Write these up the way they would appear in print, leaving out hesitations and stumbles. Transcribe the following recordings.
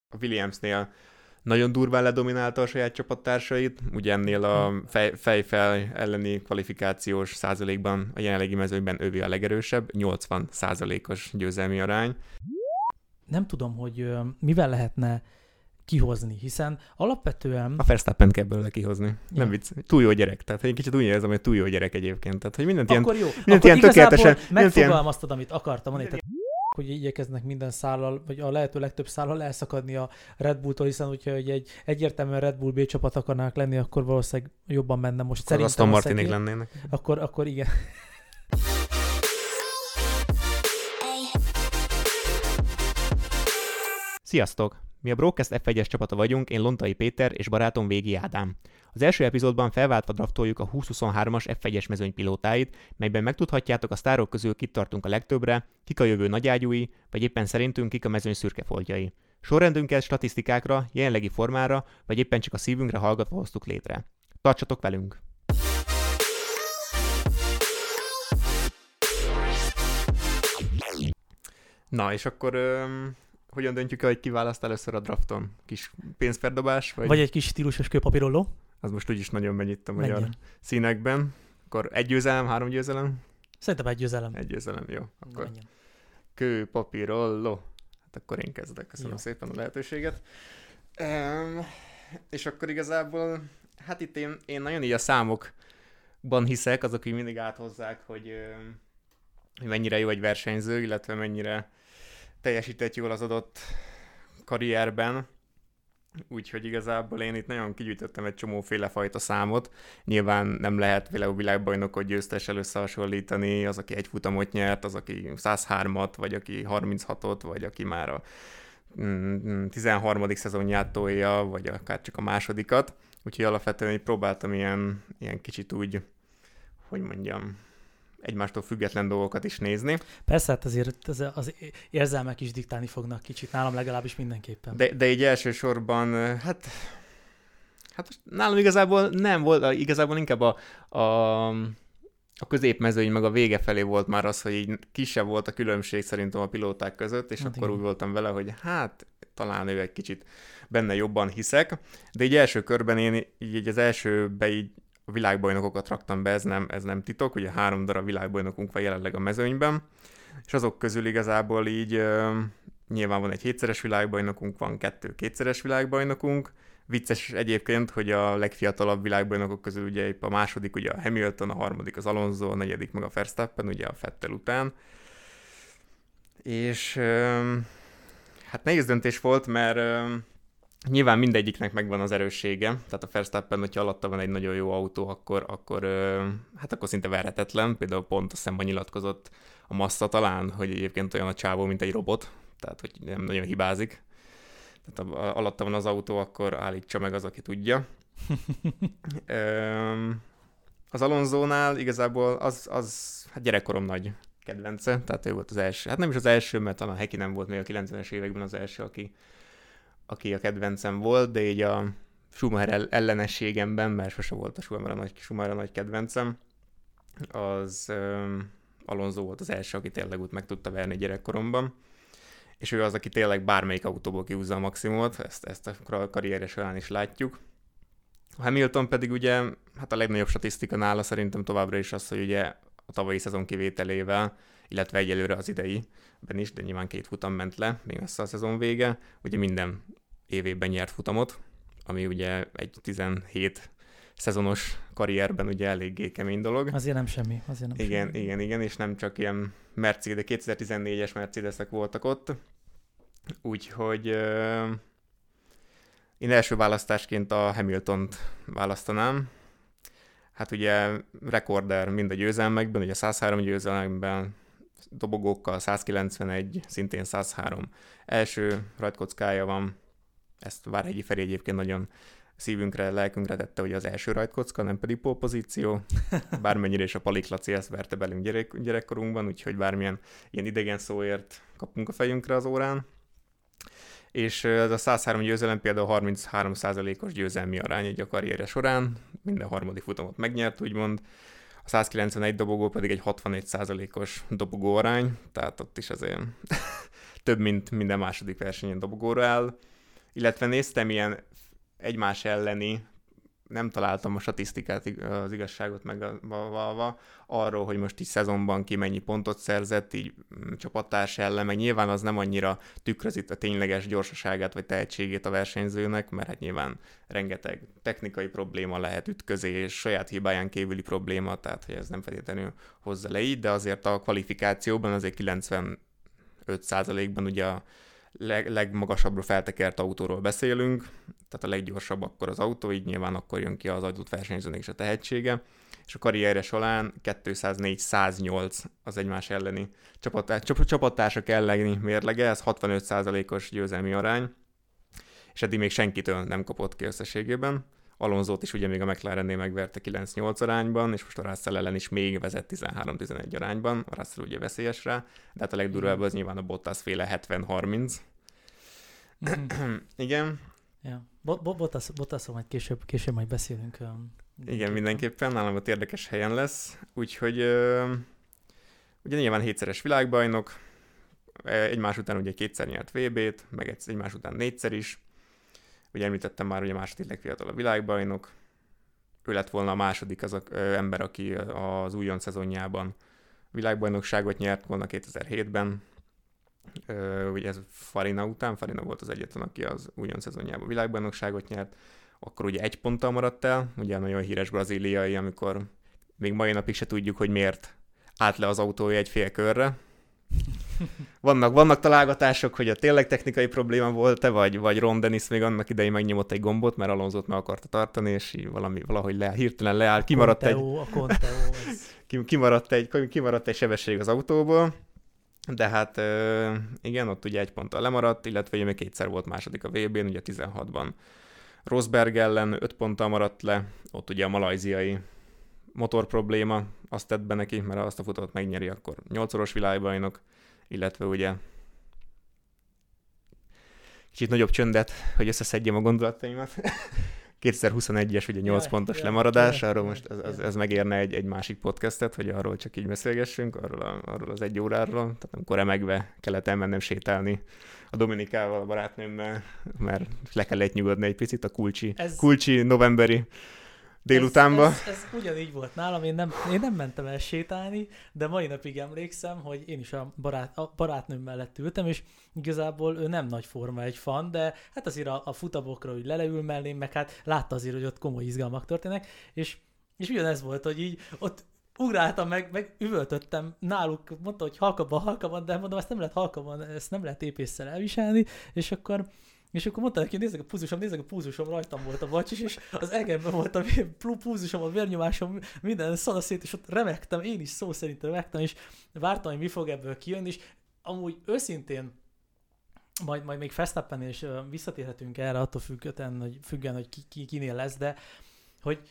a Williamsnél nagyon durván ledominálta a saját csapattársait, ugye ennél a fejfel elleni kvalifikációs százalékban a jelenlegi mezőnyben ővé a legerősebb, 80%-os győzelmi arány. Nem tudom, hogy mivel lehetne kihozni, hiszen alapvetően... A Verstappen kell belőle kihozni. Ja. Nem vicc. Túl jó gyerek. Tehát egy kicsit úgy érzem, hogy túl jó gyerek egyébként. Tehát, hogy mindent akkor ilyen, jó. mindent Akkor ilyen tökéletesen... megfogalmaztad, amit akartam mondani. Hogy igyekeznek minden szállal, vagy a lehető legtöbb szállal elszakadni a Red Bulltól, hiszen hogyha egy egyértelműen Red Bull B csapat akarnák lenni, akkor valószínűleg jobban menne most. Akkor Aston Martinék lennének. Akkor igen. Sziasztok! Mi a Broadcast F1-es csapata vagyunk, én Lontai Péter és barátom Végi Ádám. Az első epizódban felváltva draftoljuk a 2023-as F1-es mezőny pilótáit, melyben megtudhatjátok a sztárok közül kit tartunk a legtöbbre, kik a jövő nagyágyúi, vagy éppen szerintünk kik a mezőny szürke foltjai. Sorrendünket statisztikákra, jelenlegi formára, vagy éppen csak a szívünkre hallgatva hoztuk létre. Tartsatok velünk! Na, és akkor... Hogyan döntjük el, hogy ki választ először a drafton? Kis pénzferdobás? Vagy egy kis stílusos kőpapírolló? Az most úgyis nagyon megy itt a magyar színekben. Akkor 1 győzelem, 3 győzelem? Szerintem 1 győzelem. 1 győzelem, jó. Akkor kőpapírolló. Hát akkor én kezdek. Köszönöm szépen a lehetőséget. És akkor igazából, hát itt én nagyon így a számokban hiszek, azok így mindig áthozzák, hogy mennyire jó egy versenyző, illetve mennyire teljesített jól az adott karrierben, úgyhogy igazából én itt nagyon kigyűjtöttem egy csomóféle fajta számot. Nyilván nem lehet világbajnokot győztessel összehasonlítani, az, aki egy futamot nyert, az, aki 103-at, vagy aki 36-ot, vagy aki már a 13. szezonját tolja, vagy akár csak a másodikat. Úgyhogy alapvetően így próbáltam ilyen kicsit úgy, hogy mondjam, egymástól független dolgokat is nézni. Persze, hát azért az érzelmek is diktálni fognak kicsit, nálam legalábbis mindenképpen. De így elsősorban, hát nálam igazából nem volt, igazából inkább a középmezőny meg a vége felé volt már az, hogy így kisebb volt a különbség szerintem a pilóták között, és hát akkor úgy voltam vele, hogy hát talán ő egy kicsit benne jobban hiszek, de így első körben én így az elsőbe így a világbajnokokat raktam be, ez nem titok, ugye 3 darab világbajnokunk van jelenleg a mezőnyben, és azok közül igazából így nyilván van egy 7-szeres világbajnokunk, van 2 2-szeres világbajnokunk. Vicces egyébként, hogy a legfiatalabb világbajnokok közül ugye épp a második ugye a Hamilton, a harmadik az Alonso, a negyedik meg a Verstappen, ugye a Vettel után. És hát nehéz döntés volt, mert nyilván mindegyiknek megvan az erőssége, tehát a Verstappen, hogyha alatta van egy nagyon jó autó, akkor szinte verhetetlen. Például pont azt hiszem nyilatkozott a Massa talán, hogy egyébként olyan a csávó, mint egy robot, tehát hogy nem nagyon hibázik. Tehát alatta van az autó, akkor állítsa meg az, aki tudja. Az Alonsónál igazából az hát gyerekkorom nagy kedvence, tehát ő volt az első. Hát nem is az első, mert talán Heki nem volt még a 90-es években az első, aki a kedvencem volt, de így a Schumacher ellenességemben, mert sose volt a Schumacher a nagy kedvencem, az Alonso volt az első, aki tényleg úgy meg tudta verni gyerekkoromban, és ő az, aki tényleg bármelyik autóból kihúzza a maximumot, ezt a karrierje során is látjuk. A Hamilton pedig ugye, hát a legnagyobb statisztika nála szerintem továbbra is az, hogy ugye a tavalyi szezon kivételével, illetve egyelőre az ideiben is, de nyilván 2 futam ment le, még messze a szezon vége, ugye minden évében nyert futamot, ami ugye egy 17 szezonos karrierben ugye eléggé kemény dolog. Azért nem semmi. Igen, és nem csak ilyen Mercedes, 2014-es Mercedesek voltak ott, úgyhogy én első választásként a Hamiltont választanám. Hát ugye rekorder mind a győzelmekben, ugye 103 győzelmekben, dobogókkal 191, szintén 103 első rajtkockája van. Ezt Várhegyi Feri egyébként nagyon szívünkre, lelkünkre tette, hogy az első rajtkocka, nem pedig pole-pozíció. Bármennyire is a Palik Laci ezt verte belünk gyerekkorunkban, úgyhogy bármilyen ilyen idegen szóért kapunk a fejünkre az órán. És ez a 103 győzelem például 33%-os győzelmi arány egy a karrierje során, minden harmadik futamot megnyert, úgymond. A 191 dobogó pedig egy 61%-os dobogó arány, tehát ott is azért több, mint minden második versenyen dobogóra áll. illetve néztem ilyen egymás elleni, nem találtam a statisztikát, az igazságot megvalva, arról, hogy most így szezonban ki mennyi pontot szerzett, így csapattárs ellen, meg nyilván az nem annyira tükrözi a tényleges gyorsaságát vagy tehetségét a versenyzőnek, mert hát nyilván rengeteg technikai probléma lehet, ütközés, saját hibáján kívüli probléma, tehát hogy ez nem feltétlenül hozza le így, de azért a kvalifikációban azért 95%-ban ugye a legmagasabbra feltekert autóról beszélünk, tehát a leggyorsabb akkor az autó, így nyilván akkor jön ki az adott versenyzőnek is a tehetsége, és a karrierje során 204-108 az egymás elleni csapattársak elleni mérlege, ez 65%-os győzelmi arány, és eddig még senkitől nem kapott ki összességében. Alonsót is ugye még a McLarennél megverte 9-8 arányban, és most a Russell ellen is még vezet 13-11 arányban, a Russell ugye veszélyes rá, de hát a legdurvább az nyilván a Bottas féle 70-30. Igen. Ja. Bottasról majd később majd beszélünk. Igen, mindenképpen, nálam ott érdekes helyen lesz, úgyhogy ugye nyilván 7-szeres világbajnok, egymás után ugye 2-szer nyert VB-t, meg egymás után 4-szer is. Ugye említettem már, hogy a második legfiatalabb világbajnok. Ő lett volna a második az ember, aki az újonc szezonjában világbajnokságot nyert volna 2007-ben. Ugye ez Farina után, Farina volt az egyetlen, aki az újonc szezonjában világbajnokságot nyert. Akkor ugye 1 ponttal maradt el, ugye nagyon híres brazíliai, amikor még mai napig se tudjuk, hogy miért állt le az autója egy fél körre. Vannak találgatások, hogy a tényleg technikai probléma volt-e, vagy Ron Dennis még annak idején megnyomott egy gombot, mert Alonsót meg akarta tartani, és valahogy hirtelen leáll. Kimaradt egy sebesség az autóból, de hát igen, ott ugye 1 ponttal lemaradt, illetve ugye még 2-szer volt második a VB-n, ugye 16-ban Rosberg ellen 5 ponttal maradt le, ott ugye a malajziai motor probléma azt tett be neki, mert azt a futót megnyeri, akkor 8-szoros világbajnok, illetve ugye kicsit nagyobb csöndet, hogy összeszedjem a gondolataimat. 2021-es ugye 8 pontos lemaradás, arról most ez megérne egy másik podcastet, hogy arról csak így beszélgessünk, arról az 1 óráról, tehát amikor remegve kellett elmennem sétálni a Dominikával, a barátnőmmel, mert le kellett nyugodni egy picit a kulcsi novemberi délutánba. Ez ugyanígy volt nálam, én nem mentem el sétálni, de mai napig emlékszem, hogy én is a barátnőm mellett ültem, és igazából ő nem nagy Forma 1 fan, de hát azért a futabokra úgy leleül mellém, meg hát látta azért, hogy ott komoly izgalmak történnek, és ugyanez volt, hogy így ott ugráltam meg üvöltöttem náluk, mondta, hogy halkabban, de mondom, ezt nem lehet halkabban, ezt nem lehet épésszel elviselni, és akkor mondta neki, nézzek a púzusom, rajtam volt a bacsis, és az egemben volt a púzusom, a vérnyomásom, minden szanaszét, és ott remektem, én is szó szerint remektem, és vártam, hogy mi fog ebből kijönni, és amúgy őszintén, majd még Verstappennél is visszatérhetünk erre, attól függően, hogy kinél lesz, de hogy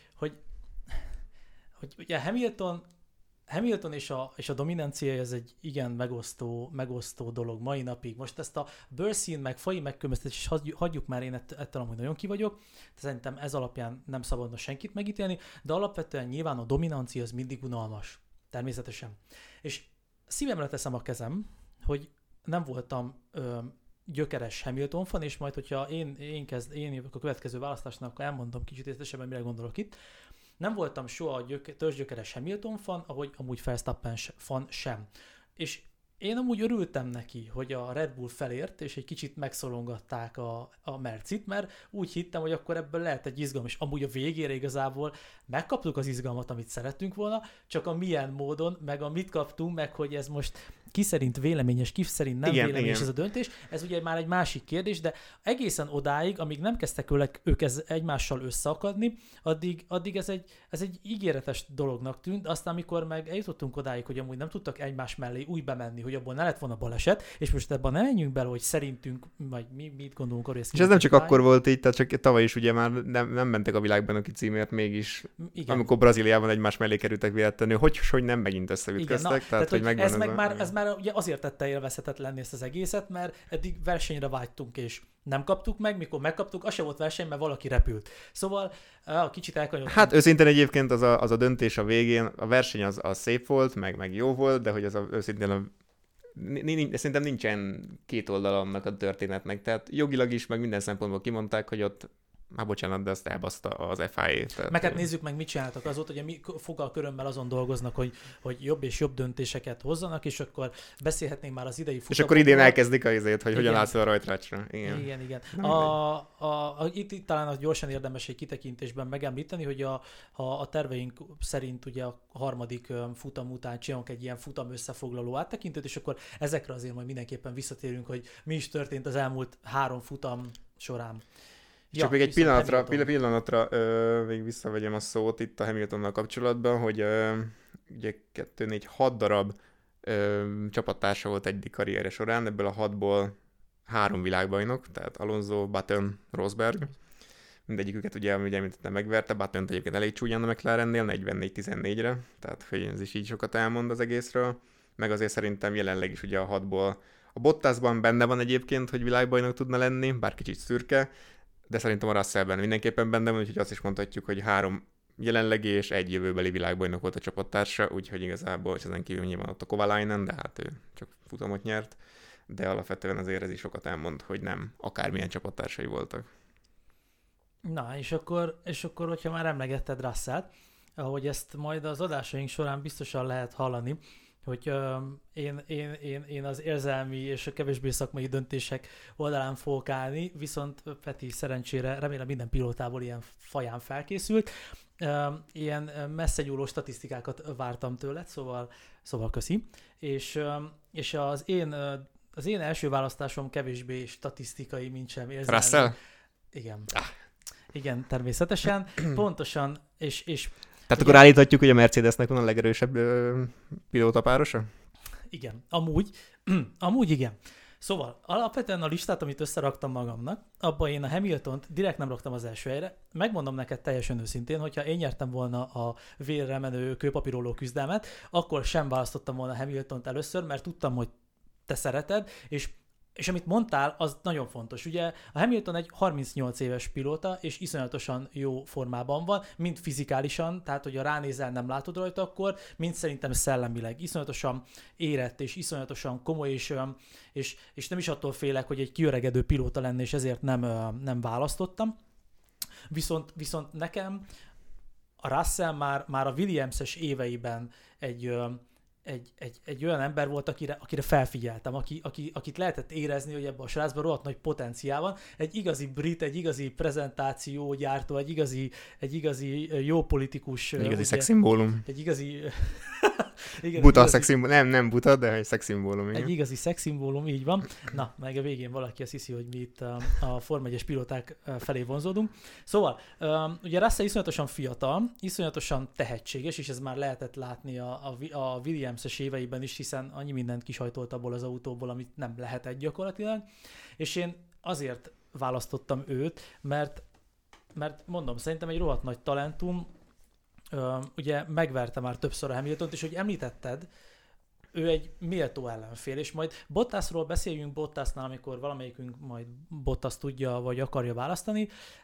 ugye Hamilton és a dominancia, ez egy igen megosztó dolog mai napig. Most ezt a bőrszín meg fai megkülönböztetést hagyjuk már, én ettől amúgy nagyon ki vagyok. Szerintem ez alapján nem szabadna senkit megítélni, de alapvetően nyilván a dominancia az mindig unalmas. Természetesen. És szívemre teszem a kezem, hogy nem voltam gyökeres Hamilton fan, és majd, hogyha én jövök a következő választásnak, akkor elmondom kicsit részletesebben, mire gondolok itt. Nem voltam soha törzsgyökeres Hamilton fan, ahogy amúgy Verstappen fan sem. És én amúgy örültem neki, hogy a Red Bull felért, és egy kicsit megszorongatták a Mercit, mert úgy hittem, hogy akkor ebből lehet egy izgalom, és amúgy a végére igazából megkaptuk az izgalmat, amit szerettünk volna, csak a milyen módon, meg a mit kaptunk, meg hogy ez most ki szerint véleményes, ki szerint nem véleményes ez a döntés, ez ugye már egy másik kérdés, de egészen odáig, amíg nem kezdtek ők egymással összeakadni, addig ez egy ígéretes dolognak tűnt, aztán amikor meg eljutottunk odáig, hogy amúgy nem tudtak egymás mellé úgy bemenni, hogy abból ne lett volna baleset, és most ebben nem menjünk bele, hogy szerintünk, vagy mit gondolunk arról, és ez nem csak akkor volt így, tehát csak tavaly is ugye már nem mentek a világbajnoki címért mégis, igen. Amikor Brazíliában egymás mellé kerültek véletlenül, hogy nem megint összeütköztek, tehát hogy ez már ugye azért tette élvezhetetlenni ezt az egészet, mert eddig versenyre vágytunk, és nem kaptuk meg, mikor megkaptuk, az sem volt verseny, mert valaki repült. Szóval kicsit elkanyarodtunk. Hát őszintén egyébként az a döntés a végén, a verseny az szép volt, meg jó volt, de hogy őszintén szerintem nincsen két oldala annak a történetnek, tehát jogilag is, meg minden szempontból kimondták, hogy ott bocsánat, de azt elbaszta az FIA. Tehát... Meg hát nézzük meg, mit csináltak azóta, hogy mi fogalkörömmel azon dolgoznak, hogy jobb és jobb döntéseket hozzanak, és akkor beszélhetnénk már az idei futamokról. És akkor idén elkezdik hogy hogyan állsz a rajtrácsra. Igen. Itt talán az gyorsan érdemes egy kitekintésben megemlíteni, hogy a terveink szerint ugye a harmadik futam után csinálunk egy ilyen futam összefoglaló áttekintőt, és akkor ezekre azért majd mindenképpen visszatérünk, hogy mi is történt az elmúlt 3 futam során. Csak még egy pillanatra még visszavegyem a szót itt a Hamiltonnal kapcsolatban, hogy ugye 6 darab csapattársa volt egyik karrierje során, ebből a 6-ból 3 világbajnok, tehát Alonso, Button, Rosberg. Mindegyiküket ugye említettem megverte, Button egyébként elég csúnyán a McLarennél, 44-14-re, tehát hogy ez is így sokat elmond az egészről. Meg azért szerintem jelenleg is ugye a 6-ból a Bottasban benne van egyébként, hogy világbajnok tudna lenni, bár kicsit szürke, de szerintem a Russellben mindenképpen benne van, úgyhogy azt is mondhatjuk, hogy 3 jelenlegi és 1 jövőbeli világbajnok volt a csapattársa, úgyhogy igazából, és ezen kívül nyilván ott a Kovalainen, de hát ő csak futamot nyert, de alapvetően azért ez is sokat elmond, hogy nem akármilyen csapattársai voltak. Na, és akkor hogyha már emlegetted Russellt, ahogy ezt majd az adásaink során biztosan lehet hallani, hogy én az érzelmi és a kevésbé szakmai döntések oldalán fogok állni, viszont Peti szerencsére remélem minden pilótából ilyen faján felkészült. Ilyen messze nyúló statisztikákat vártam tőled, szóval köszi. És az én első választásom kevésbé statisztikai, mint sem érzelmi. Russell? Igen. Igen, természetesen. Pontosan, és tehát akkor állíthatjuk, hogy a Mercedesnek van a legerősebb pilótapárosa? Igen, amúgy igen. Szóval alapvetően a listát, amit összeraktam magamnak, abban én a Hamiltont direkt nem raktam az első helyre. Megmondom neked teljesen őszintén, hogyha én nyertem volna a vérre menő kőpapíróló küzdelmet, akkor sem választottam volna Hamiltont először, mert tudtam, hogy te szereted, és amit mondtál, az nagyon fontos. Ugye a Hamilton egy 38 éves pilóta, és iszonyatosan jó formában van, mind fizikálisan, tehát hogyha ránézel, nem látod rajta akkor, mind szerintem szellemileg. Iszonyatosan érett, és iszonyatosan komoly, és nem is attól félek, hogy egy kiöregedő pilóta lenne, és ezért nem választottam. Viszont nekem a Russell már a Williams-es éveiben egy olyan ember volt, akire felfigyeltem, akit lehetett érezni, hogy ebben a srácban rohadt nagy potenciál van. Egy igazi brit, egy igazi prezentációgyártó, egy igazi jó politikus. Egy igazi szexszimbólum. Egy igazi... igen, buta szexszimbólum. Nem buta, de egy szexszimbólum. Egy igazi szexszimbólum, így van. Na, meg a végén valaki azt hiszi, hogy mi itt a Forma 1-es pilóták felé vonzódunk. Szóval, ugye Russell iszonyatosan fiatal, iszonyatosan tehetséges, és ez már lehetett látni a Williams-es éveiben is, hiszen annyi mindent kisajtolt abból az autóból, amit nem lehetett gyakorlatilag. És én azért választottam őt, mert mondom, szerintem egy rohadt nagy talentum, ugye megverte már többször a Hamiltont, és hogy említetted, ő egy méltó ellenfél, és majd Bottasról beszéljünk Bottasnál, amikor valamelyikünk majd Bottas tudja, vagy akarja választani,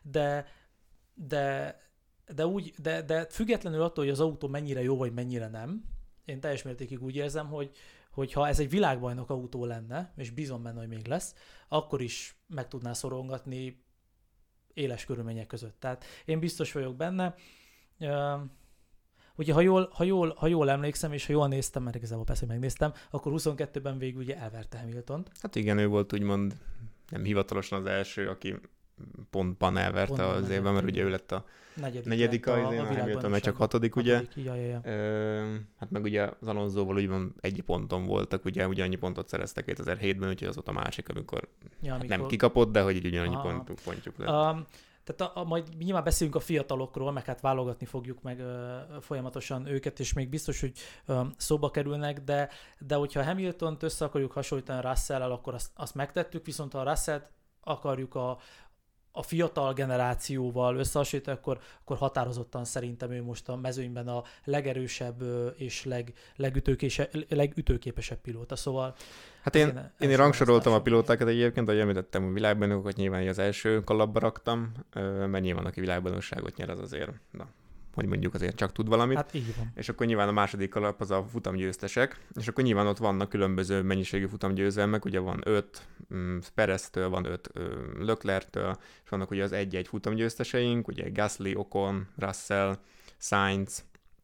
de függetlenül attól, hogy az autó mennyire jó, vagy mennyire nem, én teljes mértékig úgy érzem, hogy ha ez egy világbajnok autó lenne, és bízom benne, hogy még lesz, akkor is meg tudná szorongatni éles körülmények között. Tehát én biztos vagyok benne. Ugye, ha jól emlékszem, és ha jól néztem, mert igazából persze megnéztem, akkor 22-ben végül ugye elverte Hamiltont. Hát igen, ő volt úgymond nem hivatalosan az első, aki pontban elverte az évben, mert ugye ő lett a negyedik a Hamilton, mert csak hatodik, ugye. Ja. Hát meg ugye az Alonsoval úgymond egy ponton voltak, ugye ugyannyi pontot szereztek 2007-ben, úgyhogy az volt a másik, amikor nem kikapott, de hogy így ugyannyi pontjuk lett. Tehát majd nyilván beszélünk a fiatalokról, meg hát válogatni fogjuk meg folyamatosan őket, és még biztos, hogy szóba kerülnek, de hogyha Hamiltont össze akarjuk hasonlítani Russell-el, akkor azt megtettük, viszont ha a Russellt akarjuk a fiatal generációval összehasonlítani, akkor határozottan szerintem ő most a mezőnyben a legerősebb és legütőképesebb pilóta. Szóval hát én rangsoroltam a pilótákat egyébként, ahogy említettem, a világbajnokokat nyilván az első kalapba raktam, mert nyilván aki világbajnokságot nyer, az azért hogy mondjuk azért csak tud valamit. Hát így van. És akkor nyilván a második alap az a futamgyőztesek, és akkor nyilván ott vannak különböző mennyiségű futamgyőzelmek, ugye van 5 Pereztől, van 5 Leclerc-től, és vannak ugye az egy-egy futamgyőzteseink, ugye Gasly, Ocon, Russell, Sainz,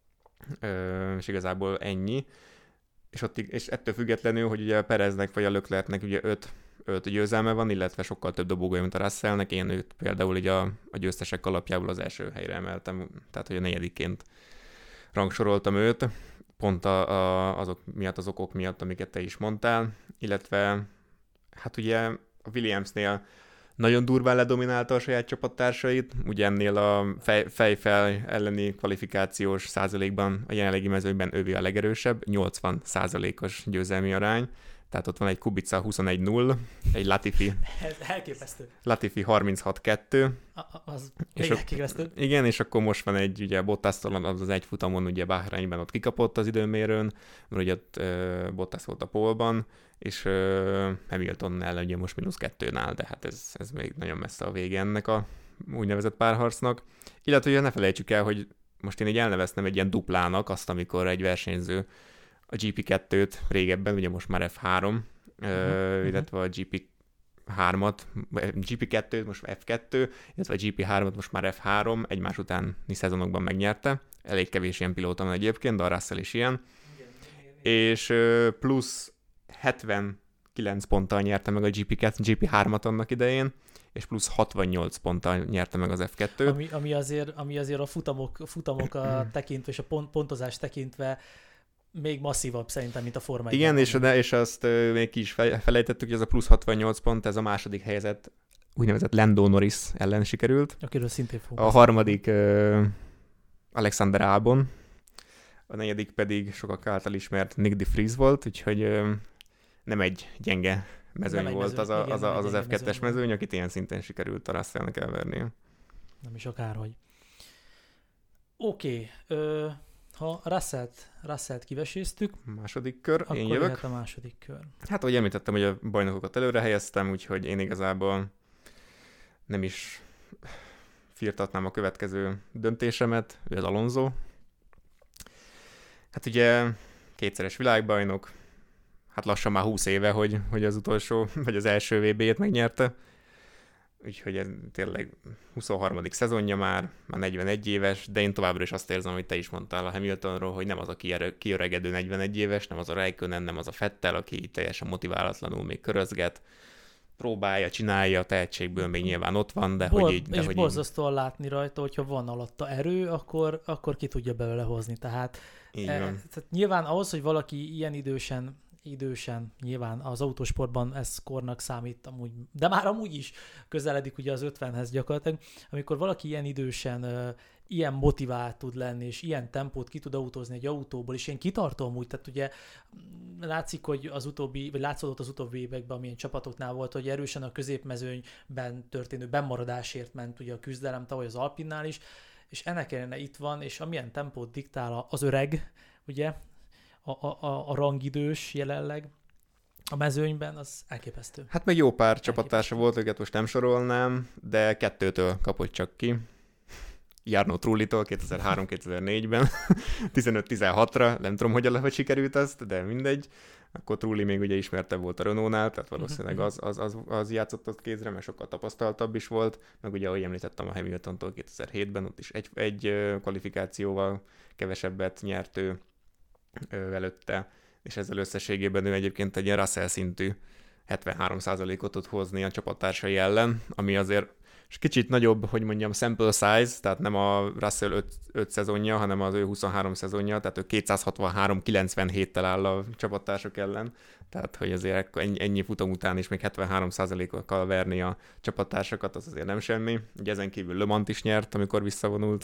és igazából ennyi. És ettől függetlenül, hogy ugye a Pereznek vagy a Leclercnek ugye 5 győzelme van, illetve sokkal több dobogója, mint a Russellnek. Én őt például ugye a győztesek alapjából az első helyre emeltem, tehát hogy a negyedikként rangsoroltam őt, pont az okok miatt, amiket te is mondtál, illetve hát ugye a Williamsnél nagyon durván ledominálta a saját csapattársait, ugye ennél a fejfel elleni kvalifikációs százalékban a jelenlegi mezőnyben ővé a legerősebb, 80%-os győzelmi arány, tehát ott van egy Kubica 21-0, egy Latifi. Ez elképesztő. Latifi 36-2. Az elképesztő. Igen, és akkor most van egy, ugye Bottas-tól az egy futamon, ugye Bahreinben ott kikapott az időmérőn, mert ugye ott Bottas volt a pole-ban, és Hamiltonnál ugye most -2-nál, de hát ez még nagyon messze a vége ennek a úgynevezett párharcnak. Illetve ugye ne felejtsük el, hogy most én így elneveztem egy ilyen duplának azt, amikor egy versenyző a GP2-t régebben, ugye most már F3, illetve a GP3-at, GP2-t most F2, illetve a GP3-at most már F3 egymás utáni szezonokban megnyerte. Elég kevés ilyen pilóta van egyébként, de a Russell is ilyen. Igen. És plusz 79 ponttal nyerte meg a GP3-at annak idején, és plusz 68 ponttal nyerte meg az F2-t. Ami azért a futamok tekintve és a pontozás tekintve még masszívabb szerintem, mint a Forma 1. Igen, és azt még ki is felejtettük, hogy ez a plusz 68 pont, ez a második helyzet úgynevezett Lando Norris ellen sikerült. Akiről szintén fogunk. A harmadik Alexander Albon, a negyedik pedig sokak által ismert Nick de Vries volt, úgyhogy nem egy gyenge mezőny volt az az F2-es mezőny, akit ilyen szinten sikerült a Russellnek elvernie. Nem is akárhogy. Oké. Ha Russellt kiveséztük, második kör, akkor én jövök. Jöhet a második kör. Hát, ahogy említettem, hogy a bajnokokat előre helyeztem, úgyhogy én igazából nem is firtatnám a következő döntésemet, ő az Alonso. Hát ugye kétszeres világbajnok, hát lassan már 20 éve, hogy az utolsó, vagy az első VB-t megnyerte. Úgyhogy ez tényleg 23. szezonja már 41 éves, de én továbbra is azt érzem, hogy te is mondtál a Hamiltonról, hogy nem az a kiöregedő 41 éves, nem az a Raikkonen, nem az a Vettel, aki teljesen motiválatlanul még körözget, próbálja, csinálja, a tehetségből még nyilván ott van, de hogy így... És borzasztóan látni rajta, hogyha van alatta erő, akkor ki tudja belőle hozni. Tehát nyilván ahhoz, hogy valaki ilyen idősen nyilván az autósportban ez kornak számít amúgy, de már amúgy is közeledik ugye az 50-hez gyakorlatilag, amikor valaki ilyen idősen ilyen motivált tud lenni, és ilyen tempót ki tud autózni egy autóból, és ilyen kitartó amúgy, tehát ugye látszik, hogy látszódott az utóbbi években, amilyen csapatoknál volt, hogy erősen a középmezőnyben történő bennmaradásért ment ugye a küzdelem, tavaly az Alpinnál is, és ennek ellenére itt van, és amilyen tempót diktál az öreg, ugye, a rangidős jelenleg a mezőnyben, az elképesztő. Hát meg jó pár csapattársa volt, őket most nem sorolnám, de 2-től kapott csak ki. Jarno Trullitól 2003-2004-ben, 15-16-ra, nem tudom, hogy sikerült azt, de mindegy. Akkor Trulli még ugye ismertebb volt a Renault-nál, tehát valószínűleg az játszott ott kézre, mert sokkal tapasztaltabb is volt. Meg ugye, ahogy említettem, a Hamiltontól 2007-ben, ott is egy kvalifikációval kevesebbet nyert ő előtte, és ezzel összességében ő egyébként egy ilyen Russell szintű 73%-ot tud hozni a csapattársai ellen, ami azért és kicsit nagyobb, hogy mondjam, sample size, tehát nem a Russell 5 szezonja, hanem az ő 23 szezonja, tehát ő 263-97-tel áll a csapattársak ellen, tehát hogy azért ennyi futam után is még 73%-kal verni a csapattársakat, az azért nem semmi. Ugye ezen kívül Le Mans is nyert, amikor visszavonult,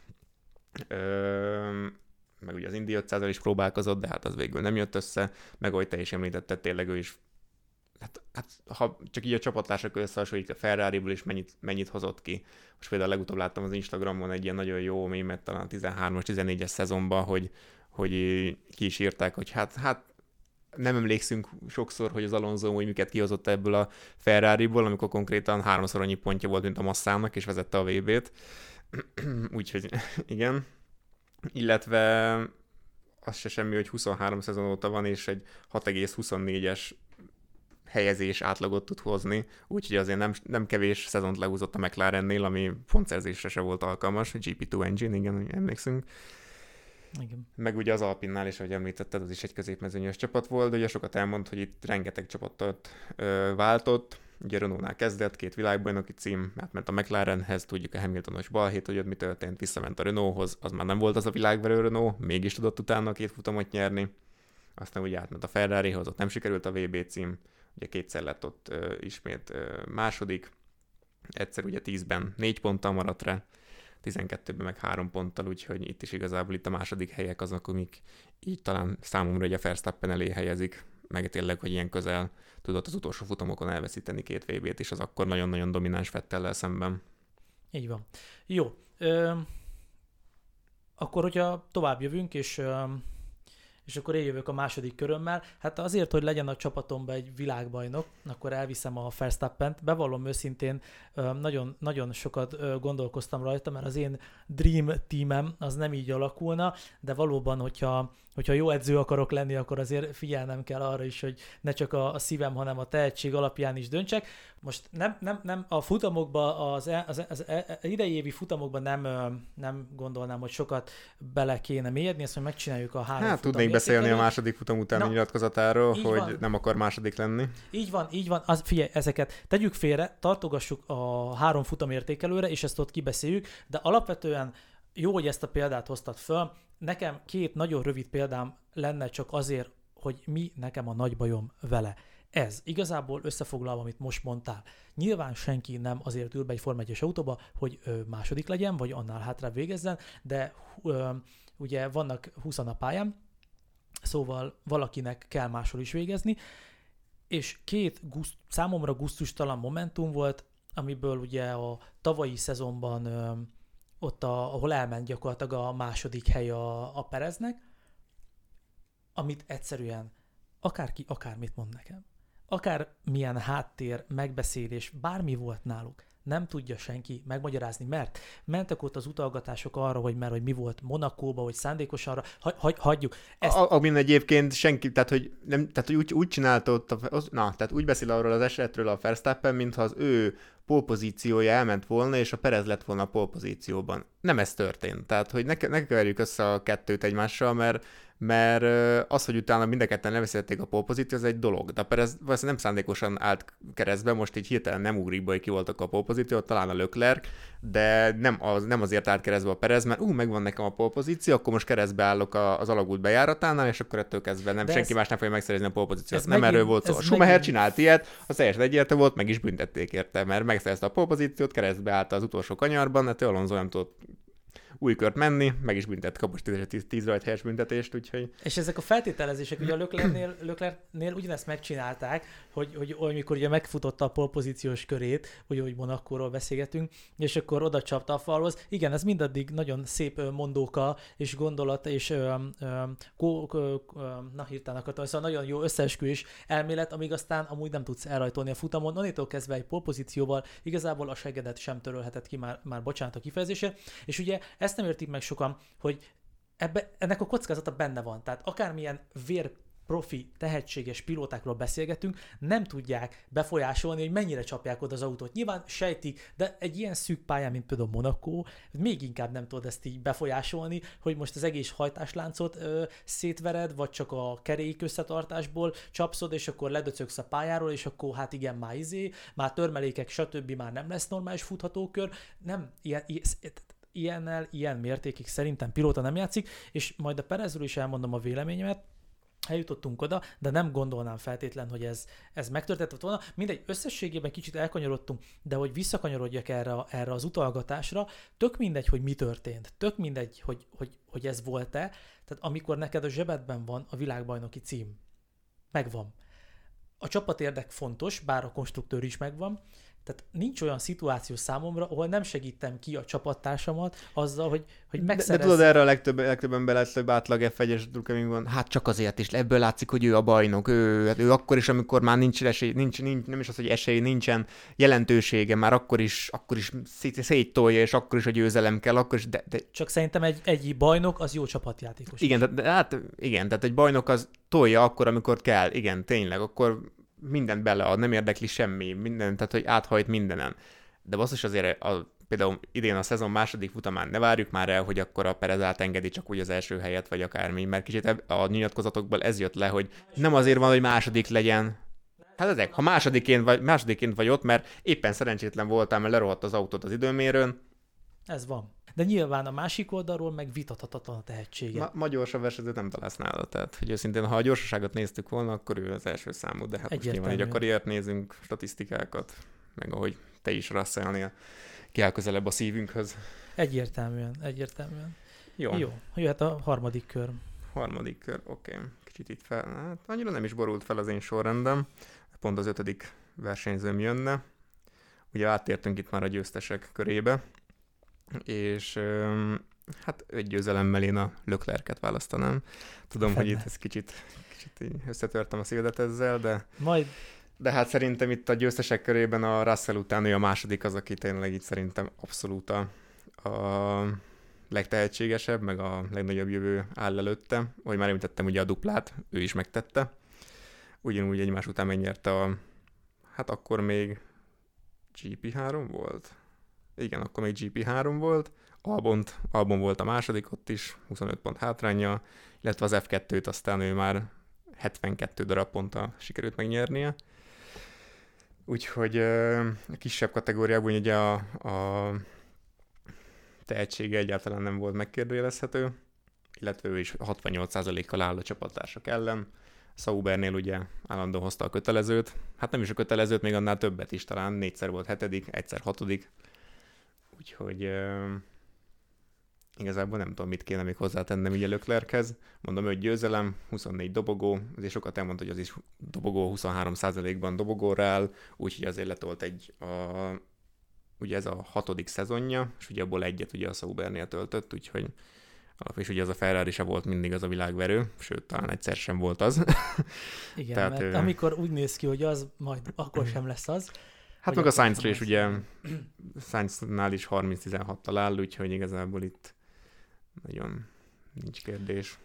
meg ugye az Indy 500-al is próbálkozott, de hát az végül nem jött össze, meg ahogy te is említetted, tényleg ő is hát ha csak így a csapattársak összehasonlít a Ferrariból is mennyit hozott ki. Most például legutóbb láttam az Instagramon egy ilyen nagyon jó mémet, talán a 13-as, 14-es szezonban, hogy ki is írták, hogy hát nem emlékszünk sokszor, hogy az Alonso úgy miket kihozott ebből a Ferrariból, amikor konkrétan 3-szor annyi pontja volt, mint a Massának, és vezette a VB-t. Úgyhogy igen. Illetve az se semmi, hogy 23 szezon óta van, és egy 6,24-es helyezés átlagot tud hozni, úgyhogy azért nem kevés szezont lehúzott a McLarennél, ami pontszerzésre se volt alkalmas, GP2 engine, igen, emlékszünk. Igen. Meg ugye az Alpinnál is, ahogy említetted, az is egy középmezőnyös csapat volt, de ugye sokat elmond, hogy itt rengeteg csapatot váltott, ugye Renault-nál kezdett, 2 világbajnoki cím, átment a McLarenhez, tudjuk a Hamiltonos balhét, hogy ott mi történt, visszament a Renaulthoz, az már nem volt az a világverő Renault, mégis tudott utána 2 futamot nyerni, aztán ugye átment a Ferrarihoz, ott nem sikerült a VB cím, ugye 2-szer lett ott ismét második, egyszer ugye 10-ben 4 ponttal maradt rá, 12-ben meg 3 ponttal, úgyhogy itt is igazából itt a második helyek azok, amik így talán számomra ugye a Verstappen elé helyezik, meg tényleg, hogy ilyen közel tudott az utolsó futamokon elveszíteni 2 VB-t is, az akkor nagyon-nagyon domináns Vettellel szemben. Így van. Jó. Akkor, hogyha tovább jövünk, és akkor én jövök a második körömmel. Hát azért, hogy legyen a csapatomban egy világbajnok, akkor elviszem a Verstappent. Bevallom őszintén, nagyon, nagyon sokat gondolkoztam rajta, mert az én dream teamem az nem így alakulna, de valóban, hogyha jó edző akarok lenni, akkor azért figyelnem kell arra is, hogy ne csak a szívem, hanem a tehetség alapján is döntsek. Most nem a futamokban, az idei évi futamokban nem gondolnám, hogy sokat bele kéne mélyedni, ezt majd megcsináljuk a 3 futam. Tudnék beszélni a második futam utáni nyilatkozatáról, hogy van. Nem akar második lenni. Így van. Figyelj, ezeket tegyük félre, tartogassuk a 3 futam értékelőre, és ezt ott kibeszéljük, de alapvetően jó, hogy ezt a példát hoztad föl. Nekem 2 nagyon rövid példám lenne csak azért, hogy mi nekem a nagy bajom vele. Ez igazából összefoglalva, amit most mondtál. Nyilván senki nem azért ül be egy Forma 1-es autóba, hogy második legyen, vagy annál hátrább végezzen, de ugye vannak 20 a pályán, szóval valakinek kell máshol is végezni, és 2 számomra gusztustalan momentum volt, amiből ugye a tavalyi szezonban ott, ahol elment gyakorlatilag a második hely a Pereznek, amit egyszerűen akárki akármit mond nekem. Akármilyen háttér, megbeszélés, bármi volt náluk, nem tudja senki megmagyarázni, mert mentek ott az utalgatások arra, hogy mi volt Monakóba, hogy szándékosan hagyjuk. Amin egyébként senki, tehát hogy úgy csinálta ott, tehát úgy beszél arról az esetről a Verstappen, mintha az ő pole-pozíciója elment volna, és a Perez lett volna a pole-pozícióban. Nem ez történt. Tehát, hogy ne keverjük össze a kettőt egymással, mert az, hogy utána mind a ketten leveszítették a pole-pozíciót, az egy dolog. De a Perez valószínűleg nem szándékosan állt keresztbe, most így hirtelen nem ugrik be, hogy ki voltak a pole-pozíciót, talán a Leclerc, de nem azért állt keresztbe a Perez, mert megvan nekem a pole-pozíció, akkor most keresztbe állok az alagút bejáratánál, és akkor ettől kezdve senki más nem fogja megszerezni a pole-pozíciót. Nem erről volt szó. A Schumacher csinált ilyet, az teljesen egyértelmű volt, meg is büntették érte, mert megszerezte a pole-pozíciót, keresztbe állt az utolsó kanyarban, hát Alonso nem tudott új kört menni, meg is büntet, kapott 10 rajt helyes büntetést, úgyhogy... És ezek a feltételezések, ugye a Leclercnél ugyanezt megcsinálták, hogy amikor ugye megfutotta a polpozíciós körét, ugye, hogy Monakóról beszélgetünk, és akkor oda csapta a falhoz. Igen, ez mindaddig nagyon szép mondóka és gondolat, és hirtelen akartam, szóval nagyon jó összeesküvés elmélet, amíg aztán amúgy nem tudsz elrajtolni a futamon. Onnitól kezdve egy polpozícióval igazából a seggedet sem törölhetett ki, már bocsánat a kifejezésért. És ugye ezt nem értik meg sokan, hogy ennek a kockázata benne van. Tehát akármilyen profi, tehetséges pilótákról beszélgetünk, nem tudják befolyásolni, hogy mennyire csapják oda az autót. Nyilván sejtik, de egy ilyen szűk pályán, mint például Monaco, még inkább nem tudod ezt így befolyásolni, hogy most az egész hajtásláncot szétvered, vagy csak a kerék összetartásból csapszod, és akkor ledöcögsz a pályáról, és akkor hát igen, már törmelékek, stb. Már nem lesz normális futhatókör. Nem, ilyen mértékig szerintem pilóta nem játszik, és majd a Perezről is elmondom a véleményemet, eljutottunk oda, de nem gondolnám feltétlen, hogy ez megtörtént volna. Mindegy, összességében kicsit elkanyarodtunk, de hogy visszakanyarodjak erre az utalgatásra, tök mindegy, hogy mi történt, tök mindegy, hogy ez volt-e, tehát amikor neked a zsebedben van a világbajnoki cím, megvan. A csapatérdek fontos, bár a konstruktőr is megvan, Tehát nincs olyan szituáció számomra, ahol nem segítem ki a csapattársamat azzal, hogy megszerez... De tudod, erre a legtöbben legtöbb átlag F1-es drukkerünk van, hát csak azért is, ebből látszik, hogy ő a bajnok, ő akkor is, amikor már nincs esély, nem is az, hogy esély, nincsen jelentősége, már akkor is széttolja, és akkor is a győzelem kell, akkor is, de... Csak szerintem egy bajnok az jó csapatjátékos. Igen, tehát egy bajnok az tolja akkor, amikor kell, igen, tényleg, akkor mindent belead, nem érdekli semmi, minden, tehát hogy áthajt mindenen. De basszus azért például idén a szezon második futamán ne várjuk már el, hogy akkor a Perez átengedi csak úgy az első helyet, vagy akármi, mert kicsit a nyilatkozatokból ez jött le, hogy nem azért van, hogy második legyen. Hát ezek, ha másodiként vagy ott, mert éppen szerencsétlen voltál, mert lerohadt az autót az időmérőn. Ez van. De nyilván a másik oldalról meg vitathatatlan a tehetsége. Ma gyorsabb versenyzőt nem találsz nála, tehát hogy őszintén, ha a gyorsaságot néztük volna, akkor ő az első számú, de hát most nyilván, hogy a karriert nézünk, statisztikákat, meg ahogy te is Russellnél kiáll közelebb a szívünkhöz. Egyértelműen. Jó. Jöhet a harmadik kör. Harmadik kör, oké. Kicsit itt hát annyira nem is borult fel az én sorrendem. Pont az 5. versenyzőm jönne. Ugye áttértünk itt már a győztesek körébe, és hát egy győzelemmel én a Leclerc-et választanám. Tudom, hogy itt ez kicsit összetörtem a szívedet ezzel, de hát szerintem itt a győztesek körében a Russell után ő a második az, aki tényleg itt szerintem abszolút a legtehetségesebb, meg a legnagyobb jövő áll előtte. Ahogy már említettem, ugye a duplát ő is megtette. Ugyanúgy egymás után megnyerte hát akkor még GP3 volt? Igen, akkor még GP3 volt. Albon volt a második, ott is 25 pont hátránnyal, illetve az F2-t aztán ő már 72 darab ponttal sikerült megnyernie. Úgyhogy a kisebb kategóriában ugye a tehetsége egyáltalán nem volt megkérdőjelezhető, illetve ő is 68%-kal áll a csapattársak ellen. Saubernél ugye állandóan hozta a kötelezőt, hát nem is a kötelezőt, még annál többet is, talán 4-szer volt 7., egyszer 6. Úgyhogy igazából nem tudom, mit kéne még hozzátennem így a Leclerchez. Mondom, 5 győzelem, 24 dobogó, azért sokat elmondta, hogy az is dobogó 23%-ban dobogóra áll, úgyhogy azért letolt ugye ez a 6. szezonja, és ugye abból egyet ugye a Saubernél töltött, úgyhogy és ugye az a Ferrari se volt mindig az a világverő, sőt, talán egyszer sem volt az. Igen, tehát, mert amikor úgy néz ki, hogy az majd akkor sem lesz az. Hát meg a Sainzra is ugye, Sainznál is 30-16-tal áll, úgyhogy igazából itt nagyon nincs kérdés.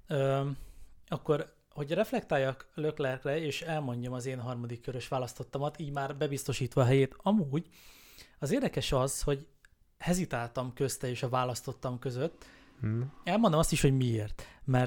Akkor, hogy reflektáljak Leclercre, és elmondjam az én harmadik körös választottamat, így már bebiztosítva a helyét. Amúgy az érdekes az, hogy hezitáltam közte és a választottam között. Elmondom azt is, hogy miért.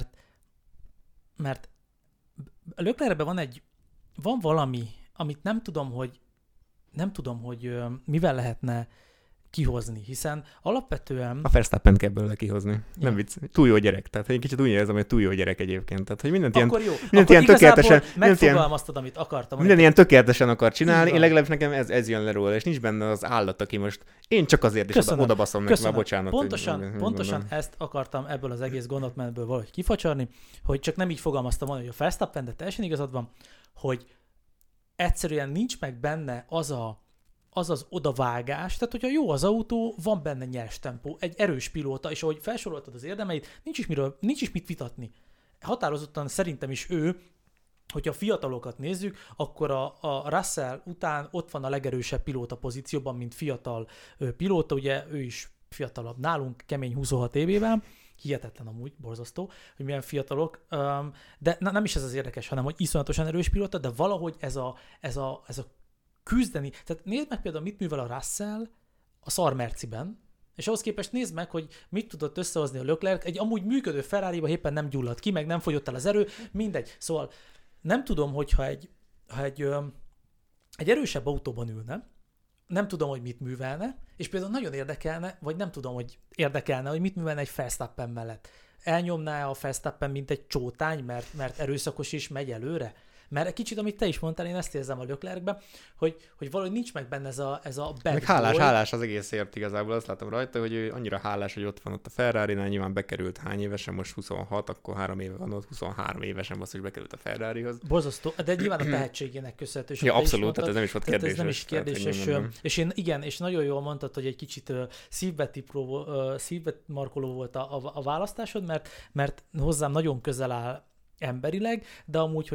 Mert Leclercben van valami, amit nem tudom, hogy mivel lehetne kihozni, hiszen alapvetően... A Verstappent kell belőle kihozni. Ja. Nem vicc. Túl jó gyerek. Tehát én kicsit úgy érzem, hogy túl jó gyerek egyébként. Tehát, hogy mindent ilyen tökéletesen... Megfogalmaztad, amit akartam. Minden ilyen tökéletesen akar csinálni. Én legalábbis nekem ez jön le róla, és nincs benne az állat, aki most én csak azért is oda baszom neki, már bocsánat. Pontosan ezt akartam ebből az egész gondolatmenetből valahogy kifacsarni, hogy csak nem így fogalmaztam volna, hogy a Verstappen, de teljesen igazad van, hogy egyszerűen nincs meg benne az odavágás, tehát hogyha jó az autó, van benne nyers tempó, egy erős pilóta, és ahogy felsoroltad az érdemeit, nincs is mit vitatni. Határozottan szerintem is ő, hogyha a fiatalokat nézzük, akkor a Russell után ott van a legerősebb pilóta pozícióban, mint fiatal pilóta, ugye ő is fiatalabb nálunk, kemény 26 évében, hihetetlen amúgy, borzasztó, hogy milyen fiatalok, de nem is ez az érdekes, hanem hogy iszonyatosan erős pilóta, de valahogy ez a küzdeni. Tehát nézd meg például, mit művel a Russell a szar Merciben, és ahhoz képest nézd meg, hogy mit tudott összehozni a Leclerc, egy amúgy működő Ferrariba éppen nem gyulladt ki, meg nem fogyott el az erő, mindegy. Szóval nem tudom, hogyha egy erősebb autóban ülne, nem tudom, hogy mit művelne, és például nagyon érdekelne, vagy nem tudom, hogy érdekelne, hogy mit művelne egy Verstappen mellett. Elnyomná a Verstappen, mint egy csótány, mert erőszakos is megy előre? Mert kicsit, amit te is mondtál, én ezt érzem a Leclercbe, hogy valahogy nincs meg benne ez a bad meg boy. hálás az egészért igazából, azt látom rajta, hogy ő annyira hálás, hogy ott van ott a Ferrari-nál, nyilván bekerült hány évesen, most 26, akkor 3 éve van ott, 23 évesen most, hogy bekerült a Ferrarihoz. Borzasztó, de nyilván a tehetségének köszönhető. Ja, abszolút, tehát ez nem is volt kérdéses. Ez nem is kérdéses, és nagyon jól mondtad, hogy egy kicsit szívbe markoló volt a választásod, mert hozzám nagyon közel áll emberileg, de amúgy,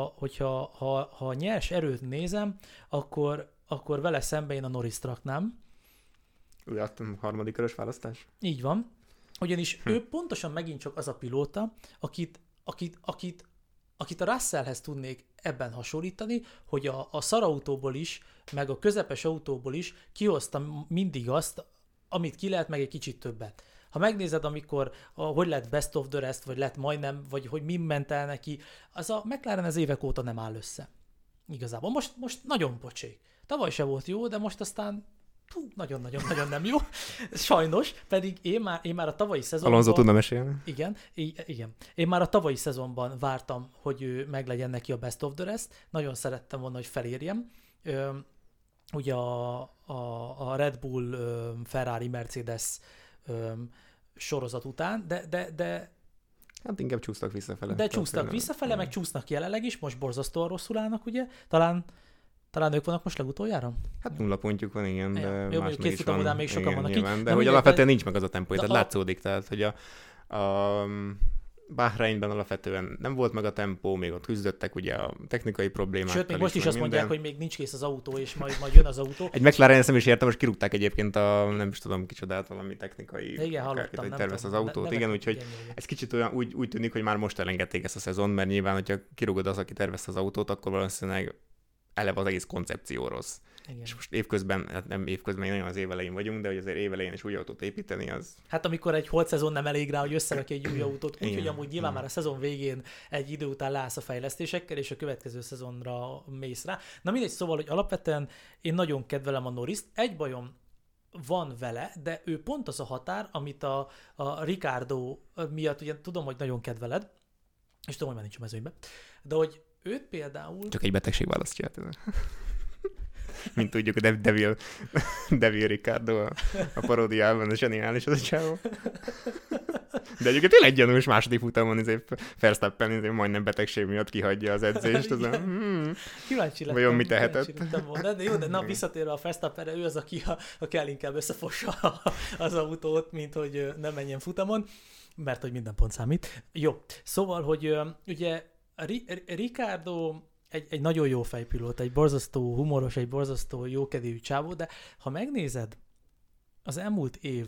hogyha nyers erőt nézem, akkor vele szemben én a Norrist raknám. Ő a harmadik körös választás? Így van. Ugyanis ő pontosan megint csak az a pilóta, akit a Russellhez tudnék ebben hasonlítani, hogy a szarautóból is, meg a közepes autóból is kihoztam mindig azt, amit ki lehet, meg egy kicsit többet. Ha megnézed, amikor hogy lett best of the rest, vagy lett majdnem, vagy hogy mi ment el neki, az a McLaren az évek óta nem áll össze. Igazából. Most nagyon pocsék. Tavaly se volt jó, de most aztán nagyon-nagyon nem jó. Sajnos, pedig én már a tavalyi szezonban... Alonso tudna mesélni. Igen. Én már a tavalyi szezonban vártam, hogy ő meglegyen neki a best of the rest. Nagyon szerettem volna, hogy felérjem. Ugye a Red Bull, Ferrari, Mercedes sorozat után, de hát inkább csúsztak visszafele. De csúsztak visszafele, meg csúsznak jelenleg is, most borzasztóan rosszul állnak, ugye? Talán ők vannak most legutoljára? Hát 0 pontjuk van, igen, de jó, más két futam után még sokan vannak nyilván, itt. de hogy alapvetően nincs meg az a tempó, tehát látszódik, tehát hogy a Bahreinben alapvetően nem volt meg a tempó, még ott küzdöttek ugye a technikai problémákkal. Sőt, még most is azt mondják, hogy még nincs kész az autó, és majd jön az autó. Egy McLaren nem is értem, most kirúgták egyébként nem is tudom kicsodát, valami technikai, igen, hallottam, hogy tervez az autót. Igen, úgyhogy ez kicsit olyan úgy tűnik, hogy már most elengedték ezt a szezon, mert nyilván, hogyha kirúgod az, aki tervez az autót, akkor valószínűleg eleve az egész koncepció rossz. Igen. És most évközben, hát nem évközben, nagyon az évelején vagyunk, de hogy azért évelején is új autót építeni, az... Hát amikor egy holt szezon nem elég rá, hogy összerak egy új autót, úgyhogy amúgy nyilván már a szezon végén egy idő után leállsz a fejlesztésekkel, és a következő szezonra mész rá. Na mindegy, szóval, hogy alapvetően én nagyon kedvelem a Norrist. Egy bajom van vele, de ő pont az a határ, amit a Ricciardo miatt, ugye tudom, hogy nagyon kedveled, és tudom, hogy már nincs a mezőnyben, de hogy őt például... Csak egy betegség választja. Mint tudjuk, a Devil Ricciardo a paródiában, a zseniális az a csávó. De egyébként tényleg gyanús második futamon Verstappen majdnem betegség miatt kihagyja az edzést. Kíváncsi lettem. Vajon mi tehetett? De jó, de visszatérve a Verstappenre, ő az, aki kell inkább összefossa az autót, mint hogy nem menjen futamon, mert hogy minden pont számít. Jó, szóval, hogy ugye Ricciardo egy nagyon jó fejpilóta, egy borzasztó humoros, egy borzasztó jókedvű csávó, de ha megnézed az elmúlt év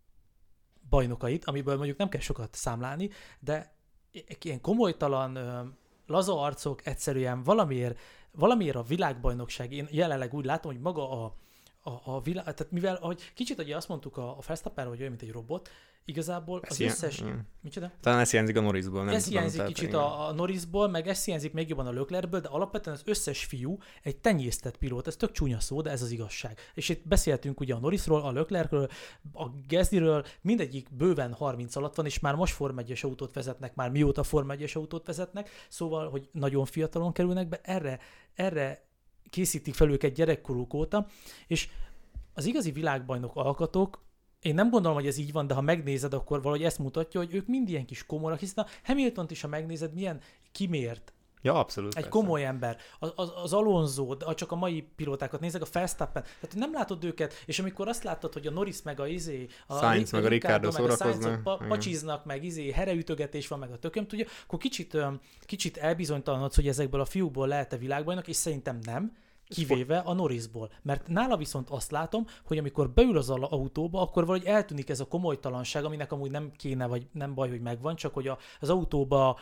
bajnokait, amiből mondjuk nem kell sokat számlálni, de ilyen komolytalan, laza arcok egyszerűen valamiért a világbajnokság, én jelenleg úgy látom, hogy maga a világ, tehát mivel, ahogy kicsit ugye azt mondtuk a Verstappenről, hogy olyan, mint egy robot, igazából az összes... Micsoda? Talán ez hiányzik a Norrisból, nem ez tudom. Hiányzik kicsit a Norrisból, meg ez hiányzik még jobban a Leclercből, de alapvetően az összes fiú egy tenyésztett pilóta, ez tök csúnya szó, de ez az igazság. És itt beszéltünk ugye a Norrisról, a Leclercről, a Gaslyről, mindegyik bőven 30 alatt van, és már most Forma 1-es autót vezetnek, már mióta Forma 1-es autót vezetnek, szóval, hogy nagyon fiatalon kerülnek be, erre készítik fel őket gyerekkoruk óta, és az igazi világbajnok alkatók, én nem gondolom, hogy ez így van, de ha megnézed, akkor valahogy ezt mutatja, hogy ők mind ilyen kis komorak, hiszen a Hamiltont is, ha megnézed, milyen kimért. Ja, abszolút. Egy persze. Komoly ember. Az Alonso, csak a mai pilótákat nézek, a Verstappen, tehát nem látod őket, és amikor azt látod, hogy a Norris meg a Sainz meg a Ricciardo szórakoznak, pacsiznak, meg hereütögetés van, meg a tököm, tudja, akkor kicsit elbizonytalanodsz, hogy ezekből a fiúkból lehet-e világbajnok, és szerintem nem. Kivéve a Norrisból. Mert nála viszont azt látom, hogy amikor beül az autóba, akkor valahogy eltűnik ez a komolytalanság, aminek amúgy nem kéne, vagy nem baj, hogy megvan, csak hogy az autóba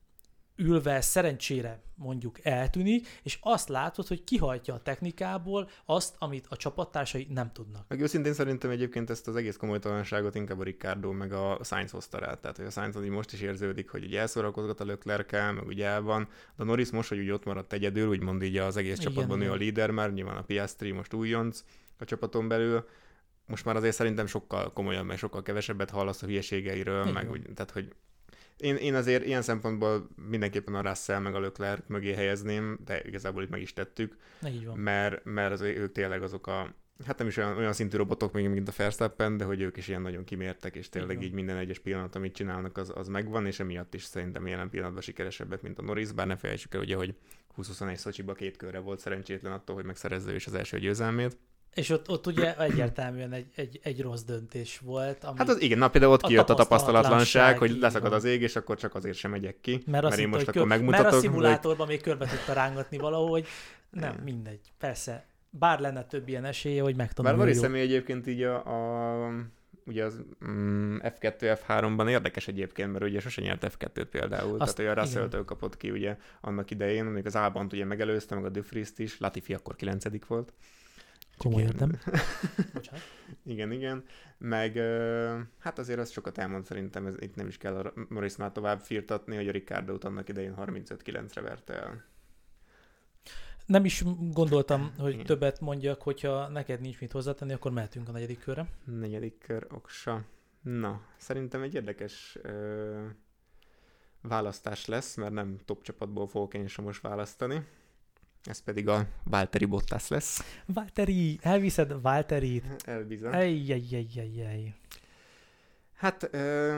ülve szerencsére mondjuk eltűnik, és azt látod, hogy kihajtja a technikából azt, amit a csapattársai nem tudnak. Meg őszintén szerintem egyébként ezt az egész komolytalanságot inkább a Ricciardo meg a Sainz hozta rá. Tehát, hogy a Sainz most is érződik, hogy ugye elszórakozgat a Leclerc-kel, meg ugye el van. De a Norris most, hogy úgy ott maradt egyedül, úgymond így az egész csapatban ő a líder már, nyilván a Piastri most újonc a csapaton belül. Most már azért szerintem sokkal komolyabb, meg sokkal kevesebbet hallasz a hülyeségeiről, meg úgy, tehát, hogy Én azért ilyen szempontból mindenképpen a Russell meg a Leclerc mögé helyezném, de igazából itt meg is tettük, Így van. mert az, ők tényleg azok a, hát nem is olyan szintű robotok még, mint a Verstappen, de hogy ők is ilyen nagyon kimértek, és tényleg így minden egyes pillanat, amit csinálnak, az megvan, és emiatt is szerintem jelen pillanatban sikeresebbek, mint a Norris, bár ne felejtsük el, ugye, hogy 2021 Szocsiba 2 körre volt szerencsétlen attól, hogy megszerezze ő is az első győzelmét. És ott ugye egyértelműen egy rossz döntés volt. Ami Hát igen, például ott kijött a tapasztalatlanság, hogy így leszakad van. az ég, és akkor csak azért sem megyek ki, Mert én most hogy akkor megmutatok. Mert a szimulátorban még körbe tudta rángatni valahogy. Nem, mindegy. Persze, bár lenne több ilyen esélye, hogy megtanulja. Bár Norris személy egyébként így ugye az F2, F3-ban érdekes egyébként, mert ugye sose nyert F2-t például, tehát olyan Russell-től kapott ki ugye annak idején, még az Albont ugye megelőzte, meg a De Vries-t is, Latifi akkor 9. volt. Komoly értem. Igen. Meg hát azért az sokat elmond szerintem, itt nem is kell a Norris már tovább firtatni, hogy a Ricciardót annak idején 35-9-re verte el. Nem is gondoltam, hogy többet mondjak, hogyha neked nincs mit hozzátenni, akkor mehetünk a 4. körre. 4. kör, oksa. Na, szerintem egy érdekes választás lesz, mert nem top csapatból fogok én sem most választani. Ez pedig a Valtteri Bottas lesz. Valtteri, elviszed Valtterit. Elbizony. Ejjjjjjjjjjj. Hát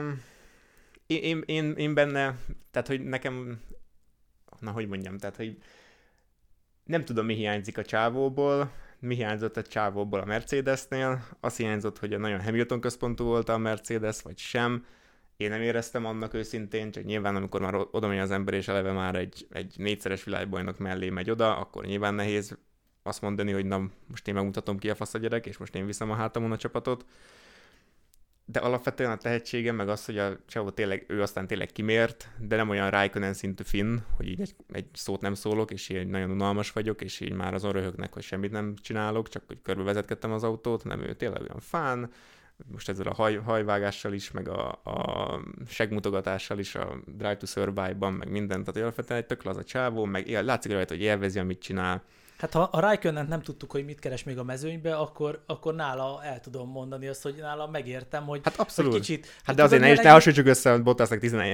én benne, tehát hogy nekem, na hogy mondjam, tehát hogy nem tudom, mi hiányzik a csávóból, mi hiányzott a csávóból a Mercedesnél, azt hiányzott, hogy nagyon Hamilton központú volt a Mercedes, vagy sem. Én nem éreztem annak őszintén, csak nyilván amikor már oda megy az ember, és eleve már egy 4-szeres világbajnok mellé megy oda, akkor nyilván nehéz azt mondani, hogy na, most én megmutatom ki a fasz a gyerek, és most én viszem a hátamon a csapatot. De alapvetően a tehetsége, meg az, hogy a csávó tényleg, ő aztán tényleg kimért, de nem olyan Raikkonen szintű Finn, hogy így egy szót nem szólok, és így nagyon unalmas vagyok, és így már azon röhögnek, hogy semmit nem csinálok, csak hogy körbevezetkedtem az autót, nem, ő tényleg olyan fán, most ezzel a hajvágással is, meg a segmutogatással is, a Drive to Survive-ban, meg mindent, tehát alapvetően egy tök laza csávó, meg látszik rajta, hogy élvezi, amit csinál. Hát ha a Raikkonent nem tudtuk, hogy mit keres még a mezőnybe, akkor nála el tudom mondani azt, hogy nála megértem, hogy, hát abszolút. Hogy kicsit... Hát de azért ne hasonlítsuk össze, hogy Bottasnak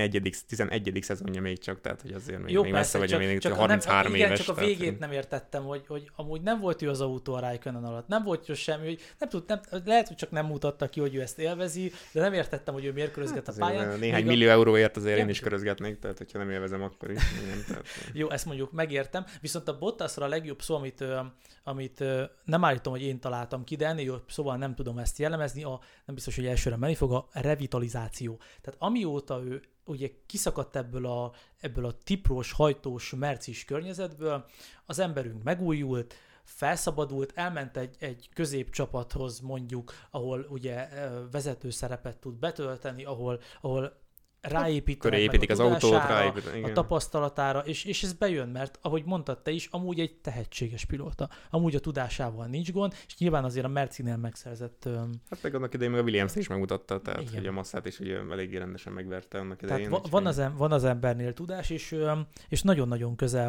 11. szezonja még csak, tehát hogy azért még, jó, még messze vagy, még 33 igen, éves. csak a végét nem értettem, hogy amúgy nem volt ő az autó a Raikkonen alatt, nem volt jó semmi, hogy lehet, hogy csak nem mutatta ki, hogy ő ezt élvezi, de nem értettem, hogy ő miért körözget hát a pályán. Néhány millió euróért azért én is körözgetnék, tehát hogyha nem élvezem, akkor is. Igen, tehát... Jó, ezt mondjuk megértem, viszont a Bottasra a legjobb szó, amit nem állítom, hogy én találtam ki, de ennél jobb szóval nem tudom ezt jellemezni, nem biztos, hogy elsőre menni fog, a revitalizáció. Tehát amióta ő ugye kiszakadt ebből a tiprós, hajtós, mercis környezetből, az emberünk megújult, felszabadult, elment egy középcsapathoz mondjuk, ahol ugye vezető szerepet tud betölteni, ahol ráépítenek az autót, a tapasztalatára, és ez bejön, mert ahogy mondtad te is, amúgy egy tehetséges pilóta. Amúgy a tudásával nincs gond, és nyilván azért a Mercinél megszerzett... Hát meg annak idején meg a Williams is megmutatta, tehát igen. Hogy a Massát is ugye eléggé rendesen megverte annak idején. Tehát van az embernél tudás, és nagyon-nagyon közel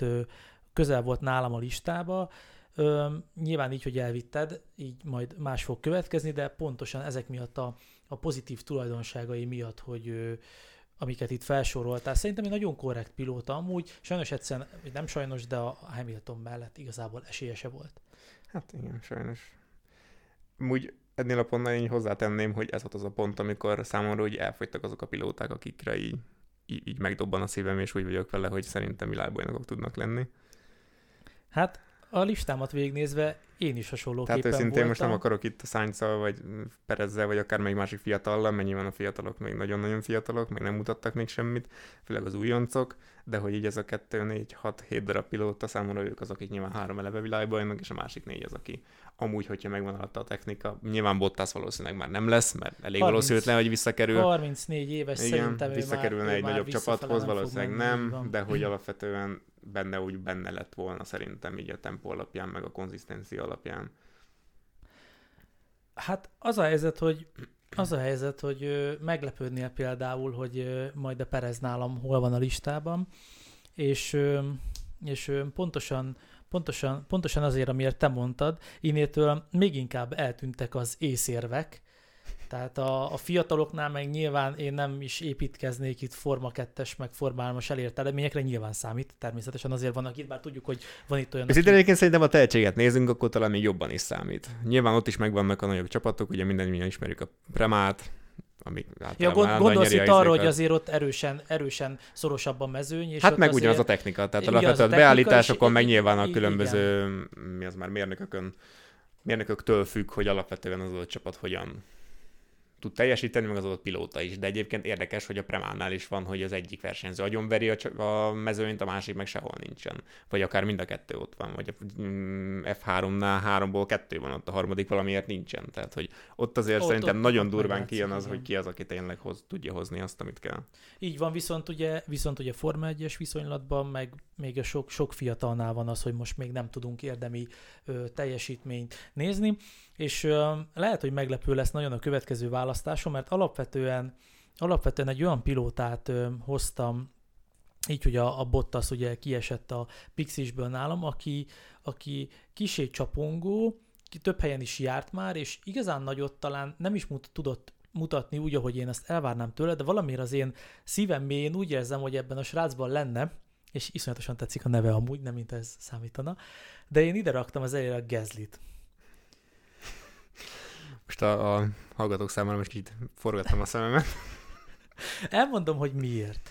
volt nálam a listába. Nyilván így, hogy elvitted, így majd más fog következni, de pontosan ezek miatt a pozitív tulajdonságai miatt, hogy amiket itt felsoroltál. Szerintem egy nagyon korrekt pilóta amúgy, sajnos egyszerűen, nem sajnos, de a Hamilton mellett igazából esélyese volt. Hát igen, sajnos. Amúgy ennél a pontnál én hozzátenném, hogy ez volt az a pont, amikor számomra úgy elfogytak azok a pilóták, akikre így megdobban a szívem, és úgy vagyok vele, hogy szerintem világbajnokok tudnak lenni. Hát a listámat végignézve én is hasonlóképpen tehát őszintén voltam. Most nem akarok itt a Sainzzal, vagy Perezzel, vagy akár még másik fiatallal, mert nyilván a fiatalok még nagyon-nagyon fiatalok, még nem mutattak még semmit, főleg az újoncok, de hogy így ez a 2, 4, 6, 7 darab pilóta, számomra ők azok, akik nyilván 3 eleve világbajnok, és a másik 4 az, aki amúgy, hogyha megvan alatta a technika, nyilván Bottas valószínűleg már nem lesz, mert elég valószínűtlen, hogy visszakerül. 34 éves igen, szerintem visszakerülne egy nagyobb csapathoz, valószínűleg nem, de hogy igen. Alapvetően benne lett volna szerintem így a tempó alapján, meg a konzisztencia alapján. Hát az a helyzet, hogy meglepődnél például, hogy majd a Perez nálam hol van a listában, és pontosan azért, amiért te mondtad, innétől még inkább eltűntek az észérvek, Tehát a fiataloknál meg nyilván én nem is építkeznék itt Forma 2-es, meg Forma 3-as elért eredményekre, nyilván számít, természetesen azért vannak itt, bár tudjuk, hogy van itt olyan... És itt egyébként szerintem a tehetséget nézünk, akkor talán még jobban is számít. Nyilván ott is megvannak a nagyobb csapatok, ugye mindannyian ismerjük a Premát, amik gondolsz itt arra, hogy azért ott erősen szorosabb a mezőny. És hát meg azért... ugyanaz a technika, tehát ugyanaz alapvetően a beállításokon, meg és- nyilván a igen. különböző, mi az már mérnököktől függ, hogy alapvetően az adott csapat hogyan tud teljesíteni, meg az adott pilóta is. De egyébként érdekes, hogy a Premánál is van, hogy az egyik versenyző agyonveri a mezőnyt, a másik meg sehol nincsen. Vagy akár mind a kettő ott van, vagy a F3-nál 3-ból 2 van ott, a harmadik valamiért nincsen. Tehát, hogy ott azért Ott- szerintem ott- nagyon ott durván meglátszik, kijön az, igen. hogy ki az, aki tényleg tudja hozni azt, amit kell. Így van, viszont ugye Forma 1-es viszonylatban, meg még a sok fiatalnál van az, hogy most még nem tudunk érdemi teljesítményt nézni, és lehet, hogy meglepő lesz nagyon a következő választásom, mert alapvetően egy olyan pilótát hoztam, így, hogy a Bottas ugye kiesett a Pixisből nálam, aki kissé csapongó, ki több helyen is járt már, és igazán nagyot talán nem is tudott mutatni úgy, ahogy én ezt elvárnám tőle, de valamiért az én szívem mélyén úgy érzem, hogy ebben a srácban lenne, és iszonyatosan tetszik a neve amúgy, nem mint ez számítana, de én ide raktam az elére a Gaslyt. Most a hallgatók számára most kicsit forgattam a szememet. Elmondom, hogy miért.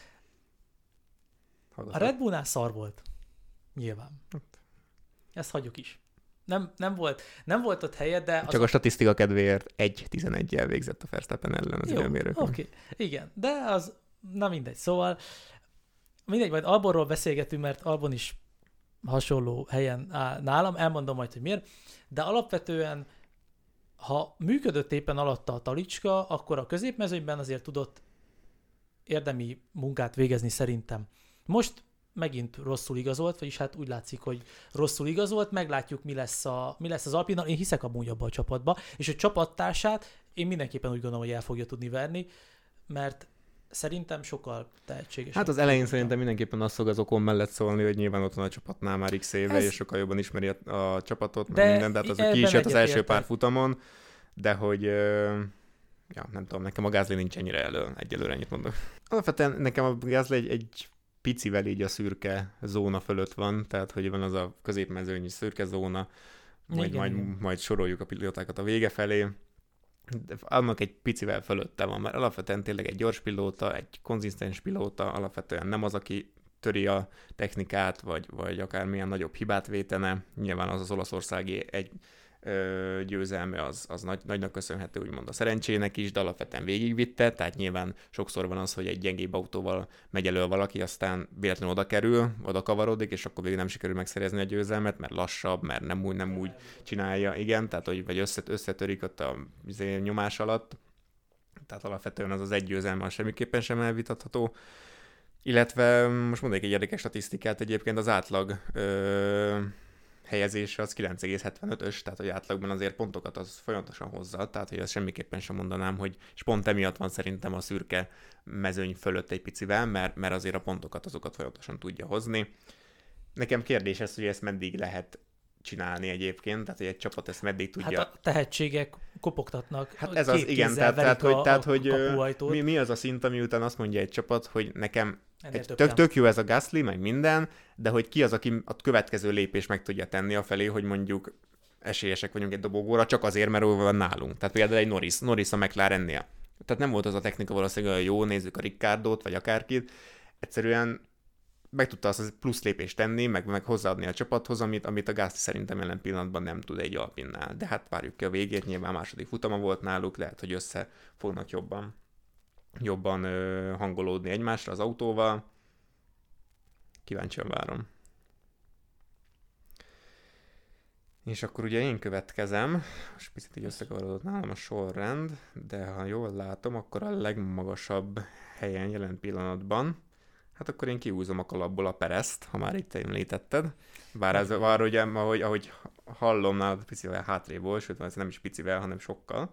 A Hallgatok. Red Bullnál szar volt. Nyilván. Ezt hagyjuk is. Nem volt ott helye, de... Csak a statisztika kedvéért 1-11-jel végzett a Verstappen ellen az időmérőkön. Oké. Igen, de az... Na mindegy. Szóval mindegy, majd Albonról beszélgetünk, mert Albon is hasonló helyen áll nálam, elmondom majd, hogy miért, de alapvetően ha működött éppen alatta a talicska, akkor a középmezőnyben azért tudott érdemi munkát végezni szerintem. Most megint rosszul igazolt, vagyis hát úgy látszik, hogy rosszul igazolt, meglátjuk, mi lesz az Alpinnal. Én hiszek amúgy abba a csapatba, és a csapattársát én mindenképpen úgy gondolom, hogy el fogja tudni verni, mert szerintem sokkal tehetségesebb. Hát az elején szerintem mindenképpen az fog az Ocon mellett szólni, hogy nyilván ott van a csapatnál már x éve, és sokkal jobban ismeri a csapatot, meg minden, tehát az, hogy ki is jött az első pár futamon, de hogy ja, nem tudom, nekem a Gasly nincs ennyire elő, egyelőre ennyit mondok. Alapvetően nekem a Gasly egy picivel így a szürke zóna fölött van, tehát hogy van az a középmezőnyi szürke zóna, majd soroljuk a pilótákat a vége felé. De annak egy picivel fölötte van, mert alapvetően tényleg egy gyors pilóta, egy konzisztens pilóta, alapvetően nem az, aki töri a technikát, vagy akármilyen nagyobb hibát vétene. Nyilván az olaszországi győzelme az nagynak köszönhető, úgymond a szerencsének is, de alapvetően végigvitte, tehát nyilván sokszor van az, hogy egy gyengébb autóval megy elő valaki, aztán véletlenül oda kerül, oda kavarodik, és akkor végül nem sikerül megszerezni a győzelmet, mert lassabb, mert nem úgy csinálja, igen, tehát hogy vagy összetörik ott a nyomás alatt, tehát alapvetően az egy győzelme semmiképpen sem elvitatható. Illetve most mondanék egy érdekes statisztikát, egyébként az átlag helyezése az 9,75-ös, tehát hogy átlagban azért pontokat az folyamatosan hozza, tehát hogy azt semmiképpen sem mondanám, hogy és pont emiatt van szerintem a szürke mezőny fölött egy picivel, mert azért a pontokat azokat folyamatosan tudja hozni. Nekem kérdés ez, hogy ezt meddig lehet csinálni egyébként, tehát hogy egy csapat ezt meddig tudja... Hát a tehetségek kopogtatnak. Hát ez az, igen, tehát hogy mi az a szint, ami után azt mondja egy csapat, hogy nekem tök jó ez a Gasly, meg minden, de hogy ki az, aki a következő lépés meg tudja tenni afelé, hogy mondjuk esélyesek vagyunk egy dobogóra, csak azért, mert ő van nálunk. Tehát például egy Norris a McLarennél. Tehát nem volt az a technika valószínűleg jó, nézzük a Ricciardót, vagy akárkit. Egyszerűen meg tudta azt plusz lépést tenni, meg hozzáadni a csapathoz, amit a Gasly szerintem jelen pillanatban nem tud egy Alpinnál. De hát várjuk ki a végét, nyilván második futama volt náluk, lehet, hogy össze fognak jobban hangolódni egymásra az autóval. Kíváncsian várom. És akkor ugye én következem, most picit így összekavarodott nálam a sorrend, de ha jól látom, akkor a legmagasabb helyen jelen pillanatban, hát akkor én kihúzom a kalapból a Perezt, ha már itt említetted. Bár ugye, ahogy hallom, nálad picivel hátrébb volt, sőt, ez nem is picivel, hanem sokkal.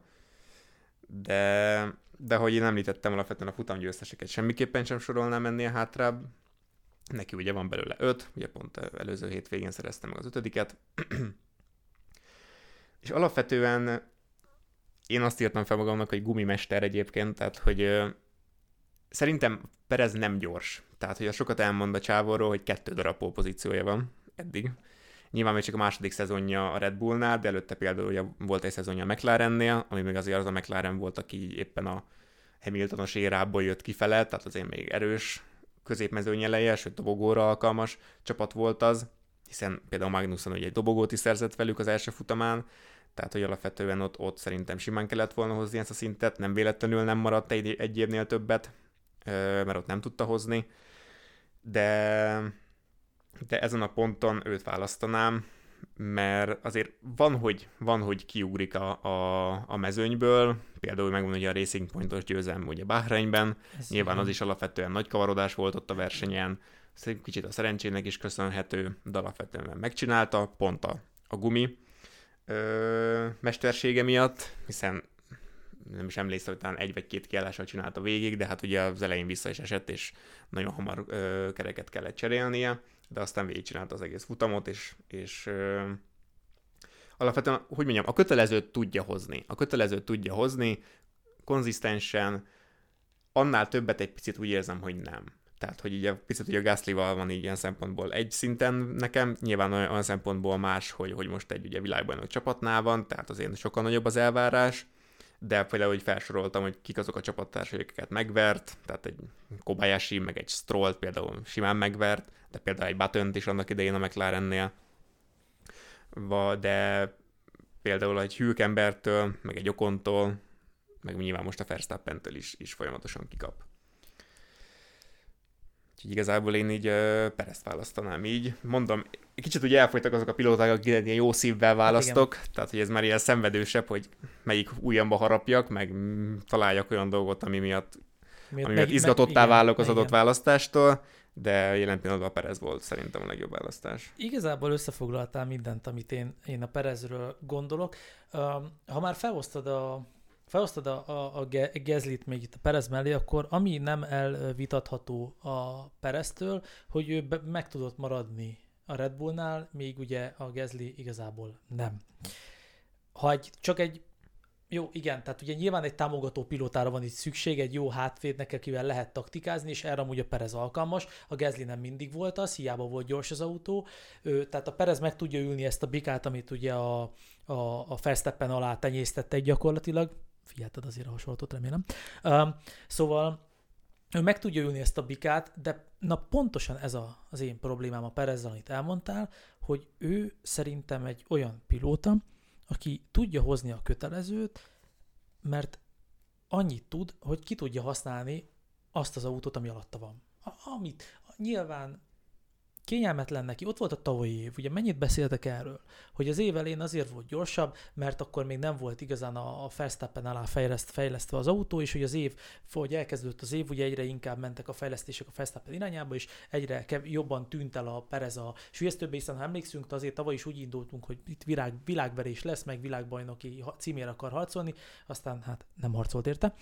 De ahogy én említettem, alapvetően a futamgyőzteseket semmiképpen sem sorolnám ennél hátrább. Neki ugye van belőle 5, ugye pont előző hétvégén szereztem meg az 5-et. És alapvetően én azt írtam fel magamnak, hogy gumimester egyébként, tehát hogy szerintem Perez nem gyors. Tehát, hogy sokat elmond a csávorról, hogy 2 darab pole-pozíciója van eddig. Nyilván még csak a második szezonja a Red Bullnál, de előtte például ugye volt egy szezonja a McLarennél, ami még azért az a McLaren volt, aki éppen a Hamiltonos érából jött kifele, tehát azért még erős középmezőny eleje, sőt dobogóra alkalmas csapat volt az, hiszen például Magnussen ugye egy dobogót is szerzett velük az első futamán, tehát hogy alapvetően ott szerintem simán kellett volna hozni ezt a szintet, nem véletlenül nem maradt egy évnél többet, mert ott nem tudta hozni, de ezen a ponton őt választanám, mert azért van, hogy kiugrik a mezőnyből, például megmondom, hogy a Racing Pointos győzelm ugye Bahreinben, nyilván az is alapvetően nagy kavarodás volt ott a versenyen, kicsit a szerencsének is köszönhető, de alapvetően megcsinálta, pont a gumi mestersége miatt, hiszen nem is emlékszem, hogy talán 1 vagy 2 kiállással csinálta végig, de hát ugye az elején vissza is esett, és nagyon hamar kereket kellett cserélnie, de aztán végigcsinálta az egész futamot, és alapvetően, hogy mondjam, a kötelezőt tudja hozni, konzisztensen, annál többet egy picit úgy érzem, hogy nem. Tehát, hogy így picit ugye a Gaslyval van így ilyen szempontból egy szinten nekem, nyilván olyan szempontból más, hogy most egy ugye világbajnok csapatnál van, tehát azért sokkal nagyobb az elvárás, de például, hogy felsoroltam, hogy kik azok a csapattársai, akiket megvert, tehát egy Kobayashi, meg egy Strollt például simán megvert, de például egy Buttont is annak idején a McLarennél, de például egy Hülkenbergtől, meg egy Ocontól, meg nyilván most a Verstappentől is folyamatosan kikap. Úgyhogy igazából én így Perezt választanám így. Mondom, kicsit ugye elfogytak azok a pilóták, akiket ilyen jó szívvel választok, tehát hogy ez már ilyen szenvedősebb, hogy melyik ujjamba harapjak, meg találjak olyan dolgot, ami miatt izgatottá válok az adott választástól, de jelen pillanatban a Perez volt szerintem a legjobb választás. Igazából összefoglaltál mindent, amit én a Perezről gondolok. Ha már felhoztad a Gaslyt még itt a Perez mellé, akkor ami nem elvitatható a Pereztől, hogy ő meg tudott maradni a Red Bullnál, még ugye a Gasly igazából nem. Jó, igen, tehát ugye nyilván egy támogató pilótára van itt szükség, egy jó hátvédnek, akivel lehet taktikázni, és erre amúgy a Perez alkalmas. A Gasly nem mindig volt az, hiába volt gyors az autó. Tehát a Perez meg tudja ülni ezt a bikát, amit ugye a Verstappen alá tenyésztettek gyakorlatilag. Figyelted azért a hasonlatot, remélem. Szóval ő meg tudja ülni ezt a bikát, de na pontosan ez az én problémám a Perezzel, amit elmondtál, hogy ő szerintem egy olyan pilóta, aki tudja hozni a kötelezőt, mert annyit tud, hogy ki tudja használni azt az autót, ami alatta van. Amit nyilván kényelmetlen neki. Ott volt a tavalyi év, ugye mennyit beszéltek erről, hogy az év elején azért volt gyorsabb, mert akkor még nem volt igazán a Verstappen alá fejlesztve az autó, és hogy az év, hogy elkezdődött az év, ugye egyre inkább mentek a fejlesztések a Verstappen irányába, és egyre jobban tűnt el a Perez a sülyeztőbe, hiszen ha emlékszünk, azért tavaly is úgy indultunk, hogy itt világverés lesz, meg világbajnoki címére akar harcolni, aztán hát nem harcolt érte.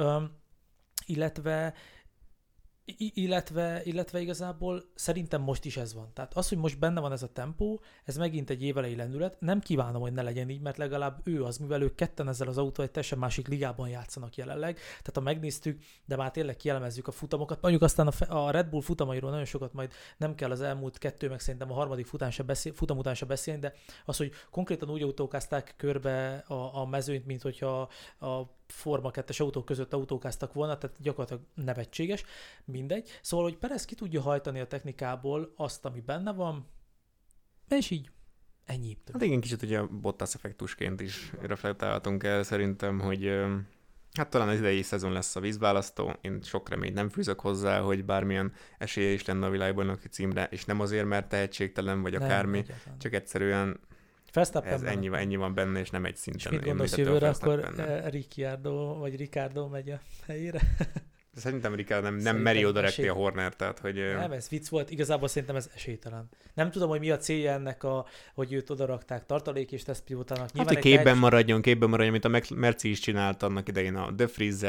Illetve igazából szerintem most is ez van. Tehát az, hogy most benne van ez a tempó, ez megint egy évelei lendület. Nem kívánom, hogy ne legyen így, mert legalább ő az, mivel ők ketten ezzel az autóval egy teljesen másik ligában játszanak jelenleg. Tehát ha megnéztük, de már tényleg kielemezzük a futamokat, mondjuk aztán a Red Bull futamairól nagyon sokat majd nem kell az elmúlt 2, meg szerintem a harmadik futam után se beszélni, de az, hogy konkrétan úgy autókázták körbe a mezőnyt, mint hogyha a Forma 2-es autók között autókáztak volna, tehát gyakorlatilag nevetséges, mindegy. Szóval, hogy Perez ki tudja hajtani a technikából azt, ami benne van, és így ennyi. Hát igen, kicsit ugye Bottas effektusként is reflektálhatunk el szerintem, hogy hát talán az idei szezon lesz a vízválasztó, én sok reményt nem fűzök hozzá, hogy bármilyen esélye is lenne a világbajnoki címre, és nem azért, mert tehetségtelen vagy akármi, csak egyszerűen ez ennyi van benne, és nem egy szinten. És mit gondolsz jövőre, akkor Ricardo megy a helyére? Szerintem Ricardo nem meri oda rekti a Horner, tehát hogy... Nem, ez vicc volt, igazából szerintem ez esélytelen. Nem tudom, hogy mi a célja ennek, hogy őt odarakták tartalék és tesztpilótának. Hát, hogy képben maradjon, mint a Merci is csinált annak idején a De Vries-zel,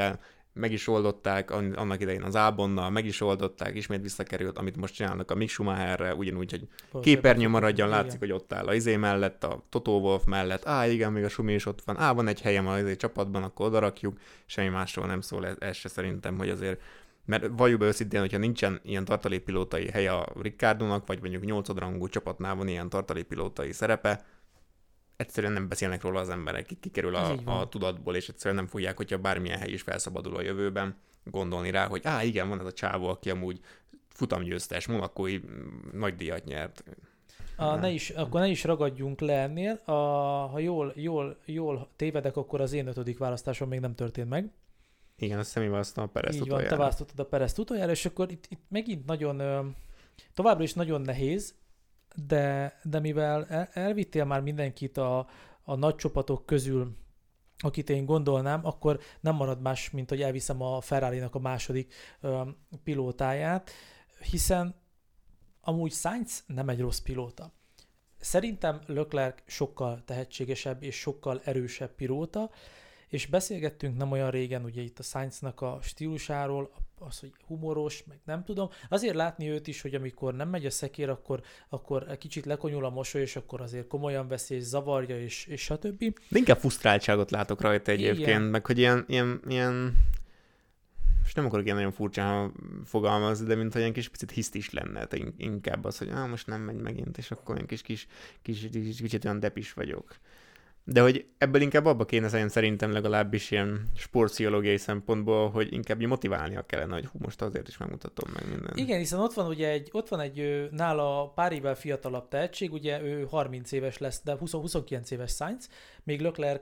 meg is oldották, annak idején az Albonnal, meg is oldották, ismét visszakerült, amit most csinálnak a Mick Schumacherre, ugyanúgy, hogy képernyő maradjon, látszik, hogy ott áll a izé mellett, a Toto Wolff mellett, igen, még a Schumi is ott van, van egy helyem az csapatban, akkor oda rakjuk, semmi másról nem szól, ez se szerintem, hogy azért, mert valljuk be őszintén, hogyha nincsen ilyen tartalékpilótai hely a Ricciardónak, vagy mondjuk 8. rangú csapatnál van ilyen tartalékpilótai szerepe, egyszerűen nem beszélnek róla az emberek, kikerül a tudatból, és egyszerűen nem fogják, hogyha bármilyen hely is felszabadul a jövőben, gondolni rá, hogy igen, van ez a csávó, aki amúgy futamgyőztes, monakói nagy díjat nyert. Akkor ne is ragadjunk le ennél. Ha jól tévedek, akkor az én 5. választásom még nem történt meg. Igen, azt hiszem, én választom a Perezt utoljára. Így van, te választottad a Perezt utoljára, és akkor itt megint nagyon, továbbra is nagyon nehéz, de mivel elvittél már mindenkit a nagy csapatok közül, akit én gondolnám, akkor nem marad más, mint hogy elviszem a Ferrari-nak a második pilótáját, hiszen amúgy Sainz nem egy rossz pilóta. Szerintem Leclerc sokkal tehetségesebb és sokkal erősebb pilóta, és beszélgettünk nem olyan régen ugye itt a Sainznak a stílusáról, az, hogy humoros, meg nem tudom. Azért látni őt is, hogy amikor nem megy a szekér, akkor kicsit lekonyul a mosoly, és akkor azért komolyan veszi, és zavarja, és stb. De inkább frusztráltságot látok rajta egyébként, igen. Meg hogy ilyen és nem akarok ilyen nagyon furcsán fogalmazni, de mint hogy ilyen kis picit hiszt is lenne, inkább az, hogy most nem megy megint, és akkor olyan kicsit olyan depis vagyok. De hogy ebből inkább abba kéne szerintem legalábbis ilyen sportpszichológiai szempontból, hogy inkább motiválnia kellene, hogy most azért is megmutatom meg minden. Igen, hiszen ott van egy nála pár évvel fiatalabb tehetség, ugye ő 30 éves lesz, de 29 éves Sainz, még Leclerc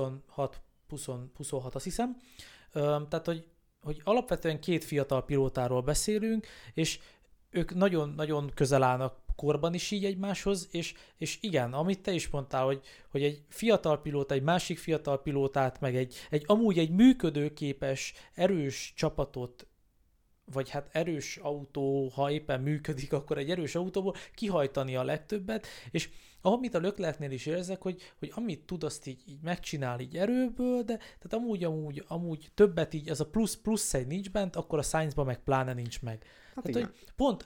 26 azt hiszem. Tehát, hogy alapvetően két fiatal pilótáról beszélünk, és ők nagyon-nagyon közel állnak korban is így egymáshoz, és igen, amit te is mondtál, hogy egy fiatal pilóta, egy másik fiatal pilótát, meg amúgy egy működőképes, erős csapatot, vagy hát erős autó, ha éppen működik, akkor egy erős autóból kihajtani a legtöbbet, és amit a Leclercnél is érzek, hogy amit tud, azt így megcsinál így erőből, de tehát amúgy többet így, az a plusz egy nincs bent, akkor a Sainzban meg pláne nincs meg. Hát tehát, hogy pont,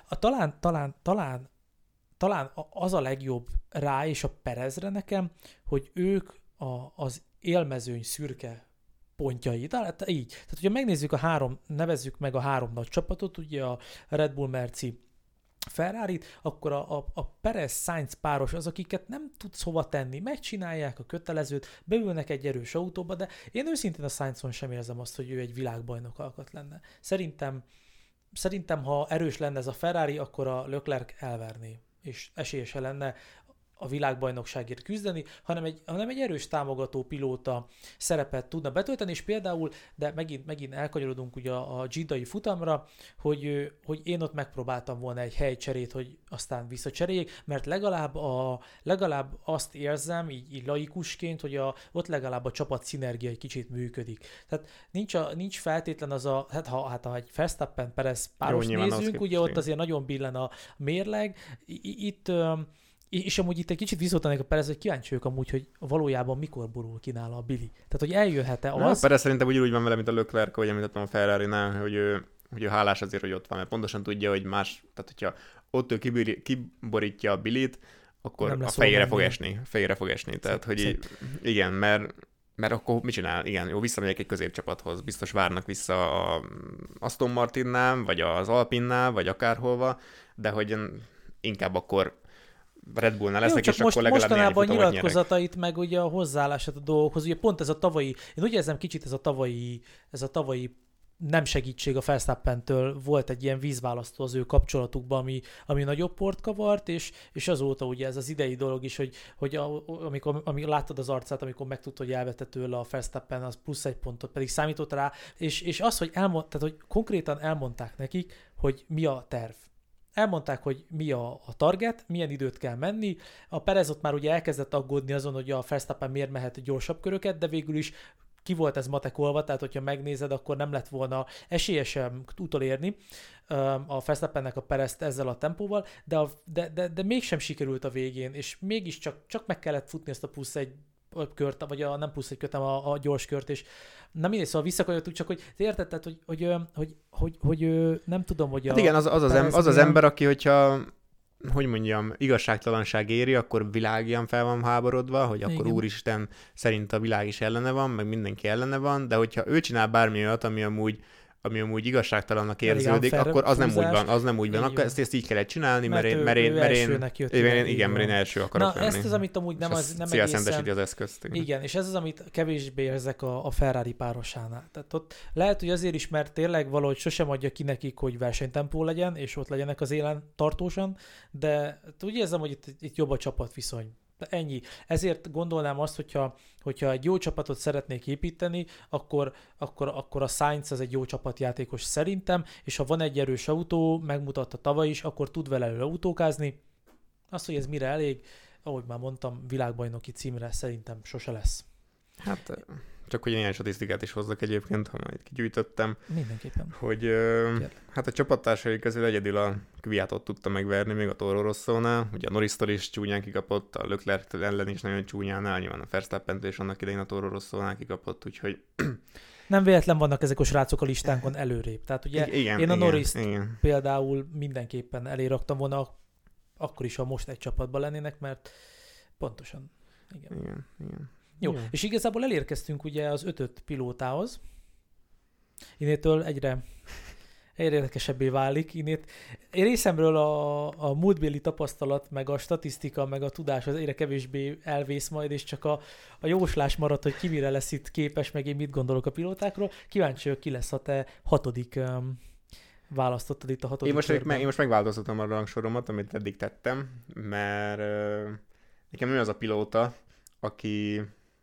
talán az a legjobb rá és a Perezre nekem, hogy ők az élmezőny szürke pontjai. Tehát így. Tehát, hogyha megnézzük nevezzük meg a három nagy csapatot, ugye a Red Bull, Merci, Ferrarit, akkor a Perez-Sainz páros az, akiket nem tudsz hova tenni, megcsinálják a kötelezőt, beülnek egy erős autóba, de én őszintén a Sainzon sem érzem azt, hogy ő egy világbajnok alkat lenne. Szerintem, ha erős lenne ez a Ferrari, akkor a Leclerc elverné, és esélyese lenne a világbajnokságért küzdeni, hanem egy erős támogató pilóta szerepet tudna betölteni, és például, de megint elkanyarodunk ugye a Jeddah-i futamra, hogy én ott megpróbáltam volna egy helycserét, hogy aztán visszacseréljék, mert legalább azt érzem, így laikusként, hogy ott legalább a csapat szinergia egy kicsit működik. Tehát nincs feltétlen az ha egy Verstappen-Perez páros nézünk, ugye ott azért nagyon billen a mérleg, és amúgy itt egy kicsit visszatérnék a Perez, hogy kíváncsi vagyok amúgy, hogy valójában mikor borul ki nála a Billy. Tehát, hogy eljöhet-e az... Perez szerintem úgy van vele, mint a Leclerc, hogy említettem a Ferrari-nál, hogy ő hálás azért, hogy ott van, mert pontosan tudja, hogy tehát hogyha ott ő kiborítja a Billyt, akkor a fejére fog esni. Tehát, hogy igen, mert akkor mit csinál? Igen, jó, visszamegyek egy középcsapathoz, biztos várnak vissza a Aston Martinnál, vagy az Alpinnál, vagy akárholva, de hogy inkább akkor Red Bullnál lesznek, és akkor legalább néhány futamot nyerek. Mostanában a nyilatkozatait, meg ugye a hozzáállását a dolgokhoz, ugye pont ez a tavalyi, én úgy érzem kicsit ez a tavalyi nem segítség a Verstappentől, volt egy ilyen vízválasztó az ő kapcsolatukban, ami nagyobb port kavart, és azóta ugye ez az idei dolog is, hogy amikor láttad az arcát, amikor megtudta, hogy elvette tőle a Verstappen, az plusz egy pontot pedig számított rá, és az, tehát, hogy konkrétan elmondták nekik, hogy mi a terv. Elmondták, hogy mi a target, milyen időt kell menni. A Perez ott már ugye elkezdett aggódni azon, hogy a Verstappen miért mehet gyorsabb köröket, de végül is ki volt ez matekolva, tehát hogyha megnézed, akkor nem lett volna esélyesen utolérni a Verstappennek a Perezt ezzel a tempóval, de mégsem sikerült a végén, és mégis csak meg kellett futni ezt a plusz egy kört, vagy nem plusz egy kört, hanem a gyors kört, és nem mindegy, szóval visszakanyarodtunk, csak hogy érted, tehát, hogy nem tudom, hogy hát igen, az az ember, aki, hogyha hogy mondjam, igazságtalanság éri, akkor világian fel van háborodva, hogy akkor igen. Úristen szerint a világ is ellene van, meg mindenki ellene van, de hogyha ő csinál bármi olyat, ami amúgy igazságtalannak érződik, akkor az nem úgy van, akkor ezt így kellett csinálni, mert én első akarok lenni. Ezt az, amit amúgy nem egészen... szentesíti az eszközt. Igen, és ez az, amit kevésbé érzek a Ferrari párosánál. Tehát ott lehet, hogy azért is, mert tényleg valahogy sosem adja ki nekik, hogy versenytempó legyen, és ott legyenek az élen tartósan, de úgy érzem, hogy itt jobb a csapatviszony. Ennyi. Ezért gondolnám azt, hogyha egy jó csapatot szeretnék építeni, akkor a Sainz az egy jó csapatjátékos szerintem, és ha van egy erős autó, megmutatta tavaly is, akkor tud vele autókázni. Azt, hogy ez mire elég, ahogy már mondtam, világbajnoki címre szerintem sose lesz. Hát... Csak hogy ilyen statisztikát is hozzak egyébként, ha majd kigyűjtöttem. Mindenképpen. Hogy hát a csapattársai közül egyedül a Kviatot tudta megverni még a Toro Rosszónál. Ugye a Norris-tól is csúnyán kikapott, a Leclerc ellen is nagyon csúnyán áll, nyilván a Verstappentől is annak idején a Toro Rosszónál kikapott, úgyhogy... Nem véletlen vannak ezek a srácok a listánkon előrébb. Tehát ugye én a Norris-t például mindenképpen elé raktam volna, akkor is, ha most egy csapatban lennének, mert pontosan. Igen. Jó, és igazából elérkeztünk ugye az 5 pilótához. Innétől egyre érdekesebbé válik. Én részemről a múltbéli tapasztalat, meg a statisztika, meg a tudás az egyre kevésbé elvész majd, és csak a jóslás marad, hogy ki mire lesz itt képes, meg én mit gondolok a pilótákról. Kíváncsi vagyok, ki lesz a te 6. választottad itt a 6. Én most megváltoztatom a rangsoromat, amit eddig tettem, mert nekem ő az a pilóta, aki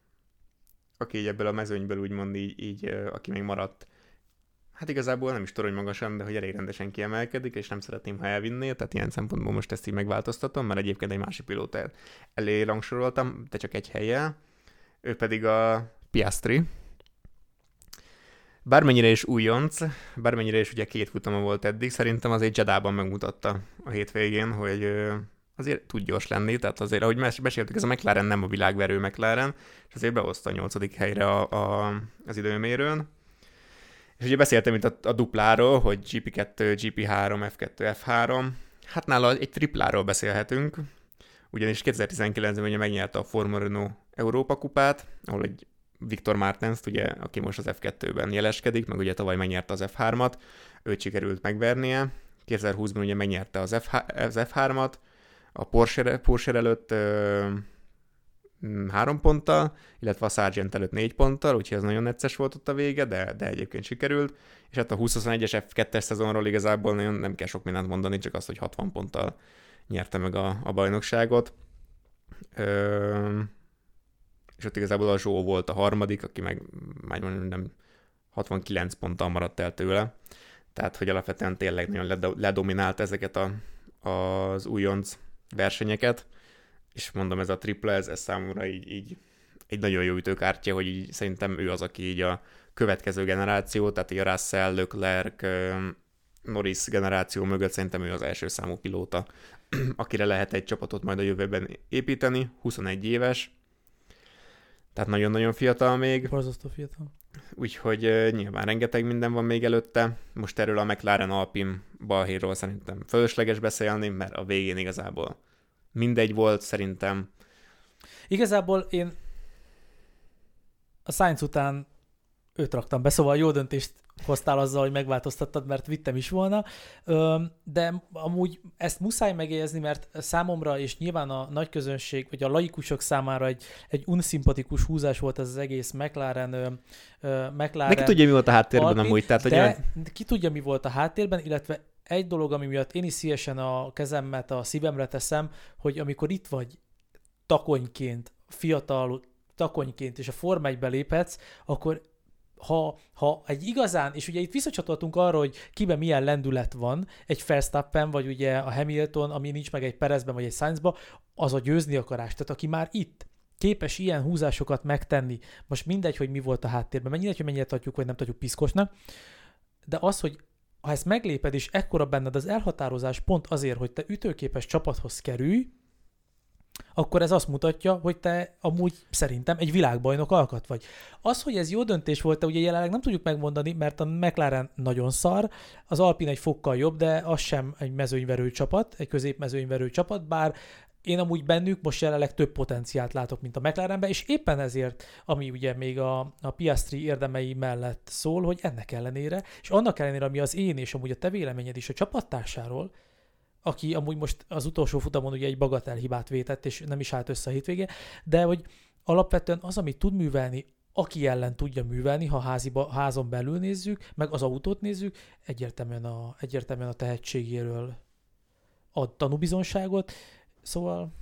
így ebből a mezőnyből úgymond így aki még maradt, hát igazából nem is torony magasan, de hogy elég rendesen kiemelkedik, és nem szeretném, ha elvinné, tehát ilyen szempontból most ezt így megváltoztatom, mert egyébként egy másik pilótát elé rangsoroltam, de csak egy hellyel, ő pedig a Piastri. Bármennyire is újonc, bármennyire is ugye 2 futama volt eddig, szerintem azért Jedában megmutatta a hétvégén, hogy azért tud gyors lenni, tehát azért, ahogy meséltük, ez a McLaren nem a világverő McLaren, és azért behozta a 8. helyre az időmérőn. És ugye beszéltem itt a dupláról, hogy GP2, GP3, F2, F3. Hát nála egy tripláról beszélhetünk, ugyanis 2019-ben ugye megnyerte a Formula Renault Európa kupát, ahol egy Viktor Martens, ugye, aki most az F2-ben jeleskedik, meg ugye tavaly megnyerte az F3-at, őt sikerült megvernie. 2020-ban ugye megnyerte az F3-at, a Porsche előtt 3 ponttal, illetve a Sargent előtt 4 ponttal, úgyhogy ez nagyon necces volt ott a vége, de egyébként sikerült. És hát a 2021-es F2-es szezonról igazából nagyon nem kell sok mindent mondani, csak azt, hogy 60 ponttal nyerte meg a bajnokságot. És ott igazából a Zsó volt a 3., aki meg nem 69 ponttal maradt el tőle. Tehát, hogy alapvetően tényleg nagyon ledominált ezeket az újonc versenyeket, és mondom, ez a tripla, ez számomra így egy nagyon jó ütőkártya, hogy így szerintem ő az, aki így a következő generáció, tehát így a Russell, Leclerc, Norris generáció mögött szerintem ő az első számú pilóta, akire lehet egy csapatot majd a jövőben építeni, 21 éves, tehát nagyon-nagyon fiatal még. Borzasztó fiatal. Úgyhogy nyilván rengeteg minden van még előtte. Most erről a McLaren Alpine balhéról szerintem fölösleges beszélni, mert a végén igazából mindegy volt szerintem. Igazából én a Sainz után őt raktam be, szóval jó döntést hoztál azzal, hogy megváltoztattad, mert vittem is volna, de amúgy ezt muszáj megjegyezni, mert számomra, és nyilván a nagy közönség, vagy a laikusok számára egy unszimpatikus húzás volt ez az egész McLaren. De ki tudja, mi volt a háttérben Alpine, amúgy? Tehát, de ki tudja, mi volt a háttérben, illetve egy dolog, ami miatt én is szívesen a kezemet a szívemre teszem, hogy amikor itt vagy takonyként, fiatal takonyként, és a Forma 1-be léphetsz, akkor ha egy igazán, és ugye itt visszacsatoltunk arra, hogy kiben milyen lendület van, egy Verstappen, vagy ugye a Hamilton, ami nincs meg egy Perezben, vagy egy Sainzban, az a győzni akarás. Tehát aki már itt képes ilyen húzásokat megtenni, most mindegy, hogy mi volt a háttérben, mindegy, hogy mennyire tartjuk, vagy nem tartjuk piszkosnak, de az, hogy ha ezt megléped, és ekkora benned az elhatározás pont azért, hogy te ütőképes csapathoz kerülj, akkor ez azt mutatja, hogy te amúgy szerintem egy világbajnok alkat vagy. Az, hogy ez jó döntés volt, ugye jelenleg nem tudjuk megmondani, mert a McLaren nagyon szar, az Alpine egy fokkal jobb, de az sem egy mezőnyverő csapat, egy középmezőnyverő csapat, bár én amúgy bennük most jelenleg több potenciált látok, mint a McLarenben, és éppen ezért, ami ugye még a Piastri érdemei mellett szól, hogy ennek ellenére, és annak ellenére, ami az én és amúgy a te véleményed is a csapattársáról, aki amúgy most az utolsó futamon ugye egy bagatel hibát vétett, és nem is állt össze a hétvégén, de hogy alapvetően az, amit tud művelni, aki ellen tudja művelni, ha házon belül nézzük, meg az autót nézzük, egyértelműen a tehetségéről ad tanúbizonságot, szóval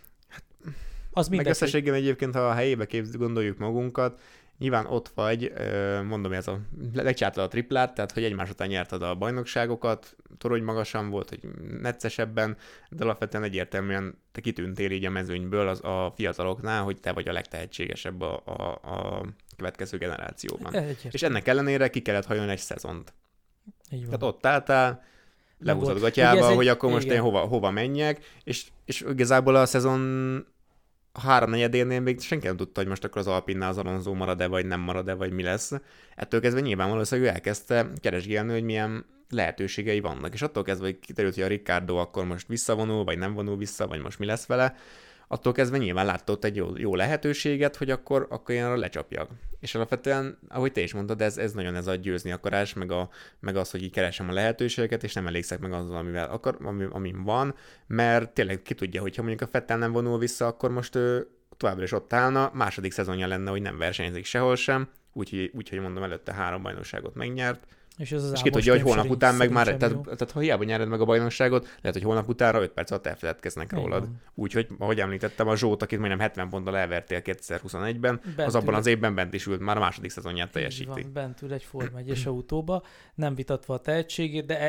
az meg összességében egyébként, ha a helyébe gondoljuk magunkat, nyilván ott vagy, mondom, ez megcsináltad a triplát, tehát hogy egymás után nyerted a bajnokságokat, torony magasan volt, hogy neccesebben, de alapvetően egyértelműen te kitűntél így a mezőnyből a fiataloknál, hogy te vagy a legtehetségesebb a következő generációban. És ennek ellenére ki kellett hajolni egy szezont. Tehát ott álltál, lehúzod gatyába, hogy akkor most én hova menjek, és igazából a szezon háromnegyedénél még senki nem tudta, hogy most akkor az Alpinnál az Alonso marad-e, vagy nem marad-e, vagy mi lesz. Ettől kezdve nyilván valószínűleg ő elkezdte keresgélni, hogy milyen lehetőségei vannak. És attól kezdve, hogy kiderült, hogy a Ricciardo akkor most visszavonul, vagy nem vonul vissza, vagy most mi lesz vele, attól kezdve nyilván látott egy jó lehetőséget, hogy akkor én arra lecsapjak. És alapvetően, ahogy te is mondtad, ez nagyon ez a győzni akarás, meg az, hogy így keresem a lehetőségeket, és nem elégszek meg azzal, amin van, mert tényleg ki tudja, hogyha mondjuk a Vettel nem vonul vissza, akkor most ő továbbra is ott állna, második szezonja lenne, hogy nem versenyezik sehol sem, úgyhogy mondom, előtte 3 bajnokságot megnyert. És ki tudja, hogy holnap után meg már, tehát ha hiába nyered meg a bajnokságot, lehet, hogy holnap utánra 5 perc alatt elfeledkeznek rólad. Úgyhogy, ahogy említettem, a Zsót, akit majdnem 70 ponttal elvertél 2021-ben, az abban az évben bent is ült, már a második szezonját teljesíti. Van, bent ül egy Forma 1-es autóba, nem vitatva a tehetségét, de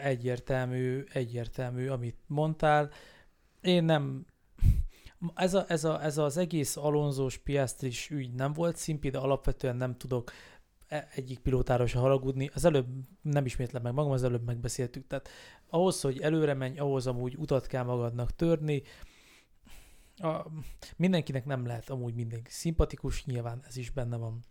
egyértelmű, amit mondtál. Én nem... Ez az egész Alonso-s Piastris ügy nem volt szimpi, de alapvetően nem tudok egyik pilótára se haragudni. Az előbb nem ismétlem meg magam, az előbb megbeszéltük. Tehát ahhoz, hogy előre menj, ahhoz amúgy utat kell magadnak törni. Mindenkinek nem lehet amúgy mindenki szimpatikus, nyilván ez is benne van.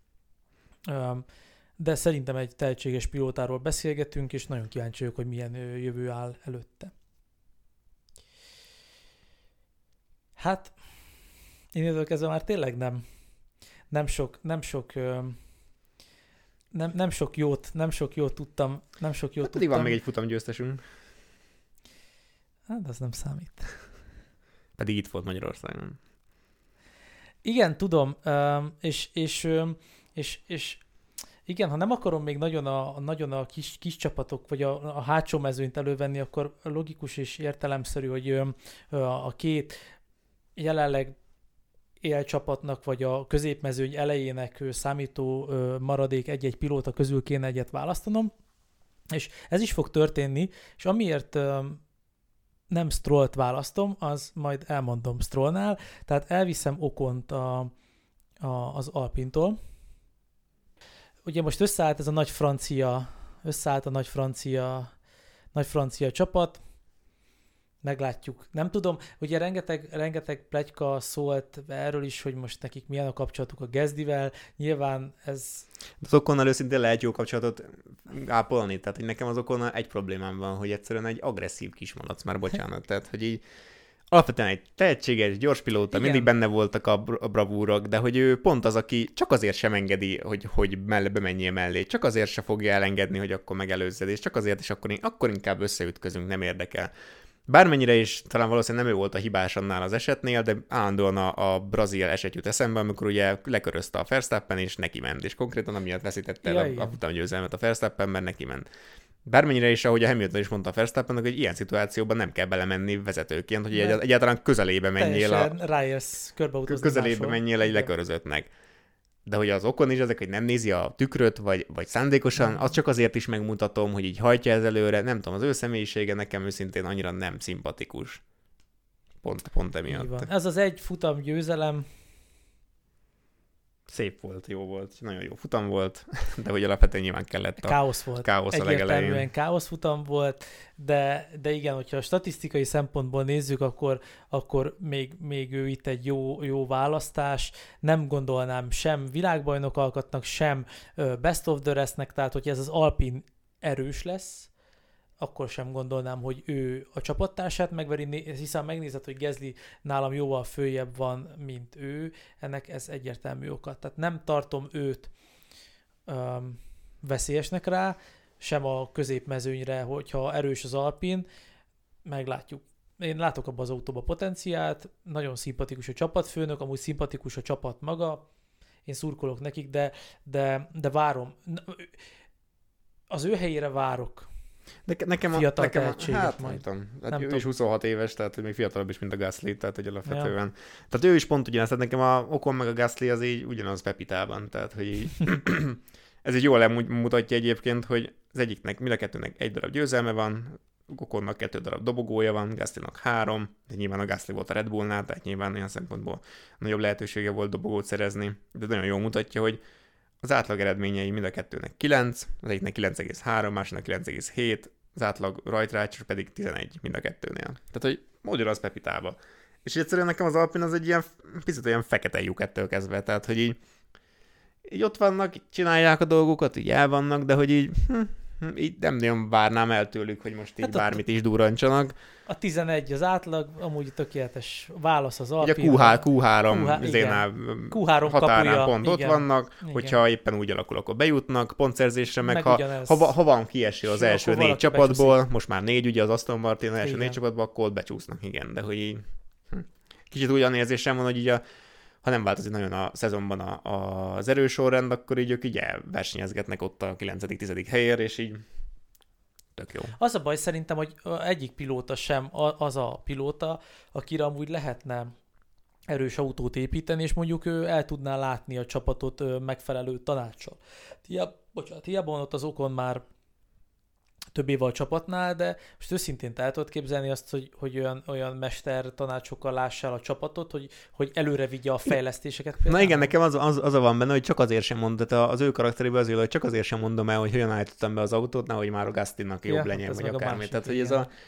De szerintem egy tehetséges pilótáról beszélgetünk, és nagyon kíváncsi vagyok, hogy milyen jövő áll előtte. Hát, én kezdve már tényleg nem sok jót tudtam. Pedig van még egy futamgyőztesünk. Hát, az nem számít. Pedig itt volt Magyarországon. Igen, tudom, és igen, ha nem akarom még nagyon a kis csapatok, vagy a hátsó mezőnyt elővenni, akkor logikus és értelemszerű, hogy a két jelenleg élcsapatnak, vagy a középmezőny elejének számító maradék egy-egy pilóta közül kéne egyet választanom, és ez is fog történni, és amiért nem Strollt választom, az majd elmondom Strollnál, tehát elviszem Ocont az Alpintól. Ugye most összeállt ez a nagy francia csapat, meglátjuk. Nem tudom, ugye rengeteg pletyka szólt erről is, hogy most nekik milyen a kapcsolatuk a Gaslyvel. Nyilván ez... Az Oconnal őszintén lehet jó kapcsolatot ápolni, tehát hogy nekem az Oconnal egy problémám van, hogy egyszerűen egy agresszív kismalac, már bocsánat, tehát hogy így alapvetően egy tehetséges, gyors pilóta, mindig benne voltak a bravúrok, de hogy ő pont az, aki csak azért sem engedi, hogy bemenjél mellé, csak azért se fogja elengedni, hogy akkor megelőzzed, és csak azért is akkor inkább összeütközünk, nem érdekel. Bármennyire is, talán valószínűleg nem ő volt a hibás annál az esetnél, de állandóan a brazil eset jut eszembe, amikor ugye lekörözte a Verstappen, és neki ment, és konkrétan amiatt veszítette el a futamgyőzelmet a Verstappen, mert neki ment. Bármennyire is, ahogy a Hamilton is mondta a Verstappennek, hogy ilyen szituációban nem kell belemenni vezetőként, hogy egyáltalán közelébe menjél egy lekörözöttnek. De hogy az Ocon is ezek, hogy nem nézi a tükröt, vagy szándékosan, az csak azért is megmutatom, hogy így hajtja ez előre, nem tudom, az ő személyisége nekem őszintén annyira nem szimpatikus. Pont emiatt. Ez az egy futam győzelem, szép volt, jó volt, nagyon jó futam volt, de hogy alapvetően nyilván kellett a káosz volt. káosz a legelején. Egyértelműen káosz futam volt, de igen, hogyha a statisztikai szempontból nézzük, akkor még ő itt egy jó választás. Nem gondolnám sem világbajnok alkatnak, sem best of the restnek, tehát hogyha ez az Alpin erős lesz, akkor sem gondolnám, hogy ő a csapattársát megveri, hiszen megnézed, hogy Gasly nálam jóval följebb van, mint ő, ennek ez egyértelmű oka. Tehát nem tartom őt veszélyesnek rá, sem a középmezőnyre, hogyha erős az Alpin, meglátjuk. Én látok abban az autóban potenciált, nagyon szimpatikus a csapatfőnök, amúgy szimpatikus a csapat maga, én szurkolok nekik, de várom. Az ő helyére várok. Nekem fiatal tehetséget hát, majd. Nem Nem ő tudom. is 26 éves, tehát még fiatalabb is, mint a Gasly, tehát hogy alapvetően. Ja. Tehát ő is pont ugyanaz, tehát nekem a Ocon meg a Gasly az így ugyanaz Pepitában, tehát hogy így ez így jól mutatja egyébként, hogy az egyiknek, mind a kettőnek egy darab győzelme van, Oconnak 2 darab dobogója van, Gaslynak 3, de nyilván a Gasly volt a Red Bullnál, tehát nyilván olyan szempontból nagyobb lehetősége volt dobogót szerezni, de nagyon jól mutatja, hogy az átlag eredményei mind a kettőnek 9, az egyiknek 9,3, másiknak 9,7, az átlag rajtrács pedig 11 mind a kettőnél. Tehát, hogy ugyanaz Pepitába. És egyszerűen nekem az Alpin az egy ilyen picit olyan fekete lyuk ettől kezdve, tehát, hogy így ott vannak, így csinálják a dolgokat, így el vannak, de hogy így nem nagyon várnám el tőlük, hogy most így bármit is durrancsanak. A 11 az átlag, amúgy tökéletes válasz az Alpin. Ugye a Q3 határán pont igen, ott vannak, igen. Hogyha éppen úgy alakul, akkor bejutnak, pontszerzésre, meg ha van kieső az első 4 csapatból, becsúszik. Most már 4, ugye az Aston Martin első 4 csapatból, akkor ott becsúsznak, igen, de hogy így kicsit olyan érzésem van, hogy így ha nem változik nagyon a szezonban az erősorrend, akkor így ők így elversenyezgetnek ott a 9.-10. helyért, és így tök jó. Az a baj szerintem, hogy egyik pilóta sem az a pilóta, akire amúgy lehetne erős autót építeni, és mondjuk ő el tudná látni a csapatot megfelelő tanáccsal. Hiába van ott az Ocon már több éve a csapatnál, de most őszintén el tudod képzelni azt, hogy olyan mester tanácsokkal lássál a csapatot, hogy előre vigye a fejlesztéseket. Például. Na igen, nekem az van benne, hogy csak azért sem mondom, tehát az ő karakterében azért, hogy csak azért sem mondom el, hogy hogyan állítottam be az autót, nehogy már a Gaslynak jobb legyen, vagy akármi. Tehát, hogy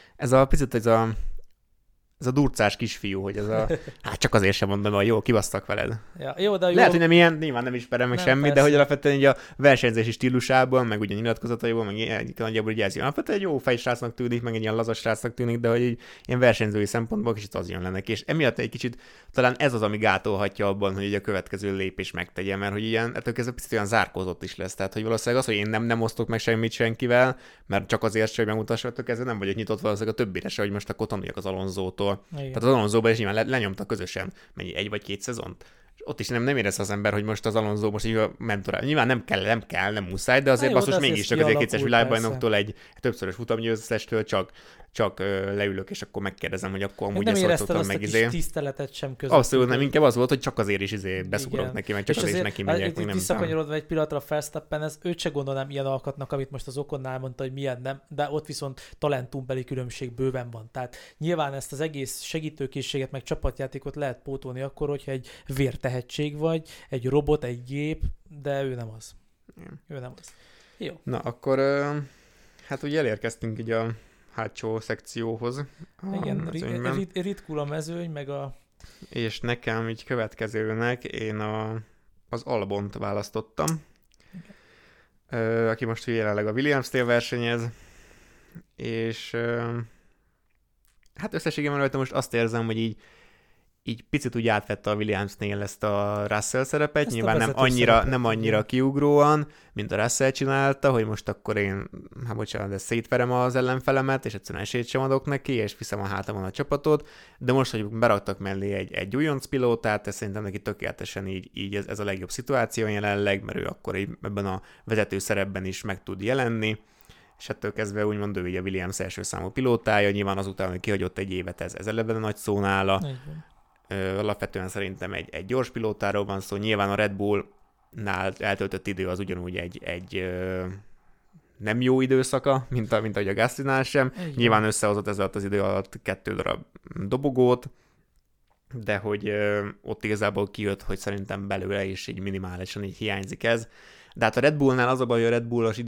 ez a durcás kisfiú, hogy hát csak azért sem mondom, hogy jó, kibasztak veled. Ja, jó, de jó. Lehet, hogy nem ilyen, nyilván nem ismerem meg semmi, de hogy alapvetően így a versenyzési stílusában, meg ugye nyilatkozataiból, meg nagyjából így ez jön. Alapvetően egy jó fejsrácnak tűnik, meg egy ilyen lazas srácnak tűnik, de hogy így ilyen versenyzői szempontból kicsit az jön le neki. És emiatt egy kicsit talán ez az, ami gátolhatja abban, hogy a következő lépés megtegye, mert hogy ilyen, ettől kezdve picit olyan zárkózott is lesz. Tehát, hogy valószínűleg az, hogy én nem osztok meg semmit senkivel, mert csak azért, hogy megmutassatok, ezzel nem vagyok nyitott valószínűleg a többire se, hogy most akkor tanuljak az Alonzótól. Tehát az Alonzóban is nyilván lenyomta közösen, mennyi 1 vagy 2 szezont. Ott is nem érez az ember, hogy most az Alonso most így a mentorál. Nyilván nem muszáj, de azért basszus mégiscsak azért 2-es világbajnoktól egy többszörös futamgyőztestől csak leülök, és akkor megkérdezem, hogy akkor amúgy ezt hogy tudtam meg Nem tiszteletet sem között. Abszolút nem, inkább az volt, hogy csak azért is beszugrok neki, meg csak azért is neki megyek. Még visszakanyarodva egy pillanatra Verstappen, őt se gondolnám ilyen alkatnak, amit most az Oconnál mondta, hogy milyen nem, de ott viszont talentumbeli különbség bőven van. Tehát nyilván ezt az egész segítőkészséget, meg csapatjátékot lehet pótolni akkor, hogyha egy vértehetség vagy, egy robot, egy gép, de ő nem az. Ő nem az. Jó. Na, akkor hát ugye elérkeztünk így a hátsó szekcióhoz. Igen, ritkul a mezőny, meg a... És nekem így következőnek én az Albont választottam, aki most jelenleg a Williams-nél versenyez, és hát összességében rajta most azt érzem, hogy így picit úgy átvette a Williamsnél ezt a Russell szerepet, nyilván nem annyira kiugróan, mint a Russell csinálta, hogy most akkor én, de szétverem az ellenfelemet, és egyszerűen esélyt sem adok neki, és viszem a hátamon a csapatot, de most, hogy beraktak mellé egy újonc pilótát, ez szerintem neki tökéletesen így ez a legjobb szituáció jelenleg, mert ő akkor ebben a vezető szerepben is meg tud jelenni, és ettől kezdve úgymond ő így a Williams első számú pilótája, nyilván azután, hogy kihagyott egy évet, ez eleve nagy szó nála. Alapvetően szerintem egy gyors pilótáról van szó, nyilván a Red Bullnál eltöltött idő az ugyanúgy egy nem jó időszaka, mint ahogy a Gaslynál sem. Nyilván összehozott ez alatt az idő alatt 2 darab dobogót, de hogy ott igazából kijött, hogy szerintem belőle is így minimálisan így hiányzik ez. De hát a Red Bullnál az a baj, hogy a Red Bullos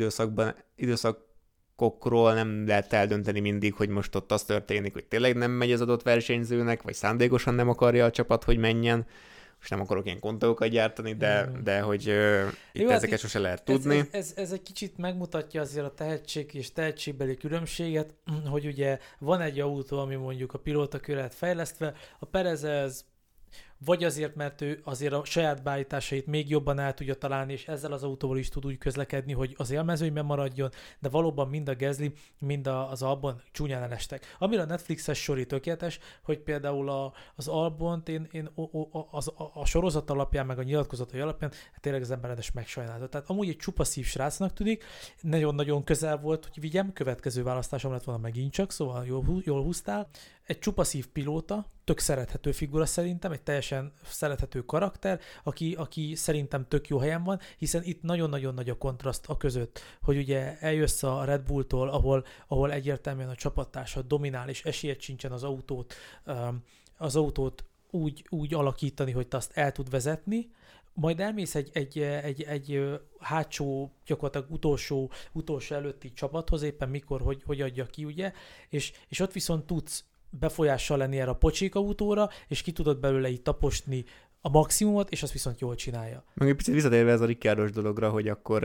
időszakokról nem lehet eldönteni mindig, hogy most ott az történik, hogy tényleg nem megy az adott versenyzőnek, vagy szándékosan nem akarja a csapat, hogy menjen. Most nem akarok ilyen kontókat gyártani, de hogy itt Jó, ezeket sose lehet tudni. Ez egy kicsit megmutatja azért a tehetség és tehetségbeli különbséget, hogy ugye van egy autó, ami mondjuk a pilótakörre lett fejlesztve, a Perez ez vagy azért, mert ő azért a saját beállításait még jobban el tudja találni, és ezzel az autóval is tud úgy közlekedni, hogy az élmezőnyben maradjon, de valóban mind a Gasly, mind az Albon csúnyán elestek. Amire a Netflixes sori tökéletes, hogy például az Albont a sorozat alapján, meg a nyilatkozatai alapján tényleg az emberedes megsajnálta. Tehát amúgy egy csupa szív srácnak tűnik, nagyon-nagyon közel volt, hogy vigyem, következő választásom lett volna megint csak, szóval jól húztál. Egy csupaszív pilóta, tök szerethető figura szerintem, egy teljesen szerethető karakter, aki szerintem tök jó helyen van, hiszen itt nagyon-nagyon nagy a kontraszt a között, hogy ugye eljössz a Red Bulltól, ahol egyértelműen a csapattársad dominál, és esélyed sincsen az autót úgy alakítani, hogy te azt el tud vezetni, majd elmész egy hátsó, gyakorlatilag utolsó előtti csapathoz, éppen mikor, hogy adja ki, ugye, és ott viszont tudsz befolyással lenni erre a pocsék autóra, és ki tudod belőle így taposni a maximumot, és azt viszont jól csinálja. Meg egy picit visszatérve ez a Ricciardos dologra, hogy akkor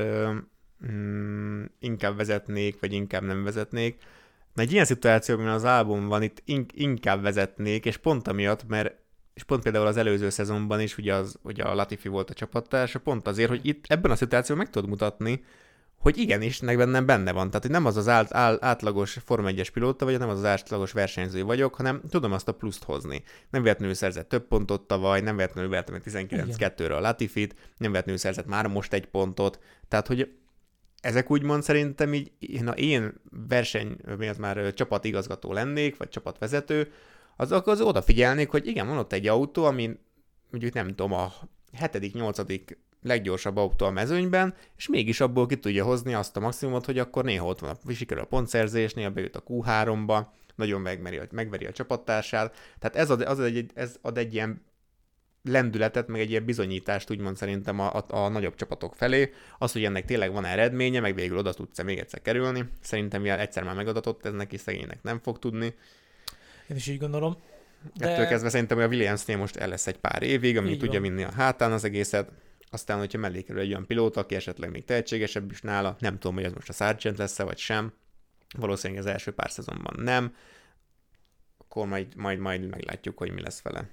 inkább vezetnék, vagy inkább nem vezetnék. Na egy ilyen szituációban az Albon van, itt inkább vezetnék, és pont amiatt, és pont például az előző szezonban is, ugye a Latifi volt a csapattársa, pont azért, hogy itt ebben a szituációban meg tudod mutatni, hogy igenis, bennem benne van. Tehát, hogy nem az átlagos Forma 1-es pilóta vagy, nem az átlagos versenyző vagyok, hanem tudom azt a pluszt hozni. Nem véletlenül szerzett több pontot tavaly, nem véletlenül vertem 19-2-re a Latifit, nem véletlenül szerzett már most egy pontot. Tehát, hogy ezek úgymond szerintem így, én csapatigazgató lennék, vagy csapatvezető, az odafigyelnék, hogy igen, van ott egy autó, ami mondjuk nem tudom, a 7.-8. leggyorsabb autó a mezőnyben, és mégis abból ki tudja hozni azt a maximumot, hogy akkor néha ott van sikerül a pontszerzés, néha bejut a Q3-ba, nagyon megveri a csapattársát. Tehát ez ad egy ilyen lendületet, meg egy ilyen bizonyítást úgymond szerintem a nagyobb csapatok felé. Az, hogy ennek tényleg van eredménye, meg végül oda tudsz még egyszer kerülni. Szerintem mivel egyszer már megadatott, ez neki szegénynek nem fog tudni. Én is így gondolom. Ettől kezdve szerintem, hogy a Williamsnél most el lesz egy pár évig, ami tudja vinni a hátán az egészet. Aztán, hogyha mellé kerül egy olyan pilóta, aki esetleg még tehetségesebb is nála, nem tudom, hogy ez most a Sargent lesz-e, vagy sem. Valószínűleg az első pár szezonban nem. Akkor majd meglátjuk, hogy mi lesz vele.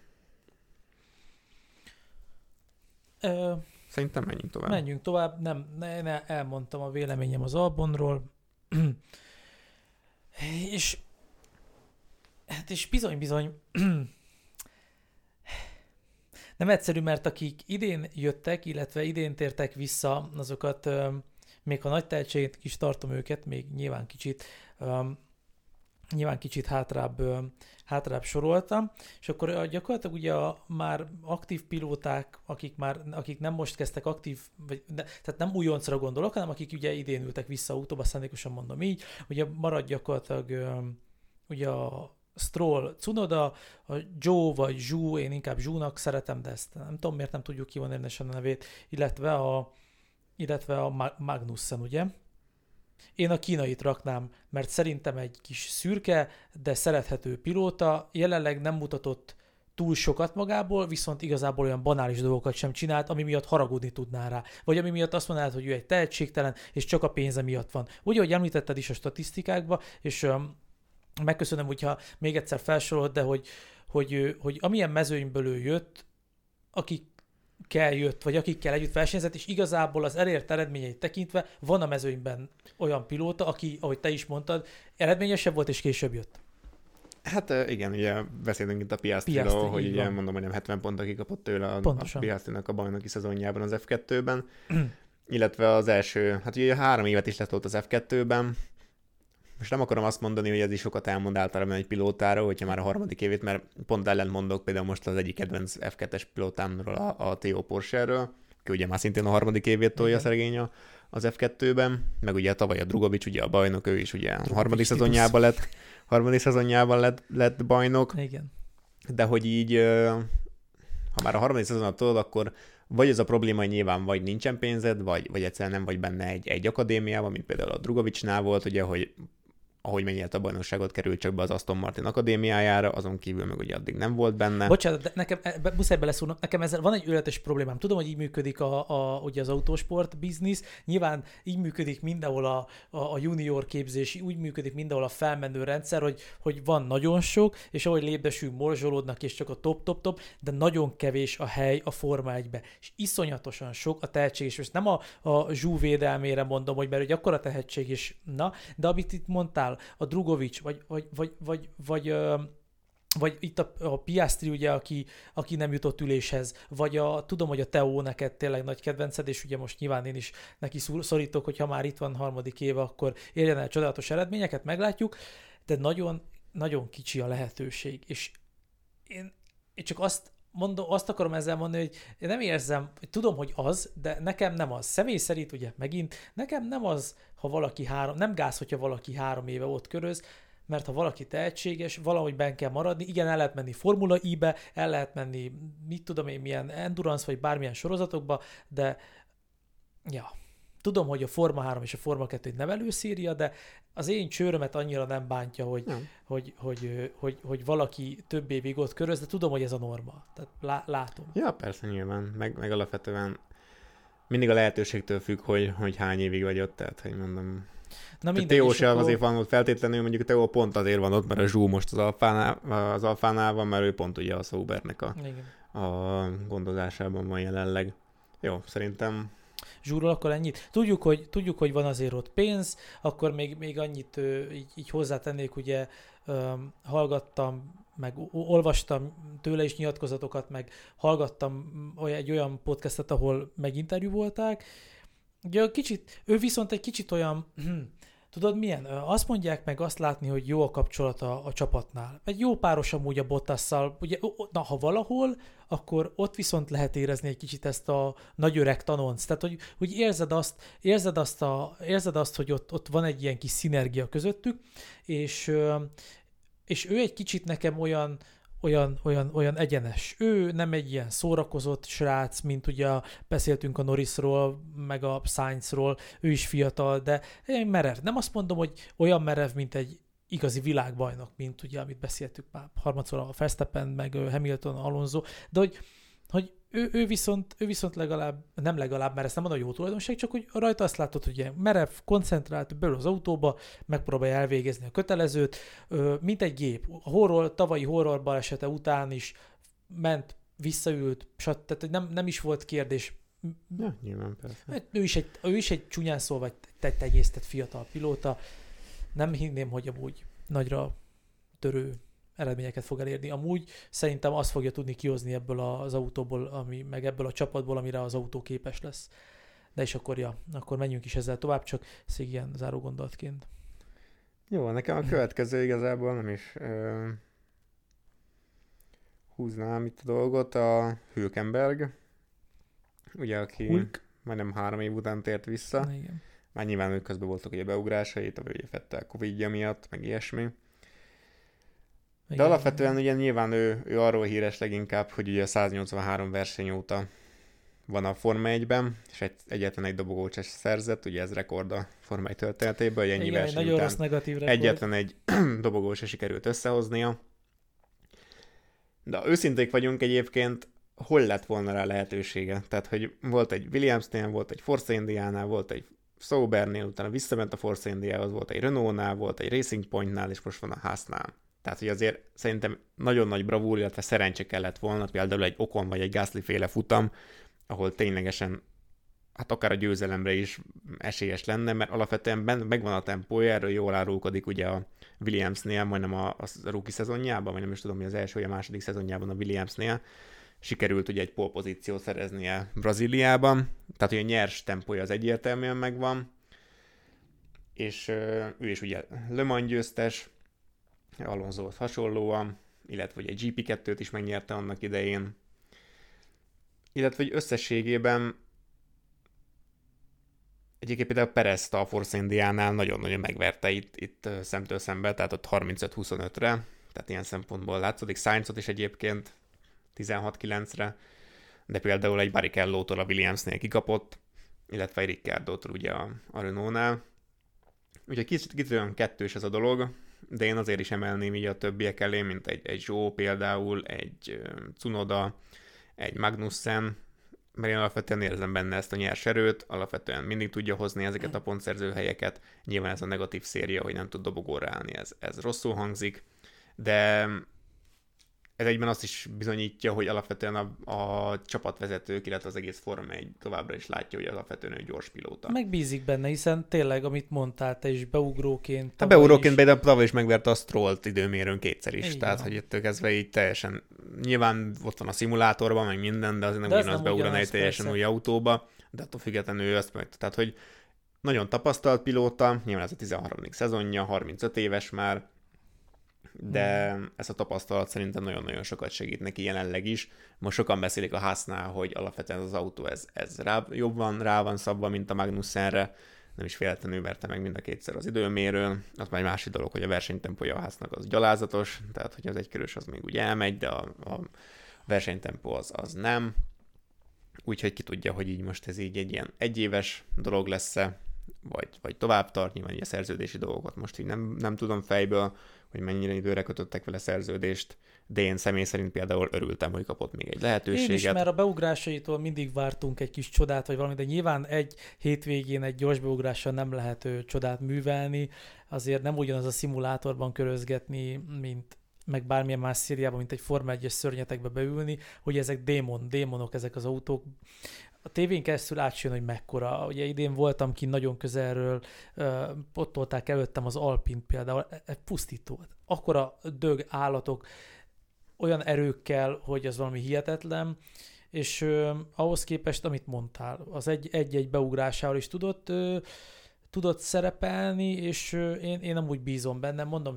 Szerintem menjünk tovább. Menjünk tovább. Én elmondtam a véleményem az Albonról. és bizony nem egyszerű, mert akik idén jöttek, illetve idén tértek vissza, azokat még a nagy tehetségét is tartom őket, még nyilván kicsit hátrább soroltam, és akkor gyakorlatilag ugye a már aktív pilóták, akik nem most kezdtek tehát nem újoncra gondolok, hanem akik ugye idén ültek vissza autóba, szándékosan mondom így, ugye marad gyakorlatilag ugye a Stroll, Tsunoda, a Joe vagy Zhu, én inkább Zhu-nak szeretem, de ezt nem tudom, miért nem tudjuk kivonni érdesen a nevét, illetve a Magnussen, ugye? Én a kínait raknám, mert szerintem egy kis szürke, de szerethető pilóta, jelenleg nem mutatott túl sokat magából, viszont igazából olyan banális dolgokat sem csinált, ami miatt haragudni tudná rá. Vagy ami miatt azt mondanád, hogy ő egy tehetségtelen, és csak a pénze miatt van. Ugye, ahogy említetted is a statisztikákba, és megköszönöm, hogyha még egyszer felsorolod, de hogy amilyen mezőnyből ő jött, akikkel jött, vagy akikkel együtt versenyzett, és igazából az elért eredményeit tekintve van a mezőnyben olyan pilóta, aki, ahogy te is mondtad, eredményesebb volt, és később jött. Hát igen, ugye beszélünk itt a Piastri-ról, hogy ugye mondom, hogy nem 70 pontot kikapott tőle a Piastrinak a bajnoki szezonjában az F2-ben, illetve az első, hát ugye 3 évet is letolt az F2-ben. Most nem akarom azt mondani, hogy ez is sokat elmond általában egy pilótáról, hogyha már a harmadik évét, mert pont ellent mondok például most az egyik kedvenc F2-es pilótámról, a Theo Porsche-ről, aki ugye már szintén a harmadik évét tolja szegény az F2-ben, meg ugye tavaly a Drugovic, ugye a bajnok, ő is ugye a harmadik szezonjában lett bajnok. Igen. de hogy így, ha már a harmadik szezonat tudod, akkor vagy ez a probléma, hogy nyilván vagy nincsen pénzed, vagy egyszerűen nem vagy benne egy akadémiában, mint például a Drugovicsnál volt, ugye, hogy ahogy megnyerte a bajnokságot, került csak be az Aston Martin akadémiájára, azon kívül meg ugye addig nem volt benne. Bocsánat, de nekem, muszáj beleszúrnom, nekem ezzel van egy őletes problémám. Tudom, hogy így működik ugye az autósport biznisz, nyilván így működik mindenhol a junior képzés, úgy működik mindenhol a felmenő rendszer, hogy van nagyon sok, és ahogy lépdesül, morzsolódnak, és csak a top, de nagyon kevés a hely a Forma 1-be. És iszonyatosan sok a tehetség, és most nem a Zsú védelmére mondom, hogy mert hogy akkora tehetség is, de amit itt mondtál, a Drugovics, vagy itt a Piastri, ugye, aki nem jutott üléshez, vagy tudom, hogy a Theo neked tényleg nagy kedvenced, és ugye most nyilván én is neki szorítok, hogy ha már itt van harmadik éve, akkor érjen el csodálatos eredményeket, meglátjuk, de nagyon, nagyon kicsi a lehetőség, és én csak azt akarom ezzel mondani, hogy én nem érzem, tudom, hogy az, de nekem nem az. Személy szerint, ugye megint, nekem nem az, ha valaki nem gáz, hogyha valaki 3 éve ott köröz, mert ha valaki tehetséges, valahogy benn kell maradni. Igen, el lehet menni Formula I-be, el lehet menni, mit tudom én, milyen endurance, vagy bármilyen sorozatokba, de ja, tudom, hogy a Forma 3 és a Forma 2 egy nevelőszéria, de az én csőrömet annyira nem bántja, hogy valaki több évig ott köröz, de tudom, hogy ez a norma. Tehát látom. Ja, persze, nyilván. Meg alapvetően mindig a lehetőségtől függ, hogy hány évig vagy ott, tehát, hogy mondom... Theo sem azért van ott feltétlenül, mondjuk Theo pont azért van ott, mert a Zsú most az Alfánál van, mert ő pont ugye a Saubernek a gondozásában van jelenleg. Jó, szerintem... Zsúról akkor ennyit. Tudjuk, hogy van azért ott pénz, akkor még annyit így hozzátennék, ugye hallgattam, meg olvastam tőle is nyilatkozatokat, meg hallgattam egy olyan podcastet, ahol meginterjú volták. Ugye ő viszont egy kicsit olyan, tudod milyen? Azt mondják meg azt látni, hogy jó a kapcsolata a csapatnál. Egy jó páros amúgy a Bottasszal, ugye, ha valahol, akkor ott viszont lehet érezni egy kicsit ezt a nagy öreg tanonc. Tehát, hogy érzed azt, hogy ott van egy ilyen kis szinergia közöttük, és ő egy kicsit nekem olyan egyenes. Ő nem egy ilyen szórakozott srác, mint ugye beszéltünk a Norrisról, meg a Sainzról, ő is fiatal, de merev. Nem azt mondom, hogy olyan merev, mint egy igazi világbajnok, mint ugye, amit beszéltük már harmadszor a Verstappen, meg Hamilton, Alonso, de hogy ő viszont nem legalább, mert ezt nem mondom, hogy jó tulajdonság, csak hogy rajta azt látod, hogy merev, koncentrált, beül az autóba, megpróbálja elvégezni a kötelezőt, mint egy gép. A tavalyi horror balesete után is ment, visszaült, tehát nem is volt kérdés. Ja, nyilván persze. Ő is egy csúnyán szólva tenyésztett fiatal pilóta. Nem hinném, hogy amúgy nagyra törő eredményeket fog elérni. Amúgy szerintem azt fogja tudni kihozni ebből az autóból, meg ebből a csapatból, amire az autó képes lesz. De és akkor menjünk is ezzel tovább, csak ilyen záró gondolatként. Jó, nekem a következő igazából nem is húznám itt a dolgot, a Hülkenberg, ugye, aki majdnem 3 év után tért vissza. Igen. Már nyilván ők közben voltak ugye beugrásai, tavaly ugye Vettel Covid-ja miatt, meg ilyesmi. De alapvetően ugye nyilván ő arról híres leginkább, hogy ugye 183 verseny óta van a Forma 1-ben, és egyetlen egy dobogót sem szerzett, ugye ez rekord a Forma 1 történetében, hogy ennyi verseny után egyetlen egy dobogót sem sikerült összehoznia. De őszinték vagyunk egyébként, hol lett volna rá lehetősége? Tehát, hogy volt egy Williamsnél, volt egy Force Indiánál, volt egy Saubernél, utána visszament a Force Indiához, volt egy Renaultnál, volt egy Racing Pointnál, és most van a Haasnál. Tehát, hogy azért szerintem nagyon nagy bravúr, illetve szerencse kellett volna, például egy Ocon vagy egy Gasly féle futam, ahol ténylegesen, hát akár a győzelemre is esélyes lenne, mert alapvetően megvan a tempója, erről jól árulkodik ugye a Williamsnél, majdnem a rookie szezonjában, vagy nem is tudom, hogy az első vagy a második szezonjában a Williamsnél sikerült ugye egy pole pozíciót szereznie Brazíliában, tehát hogy a nyers tempója az egyértelműen megvan, és ő is ugye Le Mans győztes, Alonsohoz hasonlóan, illetve egy GP2-t is megnyerte annak idején, illetve hogy összességében egyébként például Perezt a Force Indiánál nagyon-nagyon megverte itt szemtől szembe, tehát ott 35-25-re, tehát ilyen szempontból látszódik. Sainzot is egyébként 16-9-re, de például egy Barrichello-tól a Williamsnél kikapott, illetve egy Ricciardótól ugye a Renault-nál. Úgyhogy kicsit olyan kettős ez a dolog, de én azért is emelném így a többiek elé, mint egy Zsó például, egy Tsunoda, egy Magnussen, mert én alapvetően érzem benne ezt a nyers erőt, alapvetően mindig tudja hozni ezeket a pontszerző helyeket. Nyilván ez a negatív széria, hogy nem tud dobogóra állni, ez rosszul hangzik, de ez egyben azt is bizonyítja, hogy alapvetően a csapatvezetők, illetve az egész Forma 1 továbbra is látja, hogy alapvetően egy gyors pilóta. Megbízik benne, hiszen tényleg, amit mondtál, te is beugróként. A beugróként például tavaly is megverte a Strollt időmérőn kétszer is, így tehát van. hogy ettől kezdve így teljesen, nyilván ott van a szimulátorban, meg minden, de azért nem ugyanaz beugrani egy teljesen új autóba, de attól függetlenül ő azt meg, tehát hogy nagyon tapasztalt pilóta, nyilván ez a 13. szezonja, 35 éves már, de ez a tapasztalat szerintem nagyon-nagyon sokat segít neki jelenleg is. Most sokan beszélik a Haasnál, hogy alapvetően az autó ez jobban rá van szabva, mint a Magnussenre, nem is véletlenül verte meg mind a kétszer az időmérőn. Az már egy másik dolog, hogy a versenytempója a Haasnak az gyalázatos, tehát hogy az egykörös az még úgy elmegy, de a versenytempó az nem. Úgyhogy ki tudja, hogy így most ez így egy ilyen egyéves dolog lesz-e, vagy tovább tart, nyilván a szerződési dolgokat most így nem tudom fejből, hogy mennyire időre kötöttek vele szerződést, de én személy szerint például örültem, hogy kapott még egy lehetőséget. Én is, mert a beugrásaitól mindig vártunk egy kis csodát, vagy valami, de nyilván egy hétvégén egy gyors beugrással nem lehet csodát művelni, azért nem ugyanaz a szimulátorban körözgetni, mint meg bármilyen más szériában, mint egy Forma 1-es szörnyetekbe beülni, hogy ezek démonok, ezek az autók. A tévén keresztül átsjön, hogy mekkora. Ugye idén voltam ki nagyon közelről, ott tolták előttem az Alpint például, pusztító. Akkora dög állatok, olyan erőkkel, hogy az valami hihetetlen, és ahhoz képest, amit mondtál, az egy-egy beugrásával is tudott szerepelni, és én amúgy bízom benne, mondom,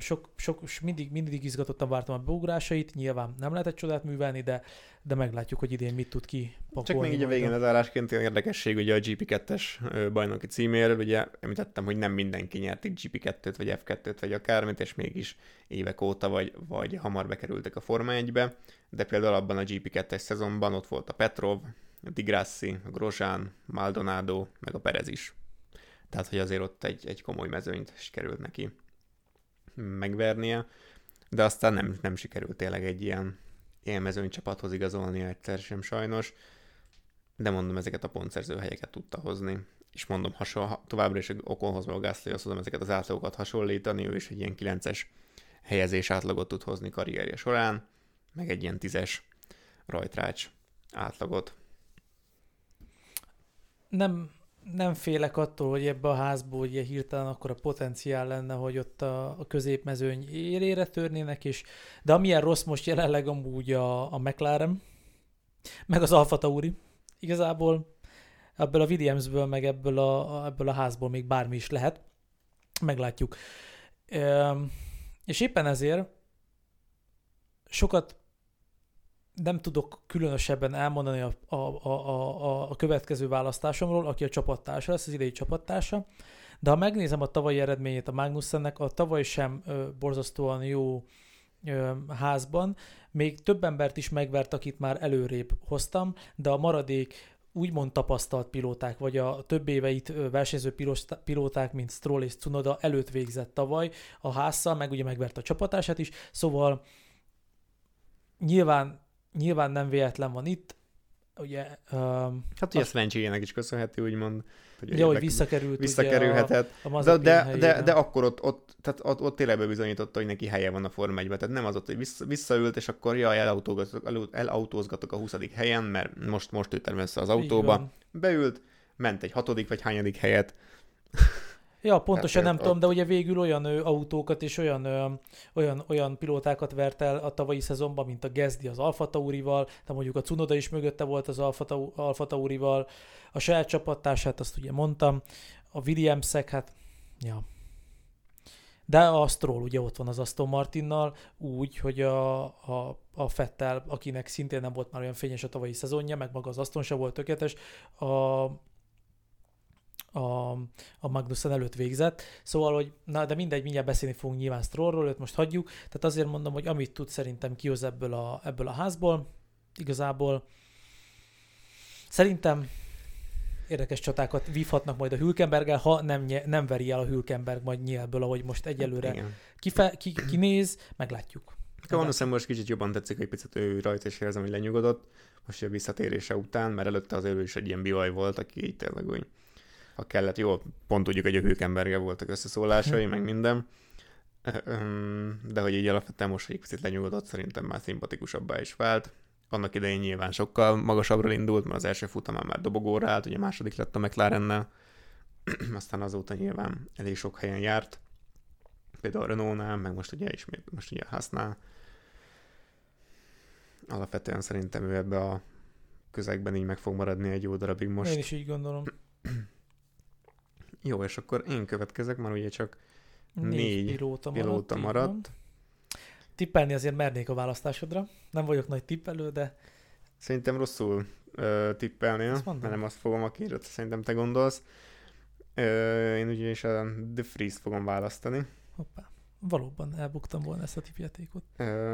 mindig izgatottan vártam a beugrásait, nyilván nem lehetett csodát művelni, de meglátjuk, hogy idén mit tud kipakolni. Csak még így a végén az állásként ilyen érdekesség ugye a GP2-es bajnoki címéről, ugye említettem, hogy nem mindenki nyert itt GP2-t, vagy F2-t, vagy akármit, és mégis évek óta, vagy hamar bekerültek a Forma 1-be, de például abban a GP2-es szezonban ott volt a Petrov, a Di Grassi, a Grosjean, Maldonado, meg a Perez is. Tehát, hogy azért ott egy komoly mezőnyt sikerült neki megvernie, de aztán nem sikerült tényleg egy ilyen mezőnycsapathoz igazolnia egyszer sem sajnos, de mondom, ezeket a pontszerző helyeket tudta hozni, és mondom, továbbra is Oconhoz meg a Gaslyhoz tudom ezeket az átlagokat hasonlítani, ő is egy ilyen 9-es helyezés átlagot tud hozni karrierje során, meg egy ilyen 10-es rajtrács átlagot. Nem félek attól, hogy ebbe a házból ugye hirtelen akkor a potenciál lenne, hogy ott a középmezőny élére törnének, de amilyen rossz most jelenleg amúgy a McLaren, meg az Alfa Tauri. Igazából ebből a Williamsből, meg ebből a házból még bármi is lehet. Meglátjuk. És éppen ezért sokat nem tudok különösebben elmondani a következő választásomról, aki a csapattársa lesz, az idei csapattársa, de ha megnézem a tavalyi eredményét a Magnussennek, a tavaly sem borzasztóan jó házban, még több embert is megvert, akit már előrébb hoztam, de a maradék úgymond tapasztalt pilóták, vagy a több éve itt versenyző pilóták, mint Stroll és Tsunoda előtt végzett tavaly a Haasszal, meg ugye megvert a csapattársát is, szóval nyilván nem véletlen van itt, ugye... Hát ugye Szlencséjének is köszönhető, úgymond. Hogy visszakerülhetett. De akkor ott tényleg bebizonyította, hogy neki helye van a Forma 1-ben. Tehát nem az ott, hogy visszaült, és akkor elautózgatok a 20. helyen, mert most ültem össze az autóba. Beült, ment egy 6. vagy hányadik helyet. Ja, pontosan nem tudom, de ugye végül olyan autókat és olyan pilótákat vert el a tavalyi szezonban, mint a Gasly az Alfa Taurival, de mondjuk a Tsunoda is mögötte volt az Alfa Taurival, a saját csapattársát, azt ugye mondtam, a Williamsek, hát, ja. De a Stroll ugye ott van az Aston Martinnal, úgy, hogy a Vettel, akinek szintén nem volt már olyan fényes a tavalyi szezonja, meg maga az Aston sem volt tökéletes, a Magnussen előtt végzett. Szóval, hogy na, de mindegy, mindjárt beszélni fogunk nyilván Strollról, őt most hagyjuk. Tehát azért mondom, hogy amit tud szerintem kihoz ebből a házból, igazából szerintem érdekes csatákat vívhatnak majd a Hülkenberggel, ha nem veri el a Hülkenberg majd nyílből, ahogy most egyelőre kinéz, meglátjuk. Valószínűleg most kicsit jobban tetszik, hogy picit ő rajta, és érzem, hogy lenyugodott most a visszatérése után, mert előtte az ő is egy ilyen bihaj volt, aki így tényleg úgy, ha kellett, jó, pont tudjuk, hogy a Hülkenberggel voltak összeszólásai, meg minden, de hogy így alapvetően most egy picit lenyugodott, szerintem már szimpatikusabbá is vált. Annak idején nyilván sokkal magasabbra indult, mert az első futamán már dobogóra állt, ugye második lett a McLarennel, aztán azóta nyilván elég sok helyen járt, például a Renault-nál, meg most ugye a Haasnál. Alapvetően szerintem ő ebbe a közegben így meg fog maradni egy jó darabig most. Én is így gondolom. Jó, és akkor én következek, már ugye csak 4 pilóta maradt. Tippelni azért mernék a választásodra. Nem vagyok nagy tippelő, de... Szerintem rosszul tippelnél, mert nem azt fogom, akire szerintem te gondolsz. Én ugyanis a De Vries fogom választani. Hoppá. Valóban elbuktam volna ezt a tippjátékot.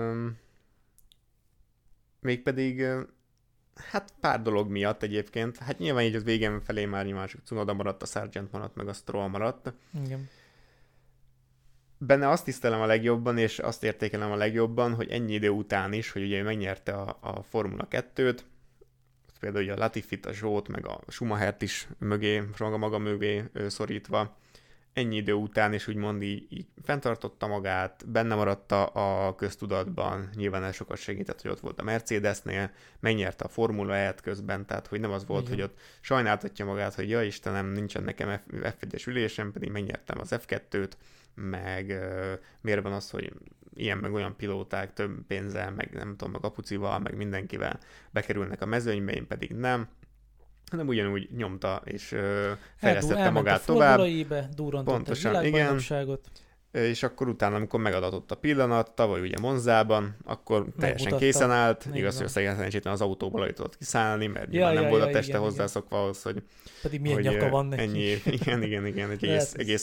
Mégpedig hát pár dolog miatt egyébként. Hát nyilván így az végén felé már nyilván csak Tsunoda maradt, a Sargent maradt, meg a Stroll maradt. Igen. Benne azt tisztelem a legjobban, és azt értékelem a legjobban, hogy ennyi idő után is, hogy ugye megnyerte a Formula 2-t, például ugye a Latifit, a Zsót, meg a Schumachert is maga mögé szorítva, ennyi idő után is úgymond így fenntartotta magát, benne maradt a köztudatban, nyilván ez sokat segített, hogy ott volt a Mercedesnél, megnyerte a Formula E-t közben, tehát hogy nem az volt, igen, hogy ott sajnáltatja magát, hogy ja Istenem, nincsen nekem F1-es ülésem, pedig megnyertem az F2-t, meg miért van az, hogy ilyen meg olyan pilóták több pénzzel, meg nem tudom, meg apucival, meg mindenkivel bekerülnek a mezőnybe, én pedig nem, hanem ugyanúgy nyomta és fejlesztette magát tovább. Pontosan, igen. És akkor utána, amikor megadatott a pillanat, tavaly ugye Monzában, akkor teljesen készen állt, igaz, hogy szerencsétlen az autóból alig tudott kiszállni, mert nem volt a teste hozzászokva ahhoz, hogy pedig milyen nyaka van neki. Ennyi, igen, egy egész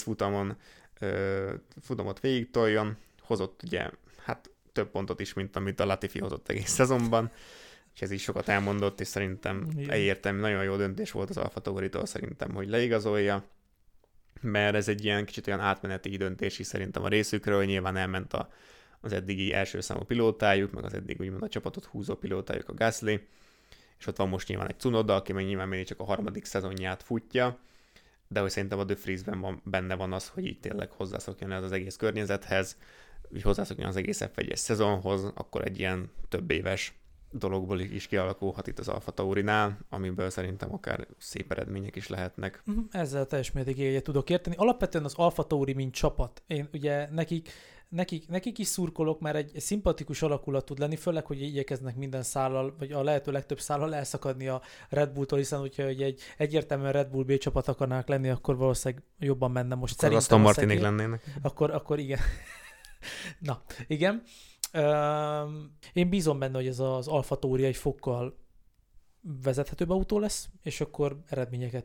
futamot végig toljon, hozott ugye, hát több pontot is, mint amit a Latifi hozott egész szezonban, és ez is sokat elmondott, és szerintem egyértelmű, nagyon jó döntés volt az Alfa Tauritól szerintem, hogy leigazolja, mert ez egy ilyen kicsit olyan átmeneti döntés is szerintem a részükről, hogy nyilván elment az eddigi első számú pilótájuk, meg az eddig úgymond a csapatot húzó pilótájuk, a Gasly, és ott van most nyilván egy Tsunoda, aki meg nyilván még csak a harmadik szezonját futja, de hogy szerintem a De Vriesben benne van az, hogy így tényleg hozzászokjon ez az egész környezethez, hogy hozzászokjon az egész F1-es szezonhoz, akkor egy ilyen több éves dologból is kialakulhat itt az Alfa Taurinál, amiből szerintem akár szép eredmények is lehetnek. Ezzel teljes mértékig egyet tudok érteni. Alapvetően az Alfa Tauri mint csapat. Én ugye nekik is szurkolok, mert egy szimpatikus alakulat tud lenni, főleg, hogy igyekeznek minden szállal, vagy a lehető legtöbb szállal elszakadni a Red Bulltól, hiszen hogyha egy egyértelműen Red Bull B csapat akarnák lenni, akkor valószínűleg jobban menne most. Akkor Aston Martinék lennének. Akkor igen. Na, igen. Én bízom benne, hogy ez az Alfa Tauri egy fokkal vezethetőbb autó lesz, és akkor eredményeket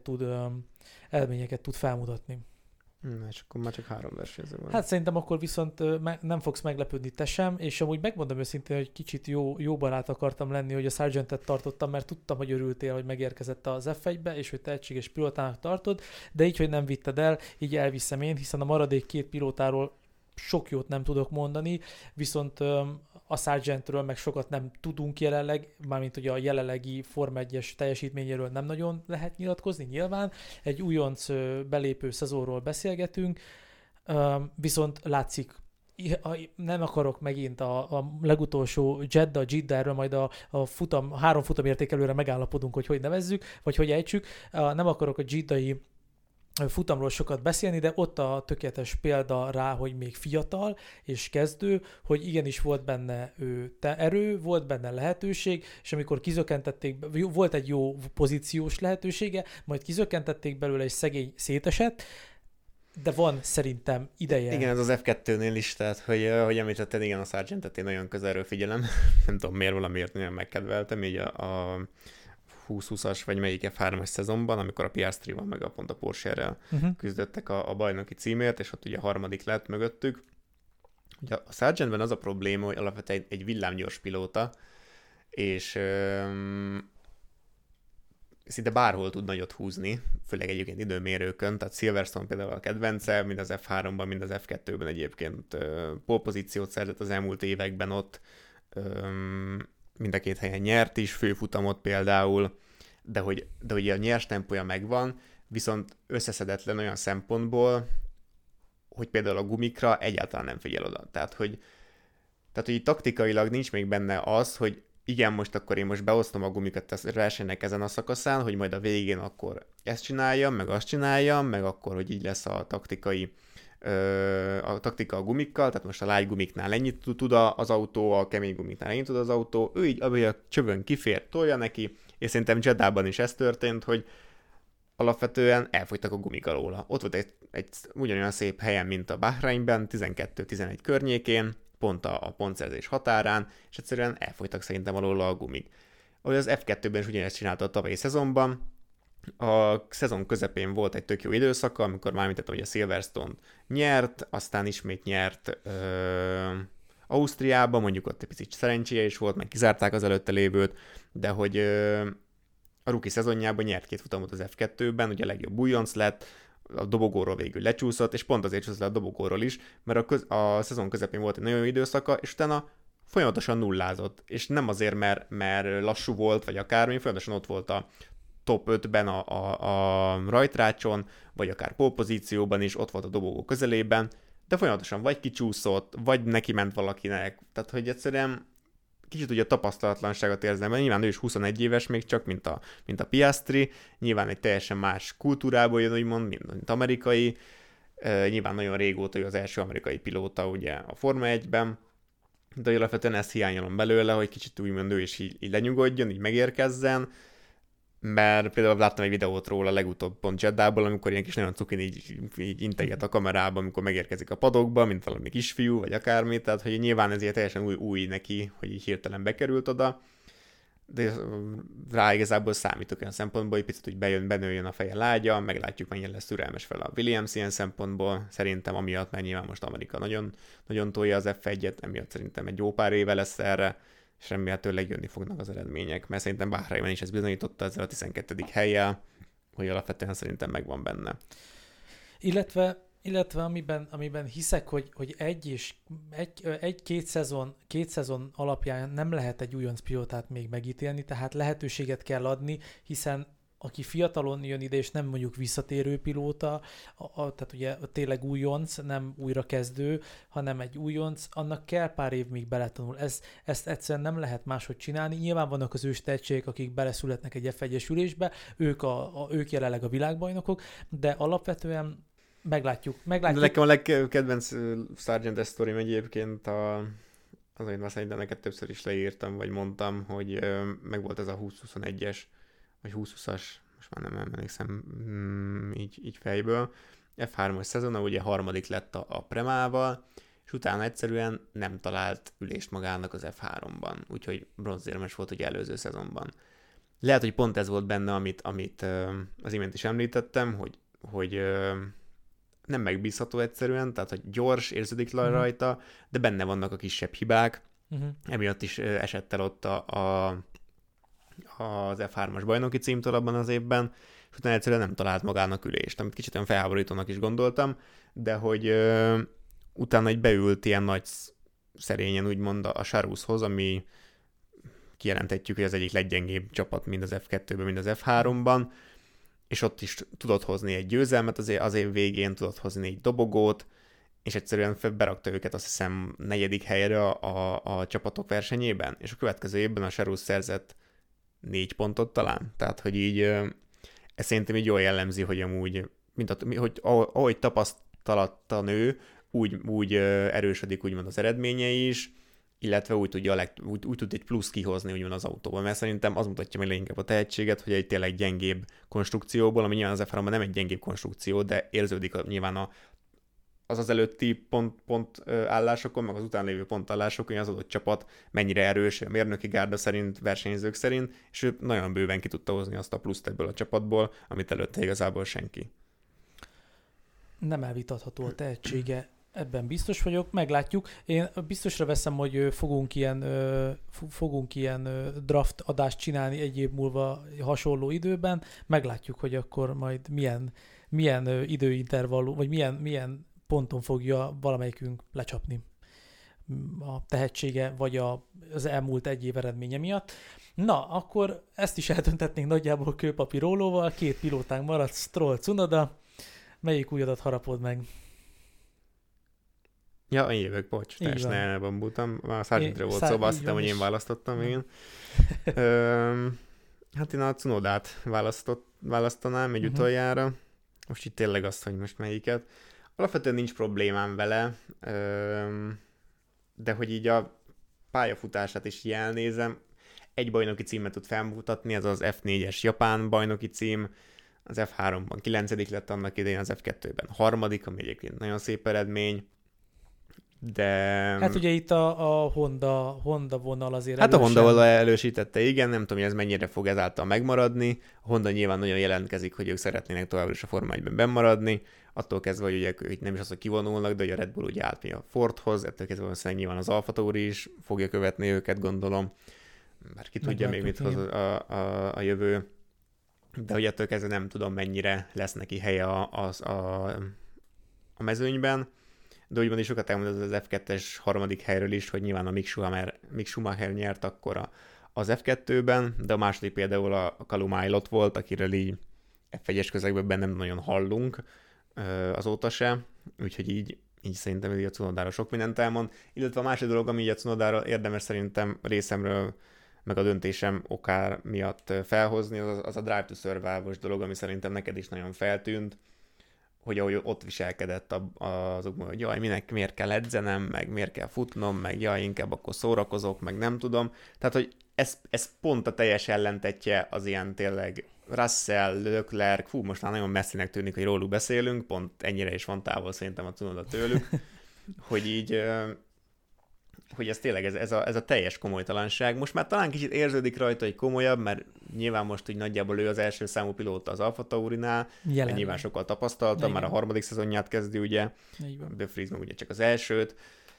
tud felmutatni. És akkor már csak 3 versenyző van. Hát szerintem akkor viszont nem fogsz meglepődni te sem, és amúgy megmondom őszintén, hogy kicsit jó barát akartam lenni, hogy a Sargentet tartottam, mert tudtam, hogy örültél, hogy megérkezett az F1-be, és hogy tehetséges pilótának tartod, de így, hogy nem vitted el, így elviszem én, hiszen a maradék 2 pilótáról sok jót nem tudok mondani, viszont a Sargentről meg sokat nem tudunk jelenleg, mármint hogy a jelenlegi Forma 1-es teljesítményéről nem nagyon lehet nyilatkozni, nyilván. Egy újonc belépő szezonról beszélgetünk, viszont látszik, nem akarok megint a legutolsó Jeddah-erről, majd a 3 futam értékelőre megállapodunk, hogy nevezzük, vagy hogy ejtsük. Nem akarok a Jeddah-i futamról sokat beszélni, de ott a tökéletes példa rá, hogy még fiatal és kezdő, hogy igenis volt benne erő, volt benne lehetőség, és amikor kizökkentették, volt egy jó pozíciós lehetősége, majd kizökkentették belőle, és szegény szétesett, de van szerintem ideje. Igen, ez az F2-nél is, tehát, hogy említetted, igen, a Sargentet én nagyon közelről figyelem, nem tudom miért, valamiért nagyon megkedveltem, így a 2020-as, vagy melyik F3-as szezonban, amikor a Piastrival meg pont a Porsche-rel küzdöttek a bajnoki címért, és ott ugye harmadik lett mögöttük. Ugye a Sargentben az a probléma, hogy alapvetően egy villámgyors pilóta, és szinte bárhol tud nagyot húzni, főleg egyébként időmérőkön, tehát Silverstone például a kedvence, mind az F3-ban, mind az F2-ben egyébként pole-pozíciót szerzett az elmúlt években ott, mind a két helyen nyert is, főfutamot például, de hogy a nyers tempója megvan, viszont összeszedetlen olyan szempontból, hogy például a gumikra egyáltalán nem figyel oda. Tehát, hogy így taktikailag nincs még benne az, hogy igen, most akkor én most beosztom a gumikat a versenynek ezen a szakaszán, hogy majd a végén akkor ezt csináljam, meg azt csináljam, meg akkor, hogy így lesz a taktika a gumikkal, tehát most a lágy gumiknál ennyit tud az autó, a kemény gumiknál ennyit tud az autó, ő így a csövön kifér, tolja neki, és szerintem Jeddában is ez történt, hogy alapvetően elfogytak a gumik alóla. Ott volt egy ugyanolyan szép helyen, mint a Bahreinben, 12-11 környékén, pont a pontszerzés határán, és egyszerűen elfogytak szerintem alóla a gumik. Ahogy az F2-ben is ugyanezt csinálta a tavalyi szezonban, a szezon közepén volt egy tök jó időszaka, amikor már említettem, hogy a Silverstone nyert, aztán ismét nyert Ausztriában, mondjuk ott egy picit szerencséje is volt, meg kizárták az előtte lévőt, de hogy a rookie szezonjában nyert 2 futamot az F2-ben, ugye a legjobb újonc lett, a dobogóról végül lecsúszott, és pont azért csúszott le a dobogóról is, mert a szezon közepén volt egy nagyon jó időszaka, és utána folyamatosan nullázott, és nem azért, mert lassú volt, vagy akármi, folyamatosan ott volt a top 5-ben a rajtrácson, vagy akár pole pozícióban is, ott volt a dobogó közelében, de folyamatosan vagy kicsúszott, vagy neki ment valakinek, tehát hogy egyszerűen kicsit ugye a tapasztalatlanságot érzem, mert nyilván ő is 21 éves még csak, mint a Piastri, nyilván egy teljesen más kultúrából jön, úgymond, mint amerikai, nyilván nagyon régóta ő az első amerikai pilóta ugye a Forma 1-ben, de alapvetően ezt hiányolom belőle, hogy kicsit úgymond ő is így lenyugodjon, így megérkezzen, mert például láttam egy videót róla legutóbb pont Jeddából, amikor ilyen kis nagyon cukin így integet a kamerába, amikor megérkezik a padokba, mint valami kisfiú, vagy akármi, tehát hogy nyilván ezért teljesen új neki, hogy így hirtelen bekerült oda, de rá igazából számítok olyan szempontból, hogy picit úgy benőjön a feje lágya, meglátjuk, mennyire lesz türelmes fel a Williams ilyen szempontból, szerintem amiatt, mert nyilván most Amerika nagyon, nagyon tolja az F1-et, emiatt szerintem egy jó pár éve lesz erre, és remélhetőleg jönni fognak az eredmények, mert szerintem Bahreinben is ez bizonyította ezzel a 12. helyjel, hogy alapvetően szerintem megvan benne. Illetve amiben hiszek, hogy két szezon alapján nem lehet egy újonc pilótát még megítélni, tehát lehetőséget kell adni, hiszen aki fiatalon jön ide, és nem mondjuk visszatérő pilóta, tehát ugye tényleg újonc, nem újrakezdő, hanem egy újonc, annak kell pár év, míg beletanul. Ezt egyszerűen nem lehet máshogy csinálni. Nyilván vannak az ős tehetségek, akik beleszületnek egy F1-es ülésbe, ők jelenleg a világbajnokok, de alapvetően meglátjuk. De nekem a legkedvenc Sargent sztorim egyébként azért már szerintem neked többször is leírtam, vagy mondtam, hogy megvolt ez a 2021-es vagy 2020-as, most már nem emlékszem így fejből, F3-as szezon, ugye harmadik lett a Premával, és utána egyszerűen nem talált ülést magának az F3-ban, úgyhogy bronzérmes volt ugye előző szezonban. Lehet, hogy pont ez volt benne, amit az imént is említettem, hogy nem megbízható egyszerűen, tehát hogy gyors, érződik rajta, de benne vannak a kisebb hibák, emiatt is esett el ott az F3-as bajnoki címtől abban az évben, és utána egyszerűen nem talált magának ülést, amit kicsit olyan felháborítónak is gondoltam, de hogy utána egy beült ilyen nagy szerényen úgymond a Sarushoz, ami kijelenthetjük, hogy az egyik leggyengébb csapat mind az F2-ben, mind az F3-ban, és ott is tudott hozni egy győzelmet az év végén, tudott hozni egy dobogót, és egyszerűen berakta őket azt hiszem 4. helyre a csapatok versenyében, és a következő évben a Sarus szerzett 4 pontot talán. Tehát, hogy így ez szerintem így jól jellemzi, hogy amúgy, hogy ahogy tapasztalata nő, úgy erősödik úgymond az eredményei is, illetve úgy tud egy plusz kihozni úgymond az autóban, mert szerintem az mutatja meg leginkább a tehetséget, hogy egy tényleg gyengébb konstrukcióból, ami nyilván az F3-ban nem egy gyengébb konstrukció, de érződik nyilván az előtti pont állásokon, meg az után lévő pontállásokon, hogy az adott csapat mennyire erős, a mérnöki gárda szerint, versenyzők szerint, és ő nagyon bőven ki tudta hozni azt a pluszt ebből a csapatból, amit előtte igazából senki. Nem elvitatható a tehetsége, ebben biztos vagyok, meglátjuk. Én biztosra veszem, hogy fogunk ilyen draft adást csinálni egy év múlva hasonló időben, meglátjuk, hogy akkor majd milyen időintervallum, vagy milyen ponton fogja valamelyikünk lecsapni a tehetsége, vagy az elmúlt egy év eredménye miatt. Na, akkor ezt is eldöntetnénk nagyjából kőpapírólóval, 2 pilótánk maradt, Stroll, Tsunoda. Melyik ujjadat harapod meg? Ja, én jövök, bocs, teljesen elbambultam. Már Sargentre volt szóba, azt hittem, hogy én választottam, igen. Hát én a Tsunodát választanám egy utoljára. Most itt tényleg azt, hogy most melyiket. Alapvetően nincs problémám vele, de hogy így a pályafutását is így elnézem, egy bajnoki címet tud felmutatni, ez az F4-es japán bajnoki cím, az F3-ban 9. lett annak idején, az F2-ben 3., ami egyébként nagyon szép eredmény, de... Hát ugye itt a Honda vonal azért hát erősen. A Honda vonal elősítette, igen, nem tudom, hogy ez mennyire fog ezáltal megmaradni. A Honda nyilván nagyon jelentkezik, hogy ők szeretnének továbbra is a Forma 1-ben bennmaradni, attól kezdve, hogy ugye ők nem is az, hogy kivonulnak, de ugye a Red Bull ugye állt a Fordhoz, ettől kezdve valószínűleg nyilván az Alfa Tauri is fogja követni őket, gondolom. Bár ki tudja még mit hoz a jövő. De hogy ettől kezdve nem tudom, mennyire lesz neki helye a mezőnyben. De úgymond is sokat elmondott az F2-es 3. helyről is, hogy nyilván a Mick Schumacher nyert akkor az F2-ben, de a második például a Callum Ilott volt, akiről így F1-es közegben nem nagyon hallunk azóta se, úgyhogy így szerintem a Tsunodáról sok mindent elmond. Illetve a másik dolog, ami a Tsunodáról érdemes szerintem részemről meg a döntésem okár miatt felhozni, az a Drive to Survive-os dolog, ami szerintem neked is nagyon feltűnt, hogy ahogy ott viselkedett azokban, hogy jaj, miért kell edzenem, meg miért kell futnom, meg jaj, inkább akkor szórakozok, meg nem tudom. Tehát, hogy ez pont a teljes ellentetje az ilyen tényleg Russell, Leclerc, most már nagyon messzinek tűnik, hogy róluk beszélünk, pont ennyire is van távol szerintem a Tsunoda tőlük, hogy így... hogy ez tényleg ez a teljes komolytalanság. Most már talán kicsit érződik rajta, hogy komolyabb, mert nyilván most úgy nagyjából ő az első számú pilóta az Alfa Taurinál, mert nyilván sokkal tapasztalta, már a 3. szezonját kezdi, ugye, De Vries meg ugye csak az elsőt,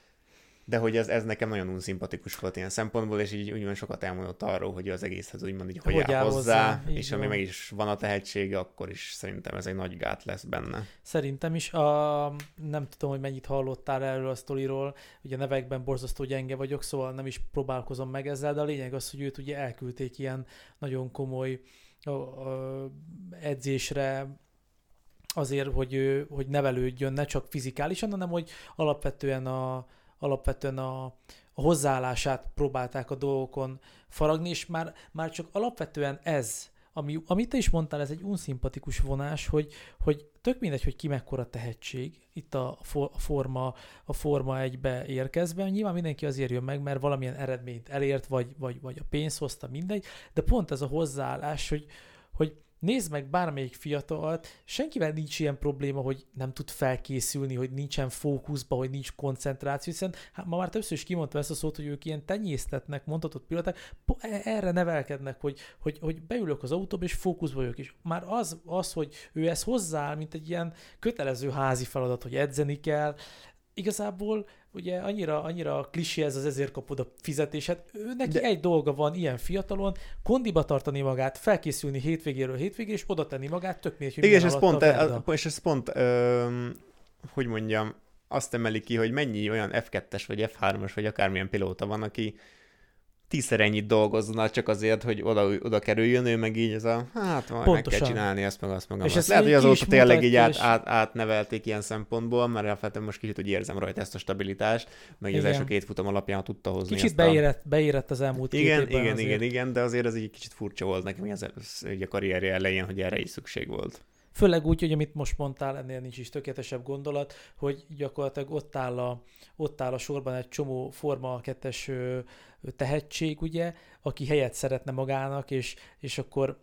de hogy ez nekem nagyon unszimpatikus volt ilyen szempontból, és így úgymond sokat elmondott arról, hogy az egészhez úgymond így hogy áll hozzá, és ami meg is van a tehetsége, akkor is szerintem ez egy nagy gát lesz benne. Szerintem is. Nem tudom, hogy mennyit hallottál erről a sztoriról, ugye nevekben borzasztó gyenge vagyok, szóval nem is próbálkozom meg ezzel, de a lényeg az, hogy őt ugye elküldték ilyen nagyon komoly edzésre, azért, hogy nevelődjön, ne csak fizikálisan, hanem hogy alapvetően a hozzáállását próbálták a dolgokon faragni, és már csak alapvetően ez, amit te is mondtál, ez egy unszimpatikus vonás, hogy tök mindegy, hogy ki mekkora tehetség itt a Forma 1-be érkezve. Nyilván mindenki azért jön meg, mert valamilyen eredményt elért, vagy a pénzt hozta, mindegy, de pont ez a hozzáállás, hogy nézd meg bármelyik fiatalt, senkivel nincs ilyen probléma, hogy nem tud felkészülni, hogy nincsen fókuszba, hogy nincs koncentráció, hiszen ma már többször is kimondtam ezt a szót, hogy ők ilyen tenyésztetnek, mondhatott pillanták, erre nevelkednek, hogy beülök az autóba, és fókuszba vagyok, és már az, hogy ő ezt hozzááll, mint egy ilyen kötelező házi feladat, hogy edzeni kell, igazából ugye annyira klisé ez az ezért kapod a fizetésed. Neki egy dolga van ilyen fiatalon, kondiba tartani magát, felkészülni hétvégéről hétvégére, és oda tenni magát, tök mindegy, hogy és ez pont hogy mondjam, azt emeli ki, hogy mennyi olyan F2-es, vagy F3-as, vagy akármilyen pilóta van, aki 10-szer ennyit dolgozzon csak azért, hogy oda kerüljön, ő meg így hát majd meg kell csinálni ezt, meg azt, meg azt. Lehet, hogy azóta tényleg így átnevelték ilyen szempontból, mert alapvetően most kicsit úgy érzem rajta ezt a stabilitást, meg az első 2 futam alapján tudta hozni. Kicsit beérett az elmúlt 2 évben. Igen, de azért ez egy kicsit furcsa volt nekem a karrierje elején, hogy erre is szükség volt. Főleg úgy, hogy amit most mondtál, ennél nincs is tökéletesebb gondolat, hogy gyakorlatilag ott áll a sorban egy csomó Forma 2-es tehetség, ugye, aki helyet szeretne magának, és akkor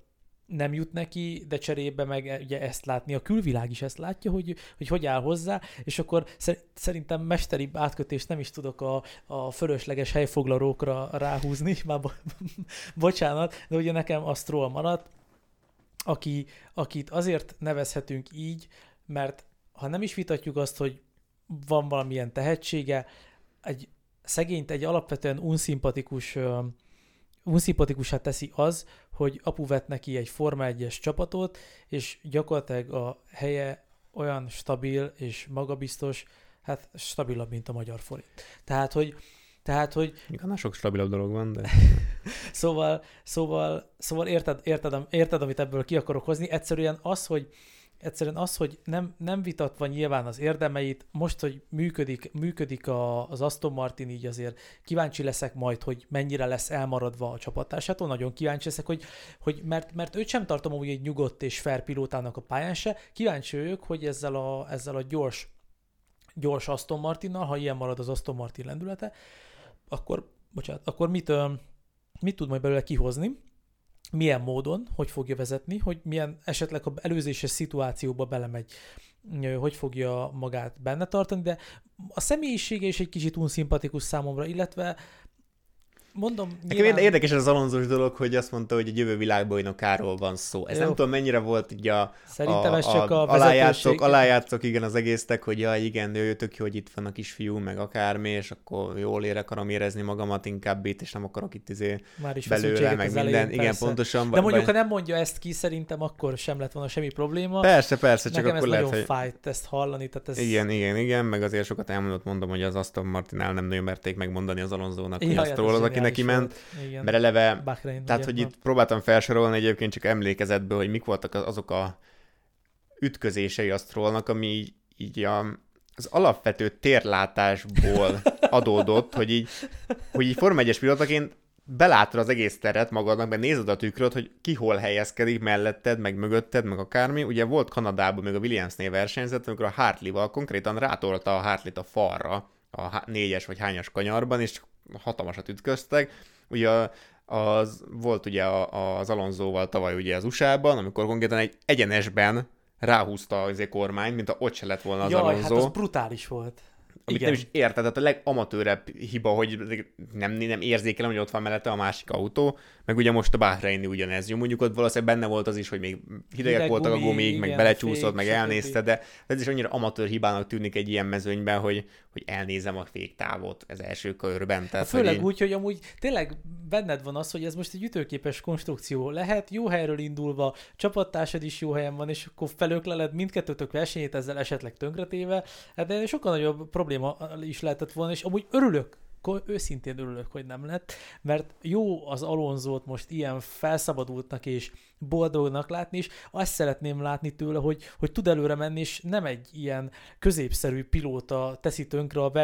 nem jut neki, de cserébe meg ugye ezt látni, a külvilág is ezt látja, hogy áll hozzá, és akkor szerintem mesteribb átkötést nem is tudok a fölösleges helyfoglalókra ráhúzni, már bocsánat, de ugye nekem a Stroll maradt, akit azért nevezhetünk így, mert ha nem is vitatjuk azt, hogy van valamilyen tehetsége, egy szegényt egy alapvetően unszimpatikussá teszi az, hogy apu vett neki egy Forma 1-es csapatot, és gyakorlatilag a helye olyan stabil és magabiztos, hát stabilabb, mint a magyar forint. Tehát, hogy Annál sok stabilabb dolog van, de... szóval érted, amit ebből ki akarok hozni. Egyszerűen az, hogy nem vitatva nyilván az érdemeit, most, hogy működik az Aston Martin, így azért kíváncsi leszek majd, hogy mennyire lesz elmaradva a csapattársától, nagyon kíváncsi leszek, hogy mert őt sem tartom úgy egy nyugodt és fair pilótának a pályán se, kíváncsi vagyok, hogy ezzel a gyors Aston Martinnal, ha ilyen marad az Aston Martin lendülete, akkor mit tud majd belőle kihozni, milyen módon, hogy fogja vezetni, hogy milyen esetleg a előzéses szituációba belemegy, hogy fogja magát benne tartani, de a személyisége is egy kicsit unszimpatikus számomra, illetve mondom... Nekem érdekes ez az Alonsos dolog, hogy azt mondta, hogy egy jövő világbajnokáról van szó. Ez jó. Nem tudom, mennyire volt így szerintem ez csak a alájátszok, igen, az egésznek, hogy ja, igen, ő tök jó, hogy itt van a kisfiú, meg akármi, és akkor jól akarom érezni magamat, inkább itt, és nem akarok itt belőle, meg minden. Elején, igen, pontosan. De mondjuk, ha nem mondja ezt ki, szerintem akkor sem lett volna semmi probléma. Persze, csak nekem akkor ez lehet, nagyon fájt ezt hallani. Tehát ez... Igen, meg azért sokat mondom, hogy az Aston Martinnál nem nagyon merték megmondani az Alonsónak, hogy azt róla, aki neki ment, mert eleve, Bahrein, tehát, hogy itt próbáltam felsorolni egyébként csak emlékezetből, hogy mik voltak azok a ütközései a Strollnak, ami így az alapvető térlátásból adódott, hogy így Forma 1-es pilótaként belátod az egész teret magadnak, mert nézed a tükröt, hogy ki hol helyezkedik melletted, meg mögötted, meg akármi. Ugye volt Kanadában még a Williamsnél versenyzett, amikor a Hartley-val konkrétan rátolta a Hartley-t a falra a 4-es vagy hányas kanyarban, és hatalmasat ütköztek. Ugye volt ugye az Alonsóval tavaly ugye az USA-ban, amikor konkrétan egy egyenesben ráhúzta az kormányt, mint a ott se lett volna az Alonso. Hát az brutális volt. Amit nem is érted, tehát a legamatőrebb hiba, hogy nem érzékelem, hogy ott van mellette a másik autó, meg ugye most a Bahreini ugyanez. Jó, mondjuk ott valószínűleg benne volt az is, hogy még hidegek voltak a gumik, igen, meg belecsúszott, meg elnézte, de ez is annyira amatőr hibának tűnik egy ilyen mezőnyben, hogy elnézem a féktávot az első körben. Tehát, főleg úgy, hogy amúgy tényleg benned van az, hogy ez most egy ütőképes konstrukció lehet, jó helyről indulva, csapattársad is jó helyen van, és akkor felökleled mindkettőtök versenyét ezzel esetleg tönkretéve, de sokkal nagyobb probléma is lehetett volna, és amúgy őszintén örülök, hogy nem lett, mert jó az Alonsót most ilyen felszabadultnak és boldognak látni, és azt szeretném látni tőle, hogy tud előre menni, és nem egy ilyen középszerű pilóta teszi tönkre a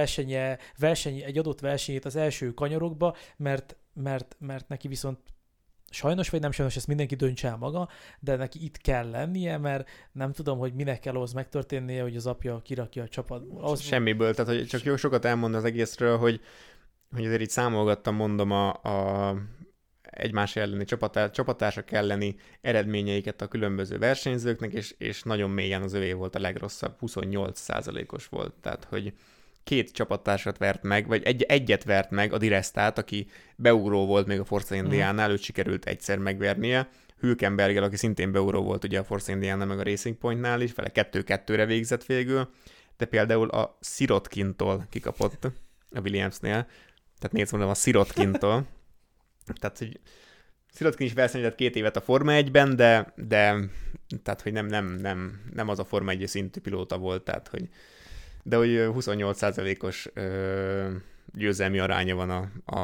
egy adott versenyét az első kanyarokba, mert neki viszont sajnos vagy nem sajnos, ezt mindenki döntse el maga, de neki itt kell lennie, mert nem tudom, hogy minek kell ahhoz megtörténnie, hogy az apja kirakja a csapatból. Semmiből, tehát hogy csak jó sokat elmond az egészről, hogy azért itt számolgattam, mondom, a egymás elleni csapatársak elleni eredményeiket a különböző versenyzőknek, és nagyon mélyen az övé volt a legrosszabb, 28%-os volt, tehát hogy 2 csapattársat vert meg, vagy egyet vert meg, a Di Restát, aki beugró volt még a Force Indiánál, őt sikerült egyszer megvernie, Hülkenberggel, aki szintén beugró volt ugye a Force Indiánál, meg a Racing Pointnál is, vele 2-2-re végzett végül, de például a Sirotkintól kikapott a Williamsnél, tehát nézd mondom a Sirotkintól, tehát hogy Sirotkin is versenyzett 2 évet a Forma 1-ben, de tehát, hogy nem az a Forma 1 szintű pilóta volt, tehát, hogy de hogy 28%-os győzelmi aránya van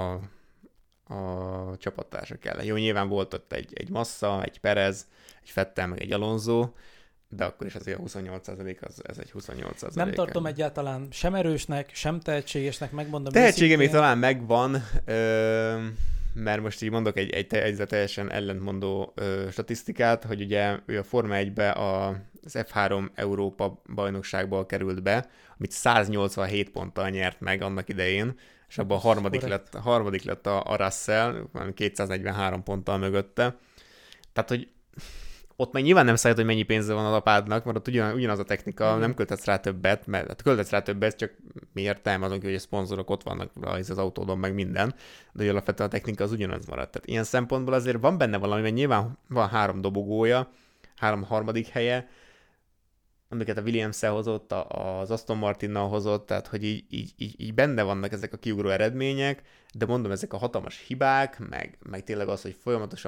a csapattársak ellen. Jó, nyilván volt ott egy Massa, egy Perez, egy Vettel, meg egy Alonso, de akkor is azért a 28% ez egy 28%. Nem tartom egyáltalán sem erősnek, sem tehetségesnek, megmondom. Tehetsége még talán megvan, mert most így mondok egy teljesen ellentmondó statisztikát, hogy ugye ő a Forma 1-be az F3 Európa bajnokságból került be, amit 187 ponttal nyert meg annak idején, és abban harmadik lett a Russell, 243 ponttal mögötte. Tehát, hogy ott meg nyilván nem számít, hogy mennyi pénze van a lapádnak, mert ott ugyanaz a technika, nem költetsz rá többet, mert hát költetsz rá többet, csak mi értelme azon, hogy a szponzorok ott vannak az autódon, meg minden, de alapvetően a technika az ugyanaz maradt. Tehát ilyen szempontból azért van benne valami, mert nyilván van 3 dobogója, 3 harmadik helye, amiket a Williams-el hozott, az Aston Martinnal hozott, tehát hogy így benne vannak ezek a kiugró eredmények, de mondom, ezek a hatalmas hibák, meg tényleg az, hogy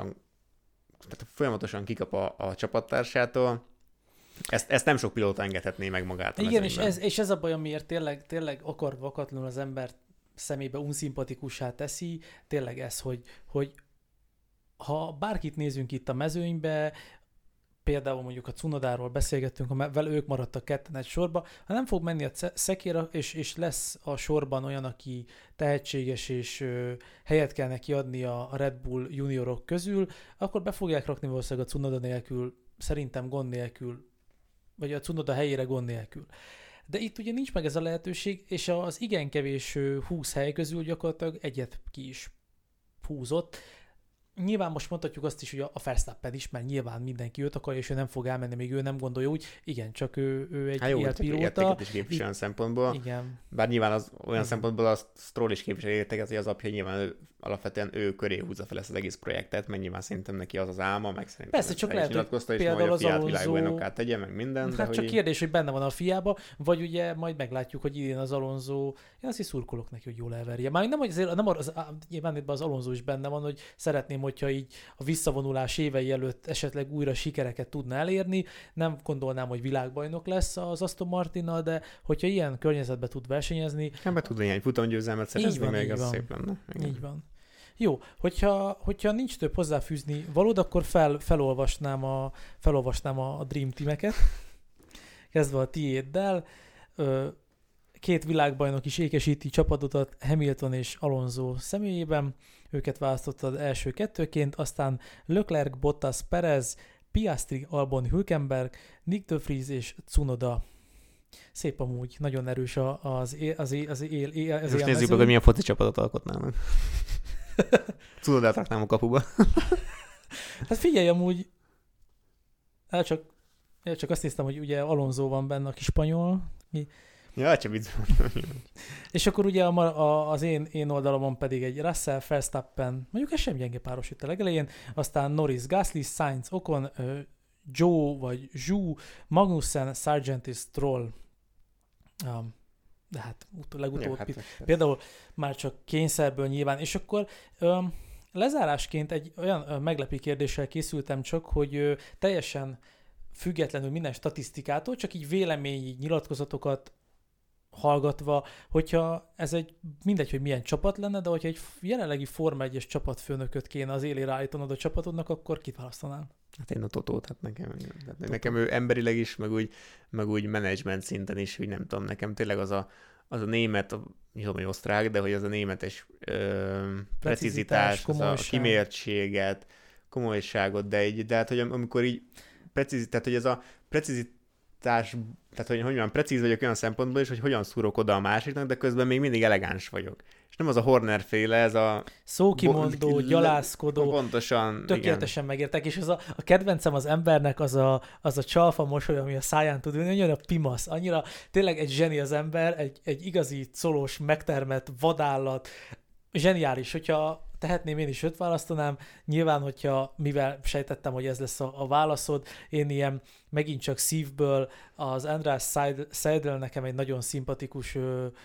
folyamatosan kikap a csapattársától, ezt nem sok pilóta engedhetné meg magát. Igen, és ez a baj, amiért tényleg akarva akatlanul az ember szemébe unszimpatikussá teszi, tényleg ez, hogy ha bárkit nézünk itt a mezőnybe, például mondjuk a Cunodáról beszélgettünk, vele ők maradtak ketten egy sorba, ha nem fog menni a szekér, és lesz a sorban olyan, aki tehetséges, és helyet kell neki adni a Red Bull juniorok közül, akkor be fogják rakni valószínűleg a Cunoda nélkül, szerintem gond nélkül, vagy a Cunoda helyére gond nélkül. De itt ugye nincs meg ez a lehetőség, és az igen kevés 20 hely közül gyakorlatilag egyet ki is húzott. Nyilván most mondhatjuk azt is, hogy a Verstappen is, mert nyilván mindenki őt akarja, és ő nem fog elmenni, még ő nem gondolja úgy. Igen, csak ő egy ilyen pilóta. Értéket is képvisel olyan szempontból. Igen. Bár nyilván az olyan szempontból a Stroll is képvisel értéket, hogy az apja nyilván alapvetően ő köré húzza fel ezt az egész projektet, mert nyilván szerintem neki az az álma, meg szerintem persze, csak lehet, hogy például a fiát világbajnokkát tegye, meg minden. Hát csak kérdés, hogy benne van a fiába, vagy ugye majd meglátjuk, hogy idén az Alonso, én azt is szurkolok neki, hogy jól elverje. Már nem, hogy azért, nyilván itt az Alonso is benne van, hogy szeretném, hogyha így a visszavonulás évei előtt esetleg újra sikereket tudna elérni. Nem gondolnám, hogy világbajnok lesz az Aston Martinnal, de hogyha ilyen környezetben tud versenyezni. Nem, tud néhány futamgyőzelmet szerezni, még az szép lenne. Igen. Így van. Jó, hogyha nincs több hozzáfűzni valód, akkor felolvasnám a Dream Team-eket. Kezdve a tiéddel. 2 világbajnok is ékesíti csapatodat Hamilton és Alonso személyében. Őket választottad első 2-ként, aztán Leclerc, Bottas, Perez, Piastri, Albon, Hülkenberg, Nick de Vries és Tsunoda. Szép amúgy, nagyon erős az most nézzük meg, hogy milyen foci csapatot alkotnának. Cunodát raknám a kapuba. Hát figyelj, amúgy csak azt néztem, hogy ugye Alonso van benne, a kis spanyol. Ja, csak vicc. És akkor ugye az én oldalamon pedig egy Russell, Verstappen, mondjuk ez sem gyenge páros itt a legelején, aztán Norris, Gasly, Sainz, Ocon, Joe vagy Zhu, Magnussen, Sargent és Stroll. De hát legutóbb például már csak kényszerből nyilván, és akkor lezárásként egy olyan meglepő kérdéssel készültem csak, hogy teljesen függetlenül minden statisztikától, csak így véleményi nyilatkozatokat hallgatva, hogyha ez mindegy, hogy milyen csapat lenne, de hogyha egy jelenlegi Forma 1-es csapatfőnököt kéne az élére állítanod a csapatodnak, akkor kit választanál? Hát én a Totót, hát nekem ő emberileg is, meg úgy menedzsment szinten is, hogy nem tudom, nekem tényleg az a német, nem tudom, hogy osztrák, de hogy az a németes precizitás, az a kimértséget, komolyságot, de hát, hogy amikor így tehát, hogy ez a precizitás, tehát, hogy mondjam, precíz vagyok olyan szempontból is, hogy hogyan szúrok oda a másiknak, de közben még mindig elegáns vagyok. És nem az a Horner-féle, ez a... Szókimondó, gyalászkodó, pontosan, tökéletesen megértek, és a kedvencem az embernek az a csalfa mosoly, ami a száján tud ülni, annyira pimasz, annyira tényleg egy zseni az ember, egy igazi colós, megtermett vadállat, zseniális, hogyha tehetném, én is őt választanám. Nyilván, mivel sejtettem, hogy ez lesz a válaszod, én ilyen megint csak szívből az András Seidel nekem egy nagyon szimpatikus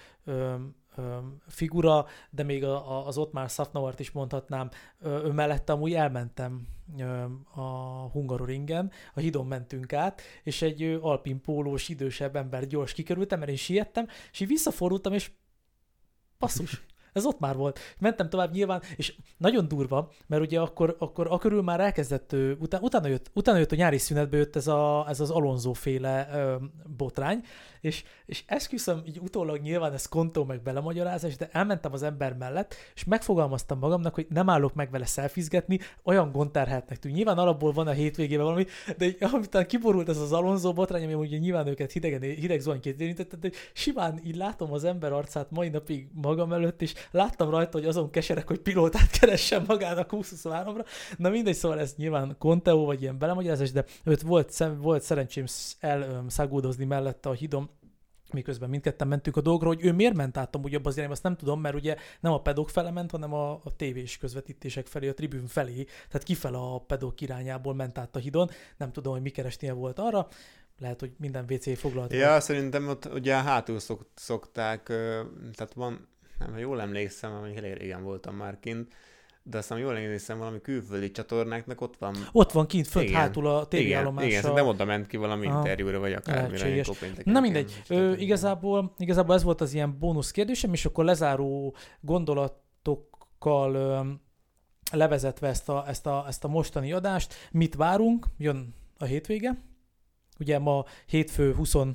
figura, de még az Ottmar Szafnauert is mondhatnám, ő mellett amúgy elmentem a Hungaroringen, a hídon mentünk át, és egy alpin pólós, idősebb ember gyors kikerültem, mert én siettem, és így visszafordultam, és basszus, ez ott már volt. Mentem tovább nyilván, és nagyon durva, mert ugye akkor akörül már elkezdett, utána jött a nyári szünetbe jött ez az Alonso féle botrány, és esküszöm, így utólag nyilván ez kontó meg belemagyarázás, de elmentem az ember mellett, és megfogalmaztam magamnak, hogy nem állok meg vele szelfizgetni, olyan gondterheltnek tűnik. Nyilván alapból van a hétvégében valami, de amitán kiborult ez az Alonso botrány, ami ugye nyilván őket hideg zuhanyként érintett, de simán így látom az ember arcát mai napig magam előtt, és láttam rajta, hogy azon keserek, hogy pilótát keressen magának 2023-ra. Na mindegy, szóval ez nyilván Conteo, vagy ilyen belemagyarázás, de őt volt szerencsém elszagódozni mellette a hídon, miközben mindketten mentünk a dolgokra, hogy ő miért ment át amúgy abba az irányba, azt nem tudom, mert ugye nem a pedok fele ment, hanem a tévés közvetítések felé, a tribün felé, tehát kifele a pedok irányából ment át a hídon, nem tudom, hogy mi keresnie volt arra, lehet, hogy minden WC foglalt. Ja, volt. szerintem ott ugye hátul szokták, tehát van, nem, ha jól emlékszem, amíg elég régen voltam már kint, de aztán jól emlékszem, valami külföldi csatornáknak ott van. Ott van kint, fönt, igen, hátul a tévéállomás. Igen, szerintem oda ment ki valami interjúra, vagy akármire. Na mindegy, igazából ez volt az ilyen bónusz kérdésem, és akkor lezáró gondolatokkal levezetve ezt a mostani adást, mit várunk, jön a hétvége. Ugye ma hétfő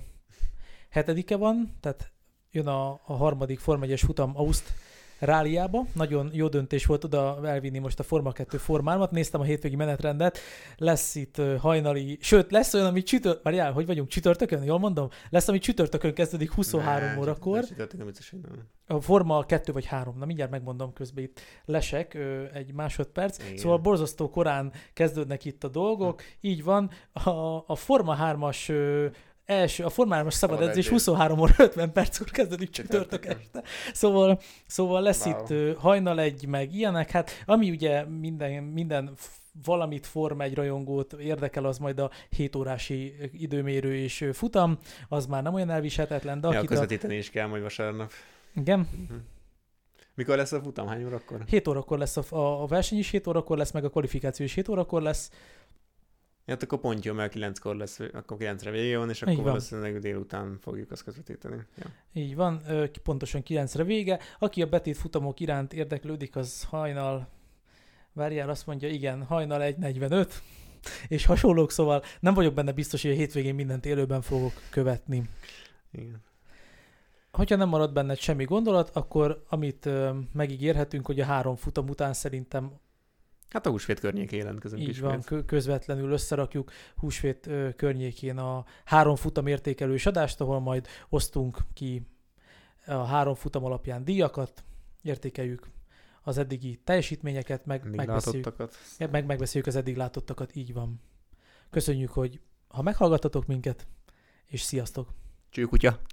27-e van, tehát jön a harmadik Forma 1-es futam Ausztráliába. Nagyon jó döntés volt oda elvinni most a Forma 2 formálmat. Néztem a hétvégi menetrendet. Lesz itt hajnali, sőt, lesz olyan, ami várjál, hogy vagyunk, csütörtökön? Jól mondom? Lesz, ami csütörtökön kezdődik 23 órakor. A Forma 2 vagy 3. Na mindjárt megmondom, közben itt lesek egy másodperc. Igen. Szóval borzasztó korán kezdődnek itt a dolgok. Így van. A Forma 3-as a Forma 3-as szabad edzés 23 óra 50 perckor kezdődik csütörtök este. Szóval lesz itt hajnal egy, meg ilyenek. Hát ami ugye minden valamit Forma 1 rajongót érdekel, az majd a 7 órási időmérő és futam, az már nem olyan elviselhetetlen. De közvetíteni is kell majd vasárnap. Igen. Uh-huh. Mikor lesz a futam? Hány órakor? 7 órakor lesz a verseny is, 7 órakor lesz, meg a kvalifikáció is 7 órakor lesz. Ja, akkor pontja, mert 9-kor lesz, akkor 9-re vége van, és akkor valószínűleg délután fogjuk azt közvetíteni. Ja. Így van, pontosan 9-re vége. Aki a betét futamok iránt érdeklődik, az hajnal, várjál, azt mondja, igen, hajnal 1:45, és hasonlók, szóval nem vagyok benne biztos, hogy a hétvégén mindent élőben fogok követni. Igen. Hogyha nem marad benned semmi gondolat, akkor amit megígérhetünk, hogy a 3 futam után szerintem hát a húsvét környékén jelentkezünk így ismét. van, közvetlenül összerakjuk húsvét környékén a 3 futam értékelős adást, ahol majd osztunk ki a 3 futam alapján díjakat, értékeljük az eddigi teljesítményeket, megbeszéljük az eddig látottakat, így van. Köszönjük, hogy ha meghallgattatok minket, és sziasztok! Cső kutya!